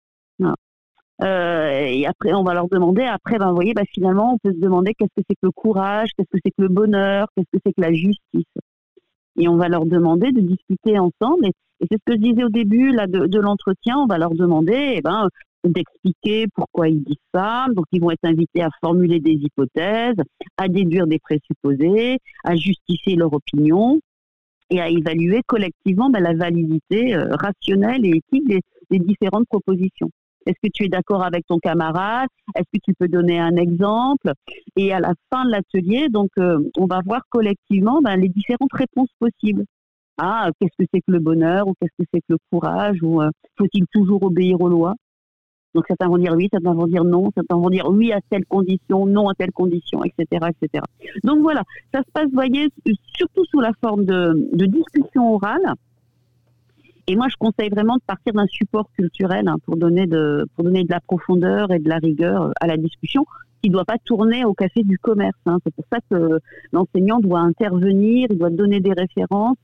Et après, on va leur demander, finalement, on peut se demander qu'est-ce que c'est que le courage, qu'est-ce que c'est que le bonheur, qu'est-ce que c'est que la justice. Et on va leur demander de discuter ensemble. Et c'est ce que je disais au début de l'entretien. On va leur demander d'expliquer pourquoi ils disent ça. Donc, ils vont être invités à formuler des hypothèses, à déduire des présupposés, à justifier leur opinion et à évaluer collectivement la validité rationnelle et éthique des différentes propositions. Est-ce que tu es d'accord avec ton camarade ? Est-ce que tu peux donner un exemple ? Et à la fin de l'atelier, donc, on va voir collectivement les différentes réponses possibles. Qu'est-ce que c'est que le bonheur ? Ou qu'est-ce que c'est que le courage ? Ou faut-il toujours obéir aux lois ? Donc certains vont dire oui, certains vont dire non, certains vont dire oui à telle condition, non à telle condition, etc., etc. Donc voilà, ça se passe, vous voyez, surtout sous la forme de discussion orale. Et moi, je conseille vraiment de partir d'un support culturel pour donner de la profondeur et de la rigueur à la discussion, qui ne doit pas tourner au café du commerce. C'est pour ça que l'enseignant doit intervenir, il doit donner des références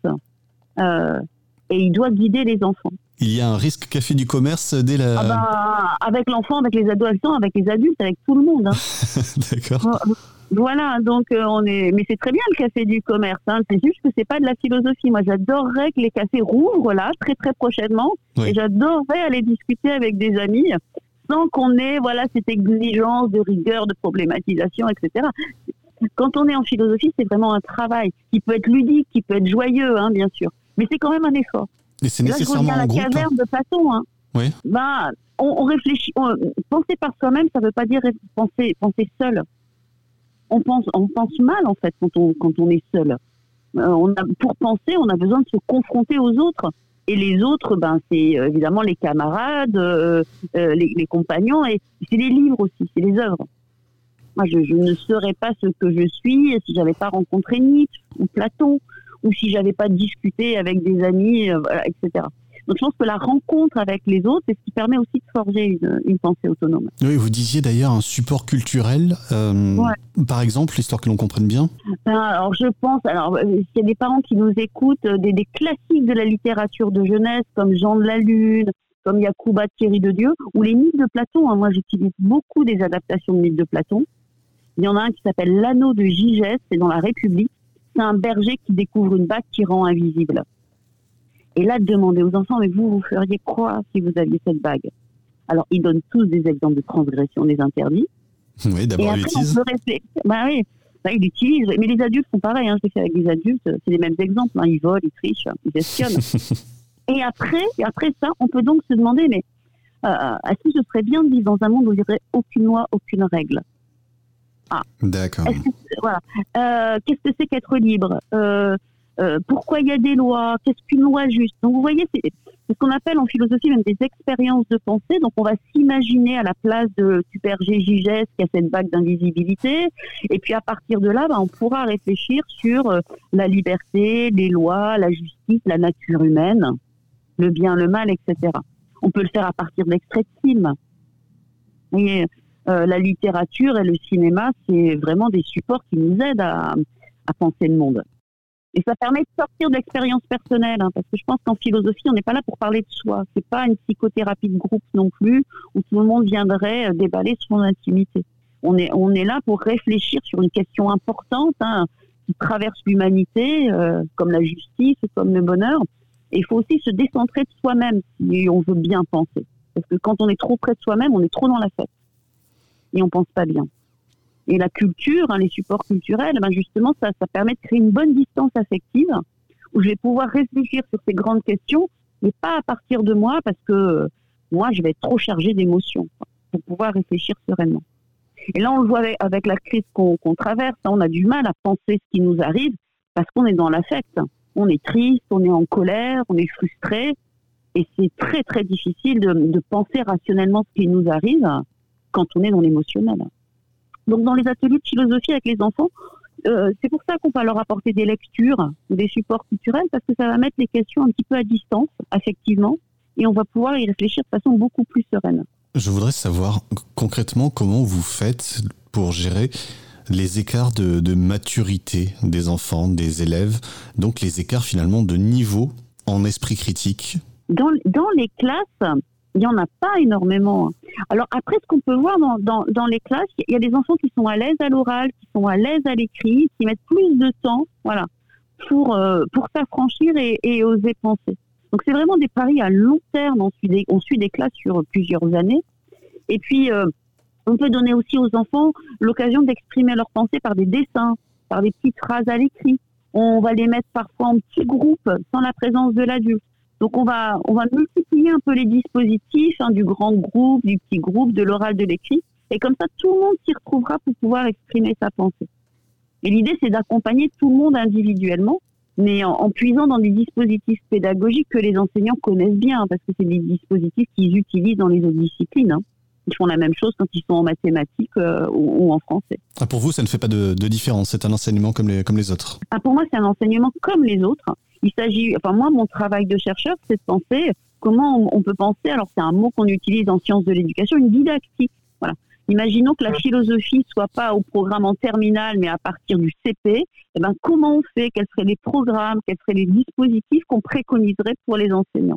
et il doit guider les enfants. Il y a un risque café du commerce dès la... avec l'enfant, avec les adolescents, avec les adultes, avec tout le monde. D'accord. Voilà, donc mais c'est très bien le café du commerce, c'est juste que c'est pas de la philosophie. Moi, j'adorerais que les cafés rouvrent là, très très prochainement, et j'adorerais aller discuter avec des amis sans qu'on ait cette exigence de rigueur, de problématisation, etc. Quand on est en philosophie, c'est vraiment un travail qui peut être ludique, qui peut être joyeux, bien sûr, mais c'est quand même un effort. Et c'est nécessairement en groupe. La caverne de Platon, Oui. On réfléchit. Penser par soi-même, ça ne veut pas dire penser seul. On pense mal en fait quand on est seul. Pour penser, on a besoin de se confronter aux autres. Et les autres, c'est évidemment les camarades, les compagnons, et c'est les livres aussi, c'est les œuvres. Moi, je ne serais pas ce que je suis si j'avais pas rencontré Nietzsche ou Platon, ou si j'avais pas discuté avec des amis, etc. Donc je pense que la rencontre avec les autres, c'est ce qui permet aussi de forger une pensée autonome. Oui, vous disiez d'ailleurs un support culturel, par exemple, histoire que l'on comprenne bien. Alors je pense, s'il y a des parents qui nous écoutent, des classiques de la littérature de jeunesse comme Jean de la Lune, comme Yacouba Thierry de Dieu, ou les mythes de Platon. Hein. Moi j'utilise beaucoup des adaptations de mythes de Platon. Il y en a un qui s'appelle L'Anneau de Gygès, c'est dans la République. C'est un berger qui découvre une bague qui rend invisible. Et là, demandez aux enfants, mais vous feriez quoi si vous aviez cette bague? Alors, ils donnent tous des exemples de transgression des interdits. Oui, d'abord, ils utilisent. Oui, ils l'utilisent. Mais les adultes font pareil. Hein. Je l'ai fait avec des adultes. C'est les mêmes exemples. Hein. Ils volent, ils trichent, ils espionnent. et après ça, on peut donc se demander, mais est-ce que ce serait bien de vivre dans un monde où il n'y aurait aucune loi, aucune règle? D'accord. Qu'est-ce que c'est qu'être libre? Pourquoi il y a des lois? Qu'est-ce qu'une loi juste? Donc vous voyez, c'est ce qu'on appelle en philosophie même des expériences de pensée. Donc on va s'imaginer à la place du berger Gygès qui a cette bague d'invisibilité. Et puis à partir de là, on pourra réfléchir sur la liberté, les lois, la justice, la nature humaine, le bien, le mal, etc. On peut le faire à partir d'extraits de films. Vous voyez, la littérature et le cinéma, c'est vraiment des supports qui nous aident à penser le monde. Et ça permet de sortir de l'expérience personnelle, hein, parce que je pense qu'en philosophie, on n'est pas là pour parler de soi. C'est pas une psychothérapie de groupe non plus, où tout le monde viendrait déballer son intimité. On est là pour réfléchir sur une question importante, hein, qui traverse l'humanité, comme la justice, comme le bonheur. Et il faut aussi se décentrer de soi-même si on veut bien penser. Parce que quand on est trop près de soi-même, on est trop dans la fête. Et on pense pas bien. Et la culture, hein, les supports culturels, justement, ça permet de créer une bonne distance affective où je vais pouvoir réfléchir sur ces grandes questions, mais pas à partir de moi, parce que moi, je vais être trop chargée d'émotions pour pouvoir réfléchir sereinement. Et là, on le voit avec la crise qu'on traverse, hein, on a du mal à penser ce qui nous arrive parce qu'on est dans l'affect. On est triste, on est en colère, on est frustré, et c'est très, très difficile de penser rationnellement ce qui nous arrive quand on est dans l'émotionnel. Donc, dans les ateliers de philosophie avec les enfants, c'est pour ça qu'on va leur apporter des lectures, des supports culturels, parce que ça va mettre les questions un petit peu à distance, affectivement, et on va pouvoir y réfléchir de façon beaucoup plus sereine. Je voudrais savoir concrètement comment vous faites pour gérer les écarts de maturité des enfants, des élèves, donc les écarts finalement de niveau en esprit critique. Dans les classes, il n'y en a pas énormément. Alors après, ce qu'on peut voir dans les classes, il y a des enfants qui sont à l'aise à l'oral, qui sont à l'aise à l'écrit, qui mettent plus de temps, voilà, pour s'affranchir et oser penser. Donc c'est vraiment des paris à long terme. On suit des classes sur plusieurs années. Et puis, on peut donner aussi aux enfants l'occasion d'exprimer leurs pensées par des dessins, par des petites phrases à l'écrit. On va les mettre parfois en petits groupes sans la présence de l'adulte. Donc on va multiplier un peu les dispositifs, hein, du grand groupe, du petit groupe, de l'oral, de l'écrit. Et comme ça, tout le monde s'y retrouvera pour pouvoir exprimer sa pensée. Et l'idée, c'est d'accompagner tout le monde individuellement, mais en puisant dans des dispositifs pédagogiques que les enseignants connaissent bien, parce que c'est des dispositifs qu'ils utilisent dans les autres disciplines. Hein. Ils font la même chose quand ils sont en mathématiques ou en français. Ah, pour vous, ça ne fait pas de différence, c'est un enseignement comme les autres? Ah, pour moi, c'est un enseignement comme les autres. Il s'agit, moi, mon travail de chercheur, c'est de penser comment on peut penser, alors c'est un mot qu'on utilise en sciences de l'éducation, une didactique. Voilà. Imaginons que la philosophie soit pas au programme en terminale, mais à partir du CP. Comment on fait? Quels seraient les programmes? Quels seraient les dispositifs qu'on préconiserait pour les enseignants?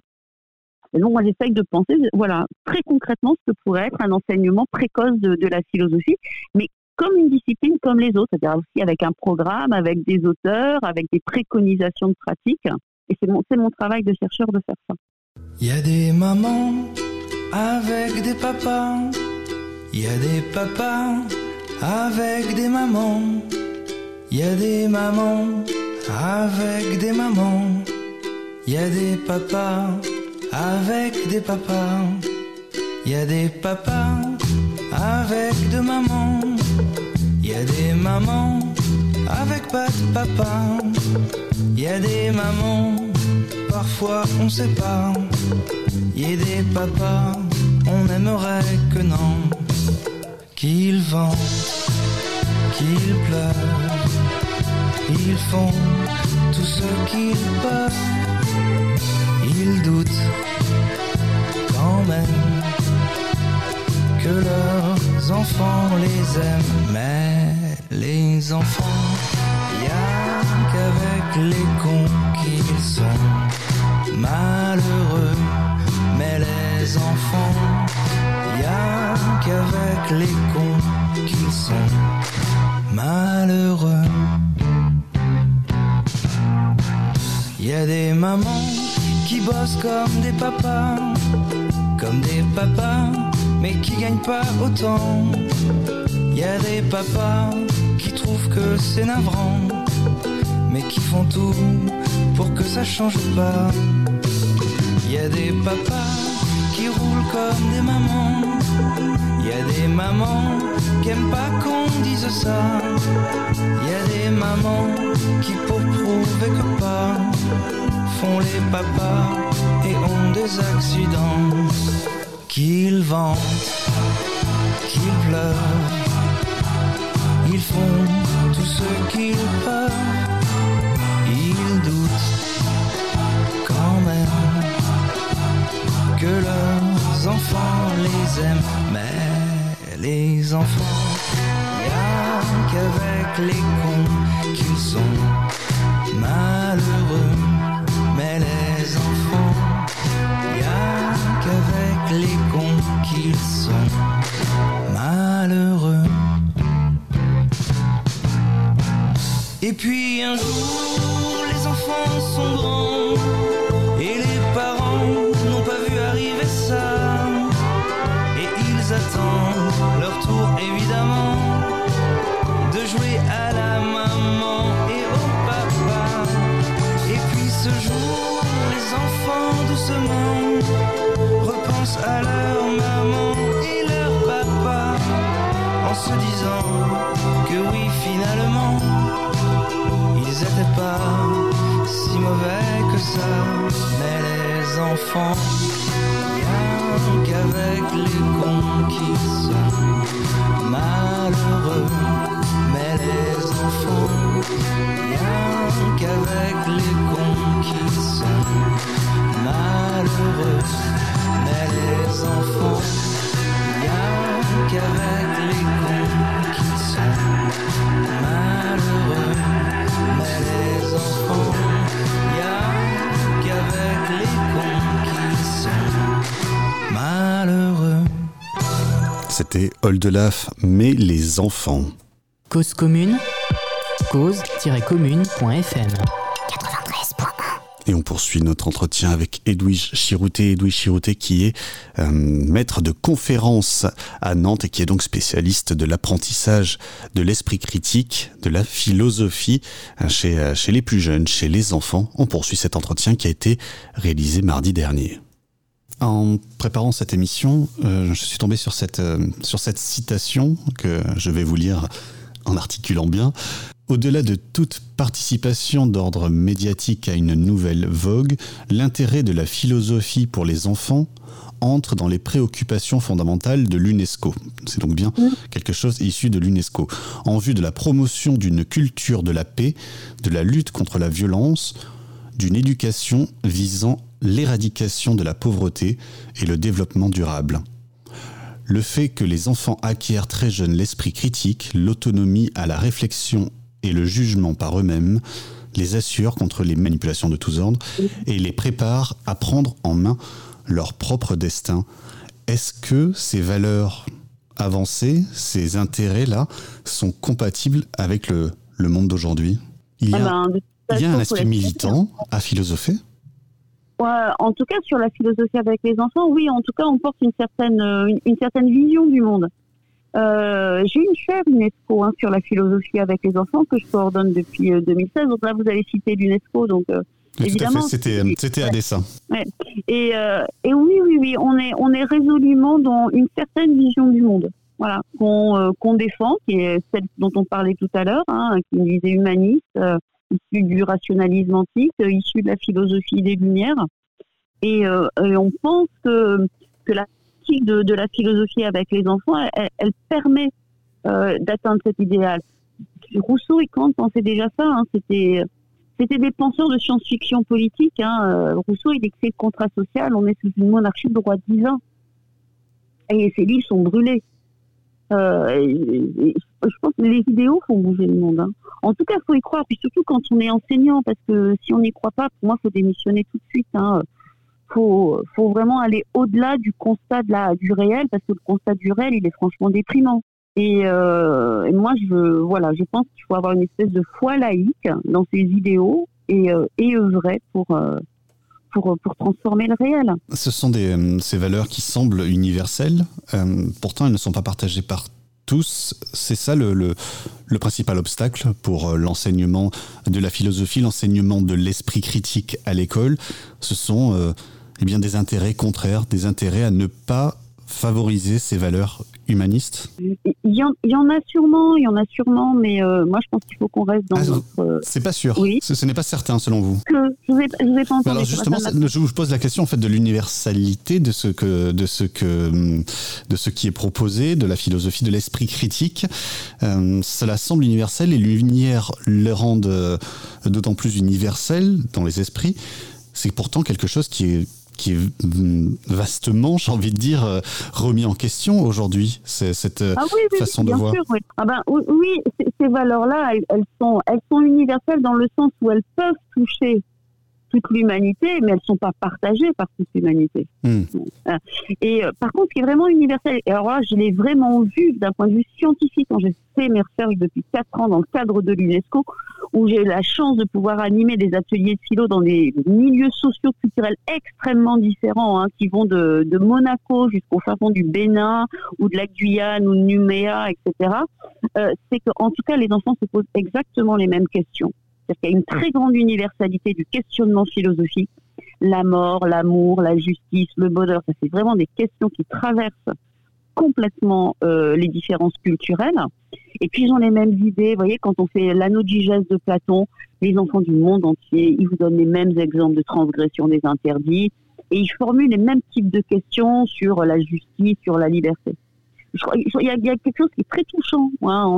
Et donc, moi, j'essaye de penser, voilà, très concrètement, ce que pourrait être un enseignement précoce de la philosophie, mais comme une discipline comme les autres, c'est-à-dire aussi avec un programme, avec des auteurs, avec des préconisations de pratique. Et c'est mon travail de chercheur de faire ça. Il y a des mamans avec des papas, il y a des papas avec des mamans, il y a des mamans avec des mamans, il y a des papas avec des papas, il y a des papas avec deux mamans, il y a des mamans avec pas de papa, il y a des mamans, parfois on sait pas, il y a des papas, on aimerait que non, qu'ils ventent, qu'ils pleurent, ils font tout ce qu'ils peuvent Ils doutent quand même que leurs enfants les aiment. Mais les enfants, y a qu'avec les cons qu'ils sont malheureux. Mais les enfants, y a qu'avec les cons qu'ils sont malheureux. Y a des mamans qui bossent comme des papas, mais qui gagnent pas autant. Y a des papas qui trouvent que c'est navrant, mais qui font tout pour que ça change pas. Y a des papas qui roulent comme des mamans. Y a des mamans qui aiment pas qu'on dise ça. Y a des mamans qui pour prouver que pas font les papas et ont des accidents. Qu'ils vantent, qu'ils pleurent, ils font tout ce qu'ils peuvent. Ils doutent quand même que leurs enfants les aiment. Mais les enfants, y a qu'avec les cons qu'ils sont malheureux. Mais les enfants, y a qu'avec les cons qu'ils sont malheureux. Et puis un jour, les enfants sont grands et les parents n'ont pas vu arriver ça. Et ils attendent leur tour évidemment de jouer à la maman et au papa. Et puis ce jour, les enfants doucement repensent à leur maman et leur papa, en se disant que oui, finalement ils étaient pas si mauvais que ça. Mais les enfants, y a qu'avec les cons qui sont malheureux. Mais les enfants, y a qu'avec les cons qui sont malheureux. Mais les enfants, y a qu'avec les cons qui sont malheureux. Mais les enfants, y a qu'avec les cons qui sont malheureux. C'était Oldelaf, mais les enfants. Cause commune, cause-commune.fm. Et on poursuit notre entretien avec Edwige Chirouté. Edwige Chirouté qui est maître de conférences à Nantes et qui est donc spécialiste de l'apprentissage de l'esprit critique, de la philosophie chez les plus jeunes, chez les enfants. On poursuit cet entretien qui a été réalisé mardi dernier. En préparant cette émission, je suis tombé sur cette citation que je vais vous lire en articulant bien. Au-delà de toute participation d'ordre médiatique à une nouvelle vogue, l'intérêt de la philosophie pour les enfants entre dans les préoccupations fondamentales de l'UNESCO. C'est donc bien quelque chose issu de l'UNESCO. En vue de la promotion d'une culture de la paix, de la lutte contre la violence, d'une éducation visant l'éradication de la pauvreté et le développement durable. Le fait que les enfants acquièrent très jeunes l'esprit critique, l'autonomie à la réflexion et le jugement par eux-mêmes les assure contre les manipulations de tous ordres et les prépare à prendre en main leur propre destin. Est-ce que ces valeurs avancées, ces intérêts-là, sont compatibles avec le monde d'aujourd'hui ? Il y a un aspect militant à philosopher ? En tout cas, sur la philosophie avec les enfants, oui, en tout cas, on porte une certaine vision du monde. J'ai une chaire UNESCO sur la philosophie avec les enfants que je coordonne depuis 2016. Donc là, vous avez cité l'UNESCO, donc évidemment. Tout à fait, c'était à dessein. Ouais. Et oui, on est résolument dans une certaine vision du monde. Voilà, qu'on défend, qui est celle dont on parlait tout à l'heure, qui nous disait humaniste, issue du rationalisme antique, issue de la philosophie des Lumières. Et on pense que la pratique de la philosophie avec les enfants, elle permet d'atteindre cet idéal. Rousseau et Kant pensaient déjà ça. C'était C'était des penseurs de science-fiction politique. Rousseau, il écrit le contrat social, on est sous une monarchie de droit divin. Et ces livres sont brûlés. Et je pense que les idéaux font bouger le monde. En tout cas, il faut y croire, puis surtout quand on est enseignant, parce que si on n'y croit pas, pour moi, il faut démissionner tout de suite. Faut vraiment aller au-delà du constat du réel, parce que le constat du réel, il est franchement déprimant. Et moi, je pense qu'il faut avoir une espèce de foi laïque dans ces idéaux et œuvrer pour transformer le réel. Ce sont ces valeurs qui semblent universelles, pourtant elles ne sont pas partagées par tous. C'est ça le principal obstacle pour l'enseignement de la philosophie, l'enseignement de l'esprit critique à l'école. Ce sont des intérêts contraires, des intérêts à ne pas favoriser ces valeurs humanistes. Il y en a sûrement, mais moi je pense qu'il faut qu'on reste dans notre... C'est pas sûr, oui. Ce n'est pas certain selon vous. Je vous ai pas entendu. Alors justement, je vous pose la question en fait de l'universalité de ce qui est proposé, de la philosophie, de l'esprit critique. Cela semble universel et Lumière le rend d'autant plus universel dans les esprits. C'est pourtant quelque chose qui est vastement, j'ai envie de dire, remis en question aujourd'hui, cette façon de voir. Sûr, oui. Oui, ces valeurs-là, elles sont universelles dans le sens où elles peuvent toucher toute l'humanité, mais elles ne sont pas partagées par toute l'humanité. Et par contre, ce qui est vraiment universel, et alors là, je l'ai vraiment vu d'un point de vue scientifique, quand j'ai fait mes recherches depuis 4 ans dans le cadre de l'UNESCO, où j'ai eu la chance de pouvoir animer des ateliers de philo dans des milieux socio-culturels extrêmement différents, qui vont de Monaco jusqu'au fin fond du Bénin, ou de la Guyane, ou de Nouméa, etc. C'est qu'en tout cas, les enfants se posent exactement les mêmes questions. C'est-à-dire qu'il y a une très grande universalité du questionnement philosophique. La mort, l'amour, la justice, le bonheur, ça c'est vraiment des questions qui traversent complètement les différences culturelles. Et puis ils ont les mêmes idées. Vous voyez, quand on fait l'anneau de Gigès de Platon, les enfants du monde entier, ils vous donnent les mêmes exemples de transgression des interdits et ils formulent les mêmes types de questions sur la justice, sur la liberté. Il y a quelque chose qui est très touchant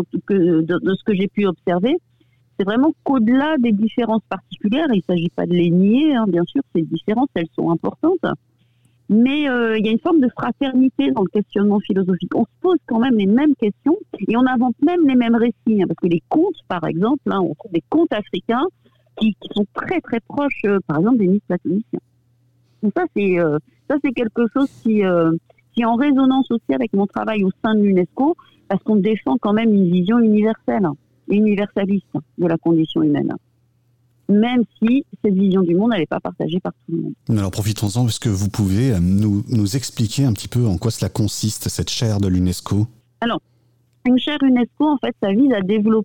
de ce que j'ai pu observer. C'est vraiment qu'au-delà des différences particulières, il ne s'agit pas de les nier, bien sûr, ces différences, elles sont importantes, mais il y a une forme de fraternité dans le questionnement philosophique. On se pose quand même les mêmes questions et on invente même les mêmes récits, parce que les contes, par exemple, on trouve des contes africains qui sont très très proches, par exemple, des mythes platoniciens. Donc ça, c'est quelque chose qui est en résonance aussi avec mon travail au sein de l'UNESCO, parce qu'on défend quand même une vision universelle, universaliste de la condition humaine, même si cette vision du monde, elle n'est pas partagée par tout le monde. Alors profitons-en, est-ce que vous pouvez nous expliquer un petit peu en quoi cela consiste, cette chaire de l'UNESCO ? Alors, une chaire UNESCO, en fait, ça vise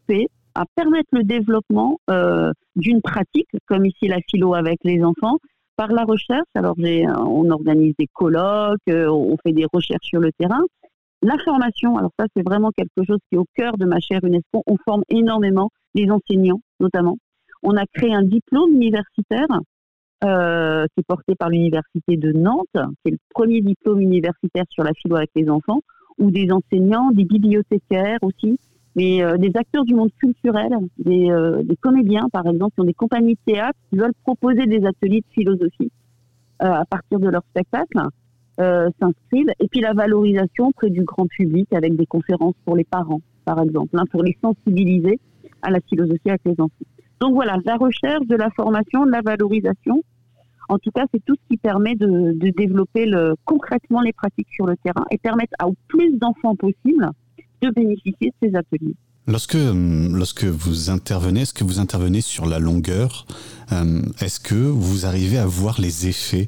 à permettre le développement d'une pratique, comme ici la philo avec les enfants, par la recherche. Alors, on organise des colloques, on fait des recherches sur le terrain. La formation, alors ça c'est vraiment quelque chose qui est au cœur de ma chaire UNESCO. On forme énormément les enseignants, notamment. On a créé un diplôme universitaire qui est porté par l'université de Nantes, qui est le premier diplôme universitaire sur la philo avec les enfants, où des enseignants, des bibliothécaires aussi, mais des acteurs du monde culturel, des comédiens par exemple, qui ont des compagnies de théâtre, qui veulent proposer des ateliers de philosophie à partir de leur spectacle. S'inscrivent, et puis la valorisation auprès du grand public avec des conférences pour les parents, par exemple, pour les sensibiliser à la philosophie avec les enfants. Donc voilà, la recherche, de la formation, de la valorisation, en tout cas, c'est tout ce qui permet de développer concrètement les pratiques sur le terrain et permettre au plus d'enfants possible de bénéficier de ces ateliers. Lorsque vous intervenez, est-ce que vous intervenez sur la longueur ? Est-ce que vous arrivez à voir les effets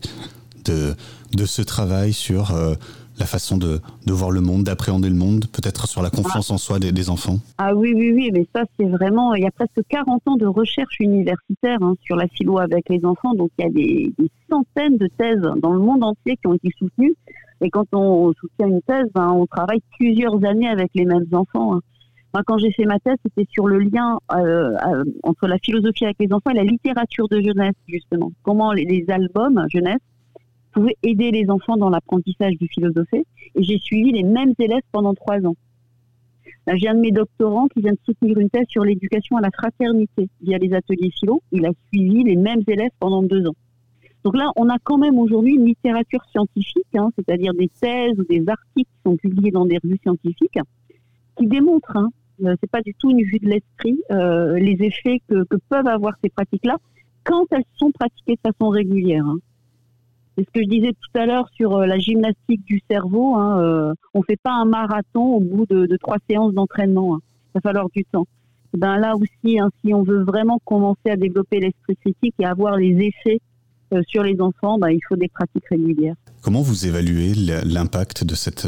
de ce travail sur la façon de voir le monde, d'appréhender le monde, peut-être sur la confiance en soi des enfants ? Ah oui, mais ça c'est vraiment, il y a presque 40 ans de recherche universitaire sur la philo avec les enfants, donc il y a des centaines de thèses dans le monde entier qui ont été soutenues, et quand on soutient une thèse, on travaille plusieurs années avec les mêmes enfants. Moi, quand j'ai fait ma thèse, c'était sur le lien entre la philosophie avec les enfants et la littérature de jeunesse, justement. Comment les albums jeunesse pouvaient aider les enfants dans l'apprentissage du philosophé. Et j'ai suivi les mêmes élèves pendant 3 ans. Là, j'ai un de mes doctorants qui vient de soutenir une thèse sur l'éducation à la fraternité via les ateliers philo. Il a suivi les mêmes élèves pendant 2 ans. Donc là, on a quand même aujourd'hui une littérature scientifique, c'est-à-dire des thèses ou des articles qui sont publiés dans des revues scientifiques, qui démontrent, c'est pas du tout une vue de l'esprit, les effets que peuvent avoir ces pratiques-là quand elles sont pratiquées de façon régulière. C'est ce que je disais tout à l'heure sur la gymnastique du cerveau. On fait pas un marathon au bout de 3 séances d'entraînement. Il va falloir du temps. Ben là aussi, si on veut vraiment commencer à développer l'esprit critique et avoir les effets sur les enfants, il faut des pratiques régulières. Comment vous évaluez l'impact de cette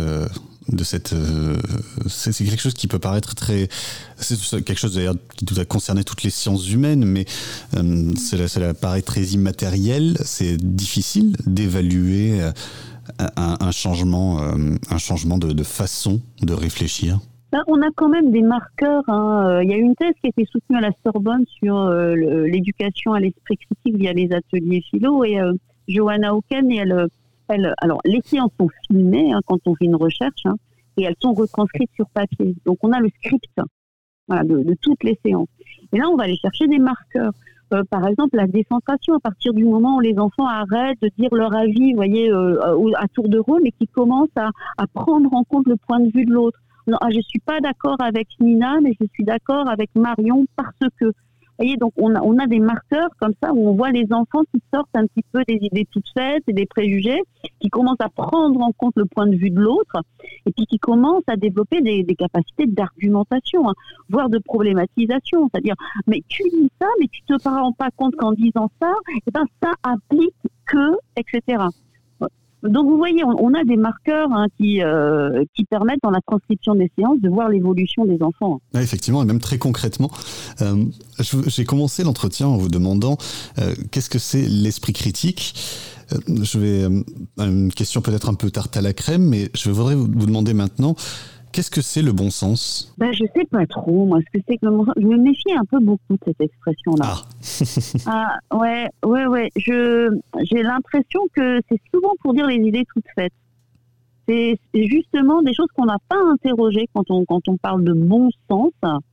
c'est quelque chose qui peut paraître c'est quelque chose d'ailleurs qui doit concerner toutes les sciences humaines, mais cela paraît très immatériel. C'est difficile d'évaluer un changement de façon de réfléchir. Là, on a quand même des marqueurs. Il y a une thèse qui a été soutenue à la Sorbonne sur l'éducation à l'esprit critique via les ateliers philo, et Johanna Hawken, et alors, les séances sont filmées quand on fait une recherche, et elles sont retranscrites sur papier. Donc, on a le script de toutes les séances. Et là, on va aller chercher des marqueurs. Par exemple, la décentration, à partir du moment où les enfants arrêtent de dire leur avis, vous voyez, à tour de rôle, mais qui commencent à prendre en compte le point de vue de l'autre. Non, je suis pas d'accord avec Nina, mais je suis d'accord avec Marion parce que... Vous voyez, donc on a des marqueurs comme ça où on voit les enfants qui sortent un petit peu des idées toutes faites et des préjugés, qui commencent à prendre en compte le point de vue de l'autre, et puis qui commencent à développer des capacités d'argumentation, voire de problématisation. C'est-à-dire, mais tu dis ça, mais tu te rends pas compte qu'en disant ça, ça applique que, etc. Donc vous voyez, on a des marqueurs qui permettent dans la transcription des séances de voir l'évolution des enfants. Ouais, effectivement, et même très concrètement. J'ai commencé l'entretien en vous demandant qu'est-ce que c'est l'esprit critique. Je vais une question peut-être un peu tarte à la crème, mais je voudrais vous demander maintenant, qu'est-ce que c'est le bon sens ? Je sais pas trop, moi, ce que c'est que le bon sens. Je me méfie un peu beaucoup de cette expression-là. Ouais. J'ai l'impression que c'est souvent pour dire les idées toutes faites. C'est justement des choses qu'on n'a pas interrogées quand on parle de bon sens.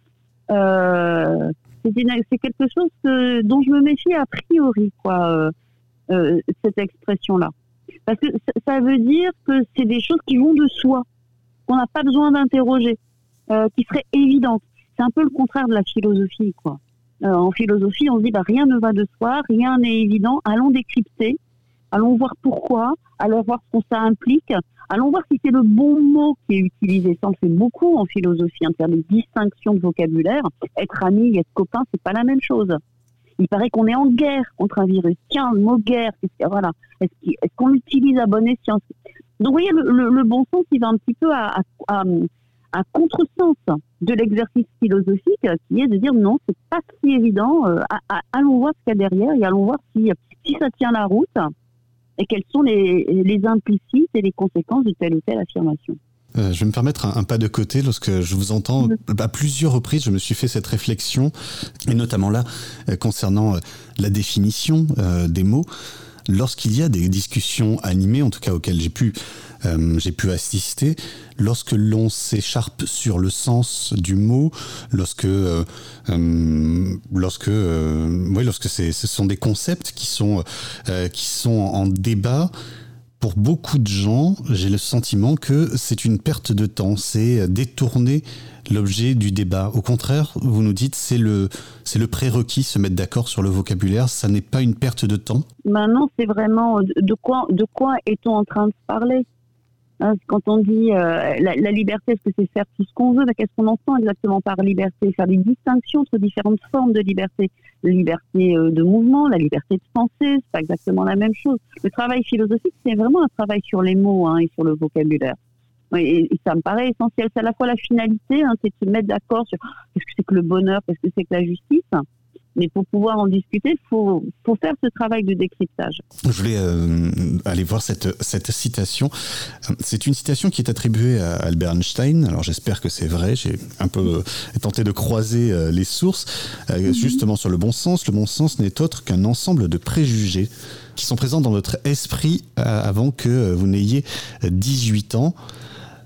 C'est quelque chose dont je me méfie a priori, cette expression-là. Parce que ça veut dire que c'est des choses qui vont de soi, qu'on n'a pas besoin d'interroger, qui seraient évidentes. C'est un peu le contraire de la philosophie, en philosophie, on se dit rien ne va de soi, rien n'est évident, allons décrypter, allons voir pourquoi, allons voir ce que ça implique, allons voir si c'est le bon mot qui est utilisé. Ça, on fait beaucoup en philosophie, de faire des distinctions de vocabulaire. Être ami, être copain, c'est pas la même chose. Il paraît qu'on est en guerre contre un virus. Tiens, le mot guerre, est-ce qu'on l'utilise à bon escient ? Donc, vous voyez, le bon sens, il va un petit peu à contresens de l'exercice philosophique, qui est de dire non, c'est pas si évident. Allons voir ce qu'il y a derrière et allons voir si ça tient la route et quels sont les implicites et les conséquences de telle ou telle affirmation. Je vais me permettre un pas de côté. Lorsque je vous entends, à plusieurs reprises, je me suis fait cette réflexion, et notamment là, concernant la définition des mots. Lorsqu'il y a des discussions animées, en tout cas auxquelles j'ai pu assister, lorsque l'on s'écharpe sur le sens du mot, lorsque ce sont des concepts qui sont en débat, pour beaucoup de gens, j'ai le sentiment que c'est une perte de temps, c'est détourner l'objet du débat. Au contraire, vous nous dites c'est le prérequis, se mettre d'accord sur le vocabulaire, ça n'est pas une perte de temps. Maintenant, c'est vraiment de quoi est-on en train de parler ? Quand on dit la liberté, est-ce que c'est faire tout ce qu'on veut ? Qu'est-ce qu'on entend exactement par liberté ? Faire des distinctions entre différentes formes de liberté. La liberté de mouvement, la liberté de penser, c'est pas exactement la même chose. Le travail philosophique, c'est vraiment un travail sur les mots et sur le vocabulaire. Et ça me paraît essentiel. C'est à la fois la finalité, c'est de se mettre d'accord sur qu'est-ce que c'est que le bonheur, qu'est-ce que c'est que la justice. Mais pour pouvoir en discuter, il faut faire ce travail de décryptage. Je voulais aller voir cette citation. C'est une citation qui est attribuée à Albert Einstein. Alors j'espère que c'est vrai. J'ai un peu tenté de croiser les sources. Justement sur le bon sens. Le bon sens n'est autre qu'un ensemble de préjugés qui sont présents dans votre esprit avant que vous n'ayez 18 ans.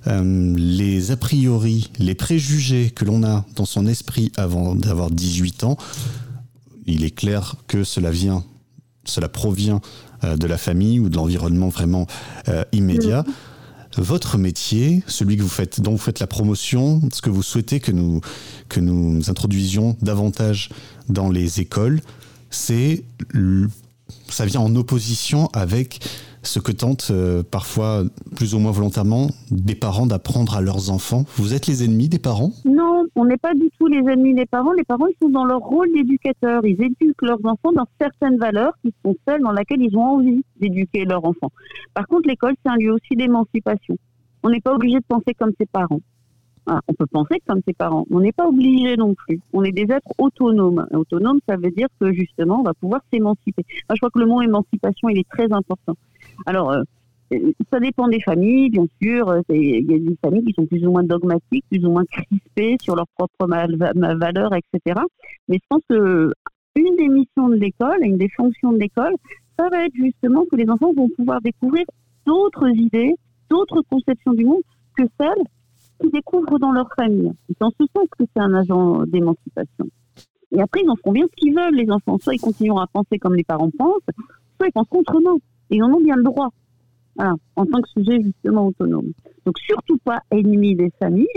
les a priori, les préjugés que l'on a dans son esprit avant d'avoir 18 ans, il est clair que cela provient de la famille ou de l'environnement vraiment immédiat. Votre métier, celui dont vous faites la promotion, ce que vous souhaitez que nous introduisions davantage dans les écoles, ça vient en opposition avec ce que tentent parfois, plus ou moins volontairement, des parents d'apprendre à leurs enfants. Vous êtes les ennemis des parents ? Non, on n'est pas du tout les ennemis des parents. Les parents, ils sont dans leur rôle d'éducateur. Ils éduquent leurs enfants dans certaines valeurs qui sont celles dans lesquelles ils ont envie d'éduquer leurs enfants. Par contre, l'école, c'est un lieu aussi d'émancipation. On n'est pas obligé de penser comme ses parents. Ah, on peut penser comme ses parents, mais on n'est pas obligé non plus. On est des êtres autonomes. Autonome, ça veut dire que justement, on va pouvoir s'émanciper. Moi, je crois que le mot émancipation, il est très important. Alors, ça dépend des familles, bien sûr. Il y a des familles qui sont plus ou moins dogmatiques, plus ou moins crispées sur leurs propres valeurs, etc. Mais je pense que une des missions de l'école, une des fonctions de l'école, ça va être justement que les enfants vont pouvoir découvrir d'autres idées, d'autres conceptions du monde que celles qu'ils découvrent dans leur famille. C'est en ce sens que c'est un agent d'émancipation. Et après, ils en feront bien ce qu'ils veulent, les enfants. Soit ils continueront à penser comme les parents pensent, soit ils pensent autrement. Ils en ont bien le droit, voilà, en tant que sujet justement autonome. Donc surtout pas ennemis des familles,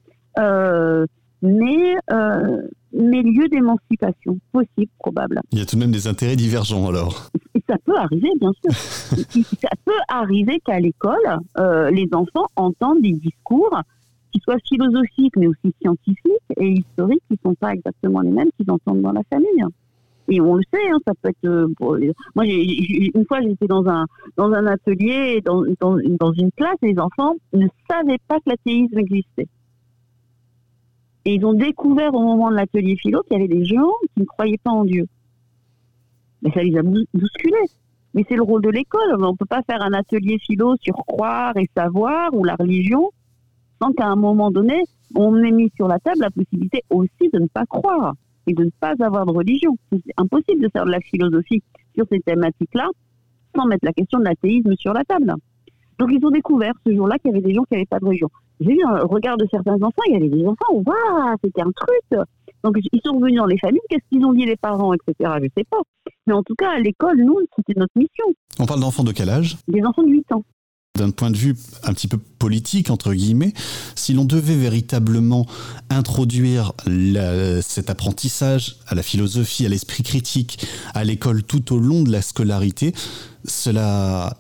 mais lieu d'émancipation, possible, probable. Il y a tout de même des intérêts divergents alors. Et ça peut arriver, bien sûr. Ça peut arriver qu'à l'école, les enfants entendent des discours qui soient philosophiques, mais aussi scientifiques et historiques, qui ne sont pas exactement les mêmes qu'ils entendent dans la famille. Et on le sait, hein, ça peut être. Moi, une fois, j'étais dans un atelier, dans une classe, et les enfants ne savaient pas que l'athéisme existait. Et ils ont découvert au moment de l'atelier philo qu'il y avait des gens qui ne croyaient pas en Dieu. Mais ça les a bousculés. Mais c'est le rôle de l'école. On ne peut pas faire un atelier philo sur croire et savoir ou la religion sans qu'à un moment donné, on ait mis sur la table la possibilité aussi de ne pas croire et de ne pas avoir de religion. C'est impossible de faire de la philosophie sur ces thématiques-là sans mettre la question de l'athéisme sur la table. Donc ils ont découvert ce jour-là qu'il y avait des gens qui n'avaient pas de religion. J'ai vu un regard de certains enfants, il y avait des enfants, waouh, c'était un truc. Donc ils sont revenus dans les familles, qu'est-ce qu'ils ont dit les parents, etc. Je ne sais pas. Mais en tout cas, à l'école, nous, c'était notre mission. On parle d'enfants de quel âge ? Des enfants de 8 ans. D'un point de vue un petit peu politique, entre guillemets, si l'on devait véritablement introduire cet apprentissage à la philosophie, à l'esprit critique, à l'école tout au long de la scolarité, c'est ma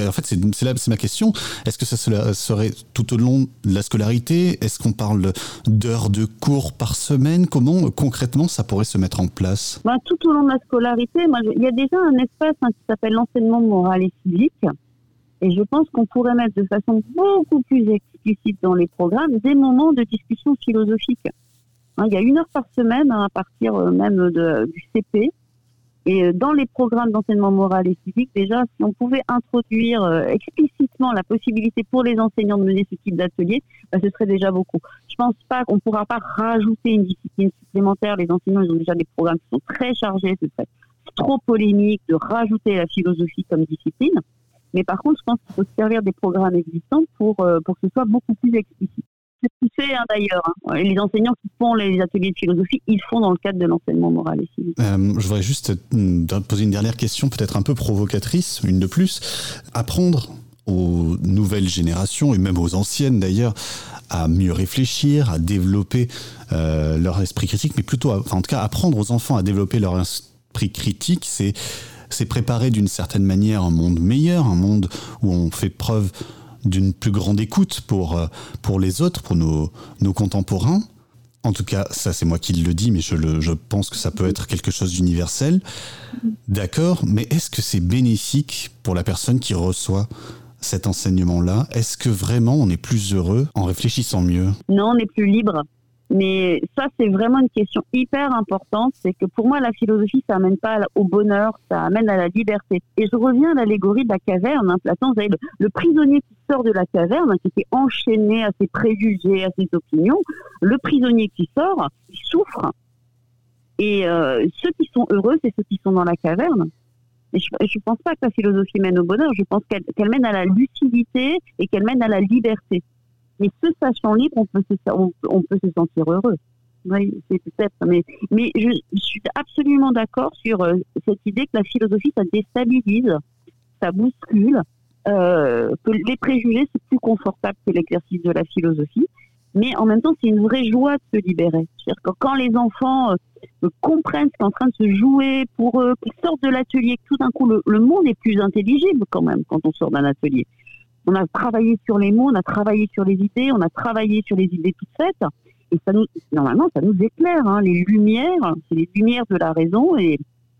question. Est-ce que ça serait tout au long de la scolarité ? Est-ce qu'on parle d'heures de cours par semaine ? Comment concrètement ça pourrait se mettre en place ? Tout au long de la scolarité, il y a déjà un espace qui s'appelle l'enseignement moral et civique. Et je pense qu'on pourrait mettre de façon beaucoup plus explicite dans les programmes des moments de discussion philosophique. Il y a 1 heure par semaine à partir même du CP. Et dans les programmes d'enseignement moral et civique, déjà, si on pouvait introduire explicitement la possibilité pour les enseignants de mener ce type d'atelier, ce serait déjà beaucoup. Je pense pas qu'on pourra pas rajouter une discipline supplémentaire. Les enseignants, ils ont déjà des programmes qui sont très chargés. Ce serait trop polémique de rajouter la philosophie comme discipline. Mais par contre, je pense qu'il faut se servir des programmes existants pour que ce soit beaucoup plus explicite. C'est ce qui fait d'ailleurs. Et les enseignants qui font les ateliers de philosophie, ils font dans le cadre de l'enseignement moral et civique. Je voudrais juste poser une dernière question, peut-être un peu provocatrice, une de plus. Apprendre aux nouvelles générations, et même aux anciennes d'ailleurs, à mieux réfléchir, à développer leur esprit critique, mais plutôt, en tout cas, apprendre aux enfants à développer leur esprit critique, c'est préparer d'une certaine manière un monde meilleur, un monde où on fait preuve d'une plus grande écoute pour les autres, pour nos contemporains. En tout cas, ça c'est moi qui le dis, mais je pense que ça peut être quelque chose d'universel. D'accord, mais est-ce que c'est bénéfique pour la personne qui reçoit cet enseignement-là ? Est-ce que vraiment on est plus heureux en réfléchissant mieux ? Non, on est plus libre. Mais ça, c'est vraiment une question hyper importante. C'est que pour moi, la philosophie, ça amène pas au bonheur, ça amène à la liberté. Et je reviens à l'allégorie de la caverne. Platon, vous savez, le prisonnier qui sort de la caverne, qui était enchaîné à ses préjugés, à ses opinions, le prisonnier qui sort, il souffre. Et ceux qui sont heureux, c'est ceux qui sont dans la caverne. Et je pense pas que la philosophie mène au bonheur. Je pense qu'elle mène à la lucidité et qu'elle mène à la liberté. Mais se sachant libre, on peut se sentir heureux. Oui, c'est peut-être. Mais je suis absolument d'accord sur cette idée que la philosophie, ça déstabilise, ça bouscule, que les préjugés, c'est plus confortable que l'exercice de la philosophie. Mais en même temps, c'est une vraie joie de se libérer. C'est-à-dire que quand les enfants comprennent ce qui est en train de se jouer pour eux, qu'ils sortent de l'atelier, que tout d'un coup, le monde est plus intelligible quand même quand on sort d'un atelier. On a travaillé sur les mots, on a travaillé sur les idées, on a travaillé sur les idées toutes faites. Et normalement, ça nous éclaire. Hein. Les lumières, c'est les lumières de la raison. Et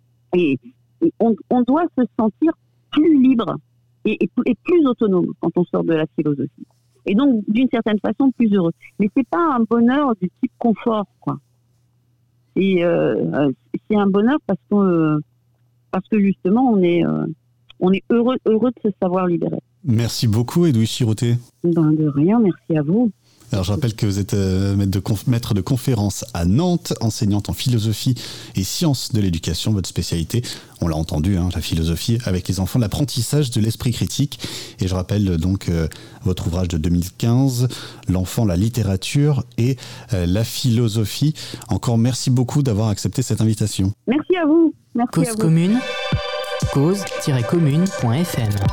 on doit se sentir plus libre et plus autonome quand on sort de la philosophie. Et donc, d'une certaine façon, plus heureux. Mais c'est pas un bonheur du type confort, quoi. C'est un bonheur parce que justement, on est heureux de se savoir libéré. Merci beaucoup, Edoui Chirouté. De rien, merci à vous. Alors, je rappelle que vous êtes maître de conférence à Nantes, enseignante en philosophie et sciences de l'éducation, votre spécialité, on l'a entendu, la philosophie avec les enfants, l'apprentissage de l'esprit critique. Et je rappelle donc votre ouvrage de 2015, L'enfant, la littérature et la philosophie. Encore merci beaucoup d'avoir accepté cette invitation. Merci à vous. Merci Cause à vous. commune, cause-commune.fm 93.1.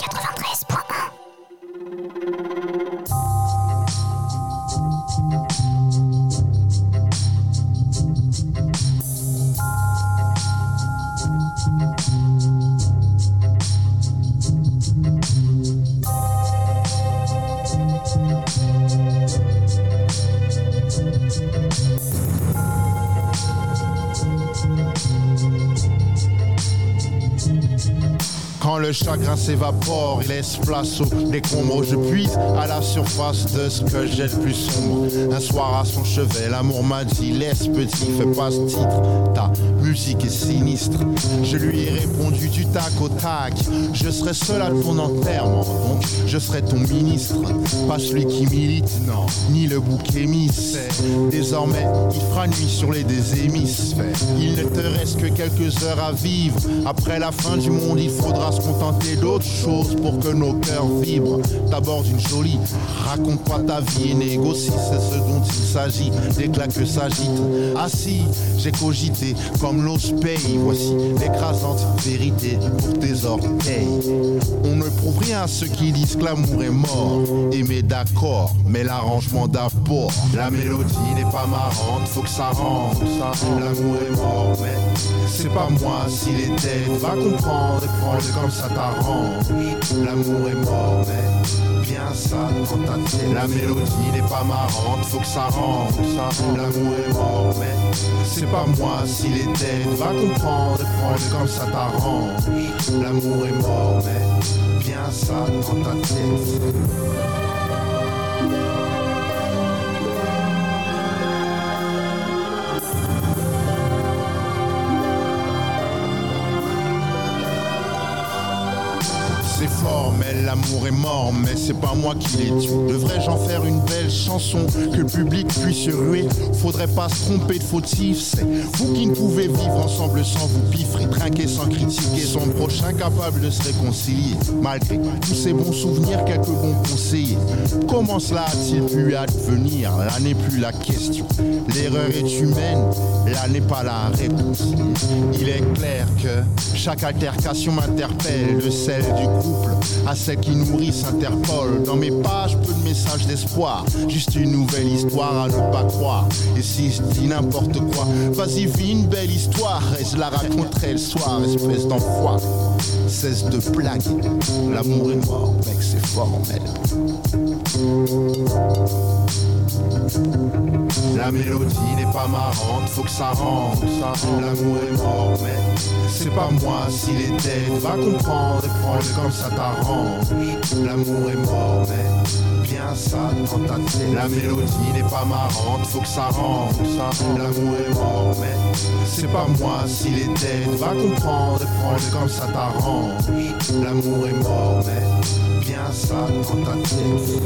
Quand le chagrin s'évapore, il laisse place au décombre. Je puise à la surface de ce que j'ai le plus sombre. Un soir à son chevet, l'amour m'a dit: laisse petit, fais pas ce titre. Ta musique est sinistre. Je lui ai répondu du tac au tac: je serai seul à ton enterrement, donc je serai ton ministre. Pas celui qui milite, non, ni le bouc émissaire. Désormais, il fera nuit sur les deux hémisphères. Il ne te reste que quelques heures à vivre. Après la fin du monde, il faudra se contenter d'autres choses pour que nos cœurs vibrent. D'abord d'une jolie, raconte-moi ta vie et négocie, c'est ce dont il s'agit. D'éclat que s'agite, assis, j'ai cogité comme l'os paye. Voici l'écrasante vérité pour tes orteils. On ne prouve rien à ceux qui disent que l'amour est mort. Aimer d'accord, mais l'arrangement d'abord. La mélodie n'est pas marrante, faut que ça rentre. L'amour est mort, mais c'est pas moi s'il était. Va comprendre et prendre comme ça t'arrange. L'amour est mort, mais bien ça dans ta tête. La mélodie n'est pas marrante, faut que ça rentre. L'amour est mort, mais c'est pas moi s'il était. Va comprendre et prendre comme ça t'arrange. L'amour est mort, mais bien ça dans ta tête. C'est fort, mais l'amour est mort, mais c'est pas moi qui l'ai tué. Devrais-je en faire une belle chanson que le public puisse se ruer? Faudrait pas se tromper de fautif, c'est vous qui ne pouvez vivre ensemble sans vous piffrer, trinquer sans critiquer son prochain, capable de se réconcilier. Malgré tous ces bons souvenirs, quelques bons conseillers. Comment cela a-t-il pu advenir? Là n'est plus la question. L'erreur est humaine, là n'est pas la réponse. Il est clair que chaque altercation m'interpelle, de celle du couple à celle qui nourrit s'interpole. Dans mes pages, peu de messages d'espoir, juste une nouvelle histoire à ne pas croire. Et si je dis n'importe quoi, vas-y vis une belle histoire et je la raconterai le soir, espèce d'enfoiré. Cesse de blaguer, l'amour est mort, mec, c'est formel. La mélodie n'est pas marrante, faut que ça rentre. L'amour est mort, mais c'est pas moi s'il était. Va comprendre et prendre comme ça t'arrange. L'amour est mort, mais bien ça dans ta tête. La mélodie n'est pas marrante, faut que ça rentre. L'amour est mort, mais c'est pas moi s'il était. Va comprendre et prendre comme ça t'arrange. L'amour est mort, mais bien ça dans ta tête.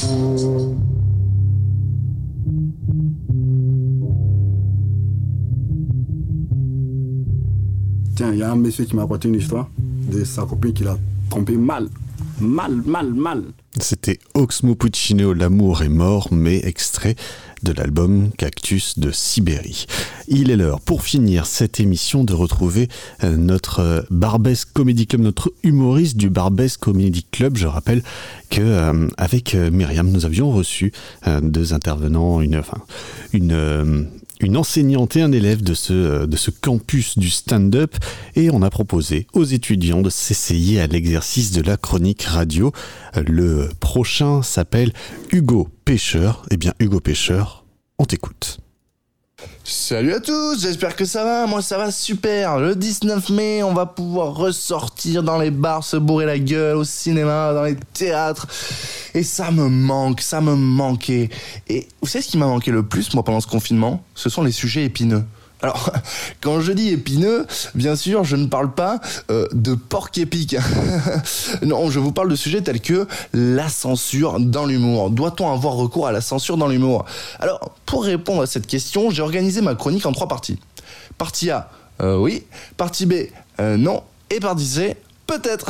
Tiens, il y a un monsieur qui m'a raconté une histoire de sa copine qui l'a trompé mal. Mal. C'était Oxmo Puccino, L'amour est mort, mais extrait de l'album Cactus de Sibérie. Il est l'heure, pour finir cette émission, de retrouver notre Barbès Comedy Club, notre humoriste du Barbès Comedy Club. Je rappelle que avec Myriam, nous avions reçu deux intervenants, une enseignante et un élève de ce campus du stand-up, et on a proposé aux étudiants de s'essayer à l'exercice de la chronique radio. Le prochain s'appelle Hugo Pêcheur. Eh bien, Hugo Pêcheur, on t'écoute. Salut à tous, j'espère que ça va, moi ça va super. Le 19 mai, on va pouvoir ressortir dans les bars, se bourrer la gueule, au cinéma, dans les théâtres. Et ça me manquait. Et vous savez ce qui m'a manqué le plus, moi, pendant ce confinement ? Ce sont les sujets épineux. Alors, quand je dis épineux, bien sûr, je ne parle pas de porc épic. Non, je vous parle de sujets tels que la censure dans l'humour. Doit-on avoir recours à la censure dans l'humour ? Alors, pour répondre à cette question, j'ai organisé ma chronique en 3 parties. Partie A, oui. Partie B, non. Et partie C, peut-être.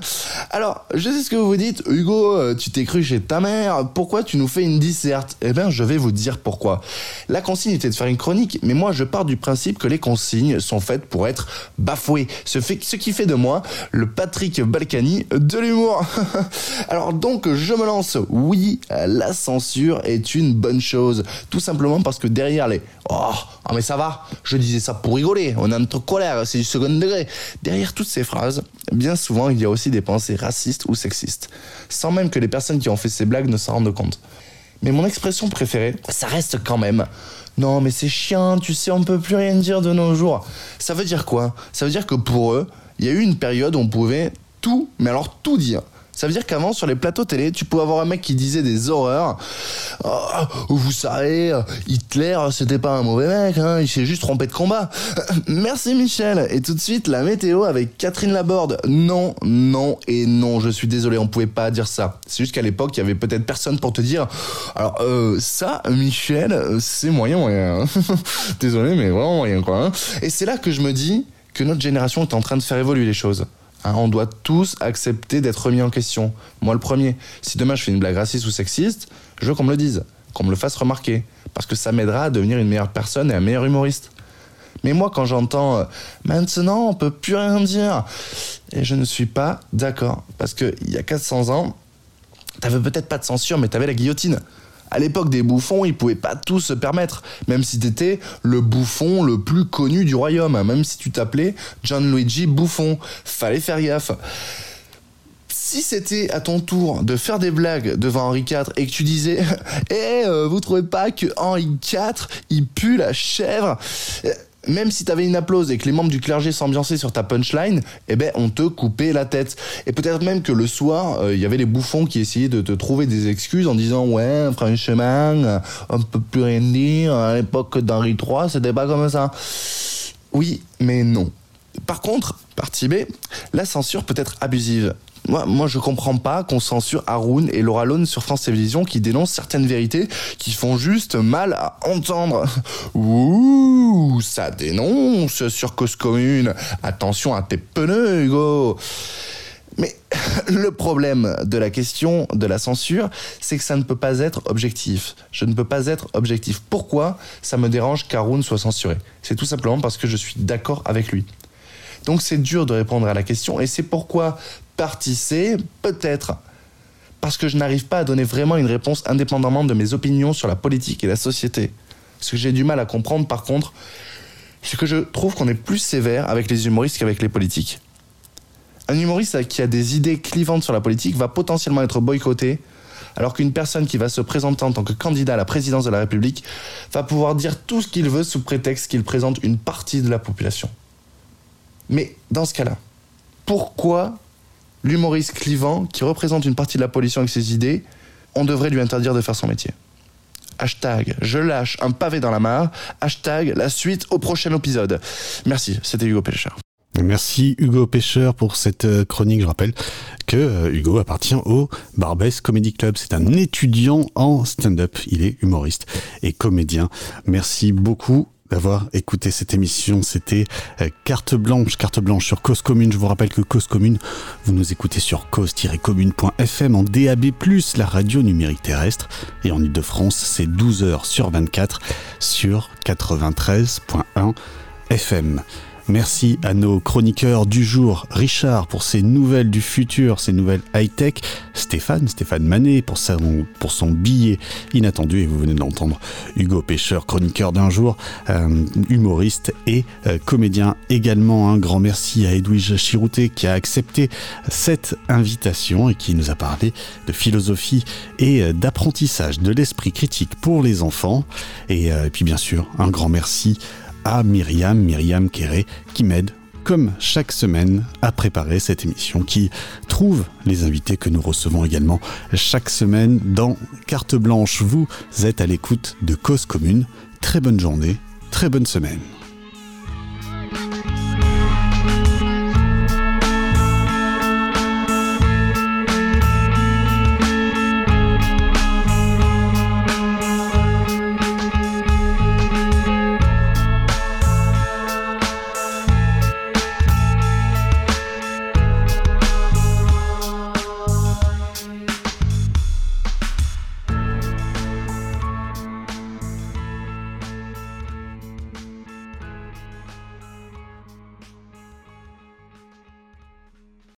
Alors, je sais ce que vous vous dites. Hugo, tu t'es cru chez ta mère. Pourquoi tu nous fais une disserte ? Eh bien, je vais vous dire pourquoi. La consigne était de faire une chronique, mais moi, je pars du principe que les consignes sont faites pour être bafouées. Ce qui fait de moi le Patrick Balkany de l'humour. Alors donc, je me lance. Oui, la censure est une bonne chose. Tout simplement parce que derrière les « Oh, mais ça va, je disais ça pour rigoler, on est entre colère, c'est du second degré ». Derrière toutes ces phrases, bien souvent, il y a aussi des pensées racistes ou sexistes, sans même que les personnes qui ont fait ces blagues ne s'en rendent compte. Mais mon expression préférée, ça reste quand même « Non, mais c'est chiant, tu sais, on peut plus rien dire de nos jours ». Ça veut dire quoi ? Ça veut dire que pour eux, il y a eu une période où on pouvait tout, mais alors tout dire. Ça veut dire qu'avant, sur les plateaux télé, tu pouvais avoir un mec qui disait des horreurs. Oh, vous savez, Hitler, c'était pas un mauvais mec, hein, il s'est juste trompé de combat. Merci Michel. Et tout de suite, la météo avec Catherine Laborde. Non, et non, je suis désolé, on pouvait pas dire ça. C'est juste qu'à l'époque, il y avait peut-être personne pour te dire. Alors, ça, Michel, c'est moyen. Désolé, mais vraiment moyen, quoi. Hein. Et c'est là que je me dis que notre génération est en train de faire évoluer les choses. On doit tous accepter d'être remis en question. Moi le premier. Si demain je fais une blague raciste ou sexiste, je veux qu'on me le dise, qu'on me le fasse remarquer, parce que ça m'aidera à devenir une meilleure personne et un meilleur humoriste. Mais moi quand j'entends « Maintenant on peut plus rien dire », et je ne suis pas d'accord, parce qu'il y a 400 ans, t'avais peut-être pas de censure, mais t'avais la guillotine. À l'époque des bouffons, ils pouvaient pas tous se permettre, même si t'étais le bouffon le plus connu du royaume, même si tu t'appelais Gianluigi Buffon, fallait faire gaffe. Si c'était à ton tour de faire des blagues devant Henri IV et que tu disais « vous trouvez pas que Henri IV, il pue la chèvre ?» Même si t'avais une applause et que les membres du clergé s'ambiançaient sur ta punchline, on te coupait la tête. Et peut-être même que le soir, il y avait les bouffons qui essayaient de te trouver des excuses en disant « Ouais, franchement, on peut plus rien dire, à l'époque d'Henri III, c'était pas comme ça. » Oui, mais non. Par contre, partie B, la censure peut être abusive. Moi, je comprends pas qu'on censure Haroun et Laura Lone sur France Télévisions qui dénoncent certaines vérités qui font juste mal à entendre. Ouh, ça dénonce sur Cause Commune. Attention à tes pneus, Hugo. Mais le problème de la question de la censure, c'est que ça ne peut pas être objectif. Je ne peux pas être objectif. Pourquoi ça me dérange qu'Haroun soit censuré ? C'est tout simplement parce que je suis d'accord avec lui. Donc c'est dur de répondre à la question et c'est pourquoi partie C, peut-être. Parce que je n'arrive pas à donner vraiment une réponse indépendamment de mes opinions sur la politique et la société. Ce que j'ai du mal à comprendre par contre, c'est que je trouve qu'on est plus sévère avec les humoristes qu'avec les politiques. Un humoriste qui a des idées clivantes sur la politique va potentiellement être boycotté, alors qu'une personne qui va se présenter en tant que candidat à la présidence de la République va pouvoir dire tout ce qu'il veut sous prétexte qu'il présente une partie de la population. Mais dans ce cas-là, pourquoi l'humoriste clivant qui représente une partie de la population avec ses idées, on devrait lui interdire de faire son métier ? Hashtag, je lâche un pavé dans la mare. Hashtag, la suite au prochain épisode. Merci, c'était Hugo Pêcheur. Merci Hugo Pêcheur pour cette chronique. Je rappelle que Hugo appartient au Barbès Comedy Club. C'est un étudiant en stand-up. Il est humoriste et comédien. Merci beaucoup d'avoir écouté cette émission. C'était Carte Blanche sur Cause Commune. Je vous rappelle que Cause Commune, vous nous écoutez sur cause-commune.fm en DAB+, la radio numérique terrestre. Et en Ile-de-France, c'est 12h sur 24 sur 93.1 FM. Merci à nos chroniqueurs du jour, Richard pour ses nouvelles du futur, ses nouvelles high-tech, Stéphane Manet pour son billet inattendu, et vous venez d'entendre Hugo Pêcheur, chroniqueur d'un jour, humoriste et comédien également. Un grand merci à Edwige Chirouté qui a accepté cette invitation et qui nous a parlé de philosophie et d'apprentissage de l'esprit critique pour les enfants. Et puis bien sûr, un grand merci à Myriam Quéré, qui m'aide, comme chaque semaine, à préparer cette émission, qui trouve les invités que nous recevons également chaque semaine dans Carte Blanche. Vous êtes à l'écoute de Cause Commune. Très bonne journée, très bonne semaine.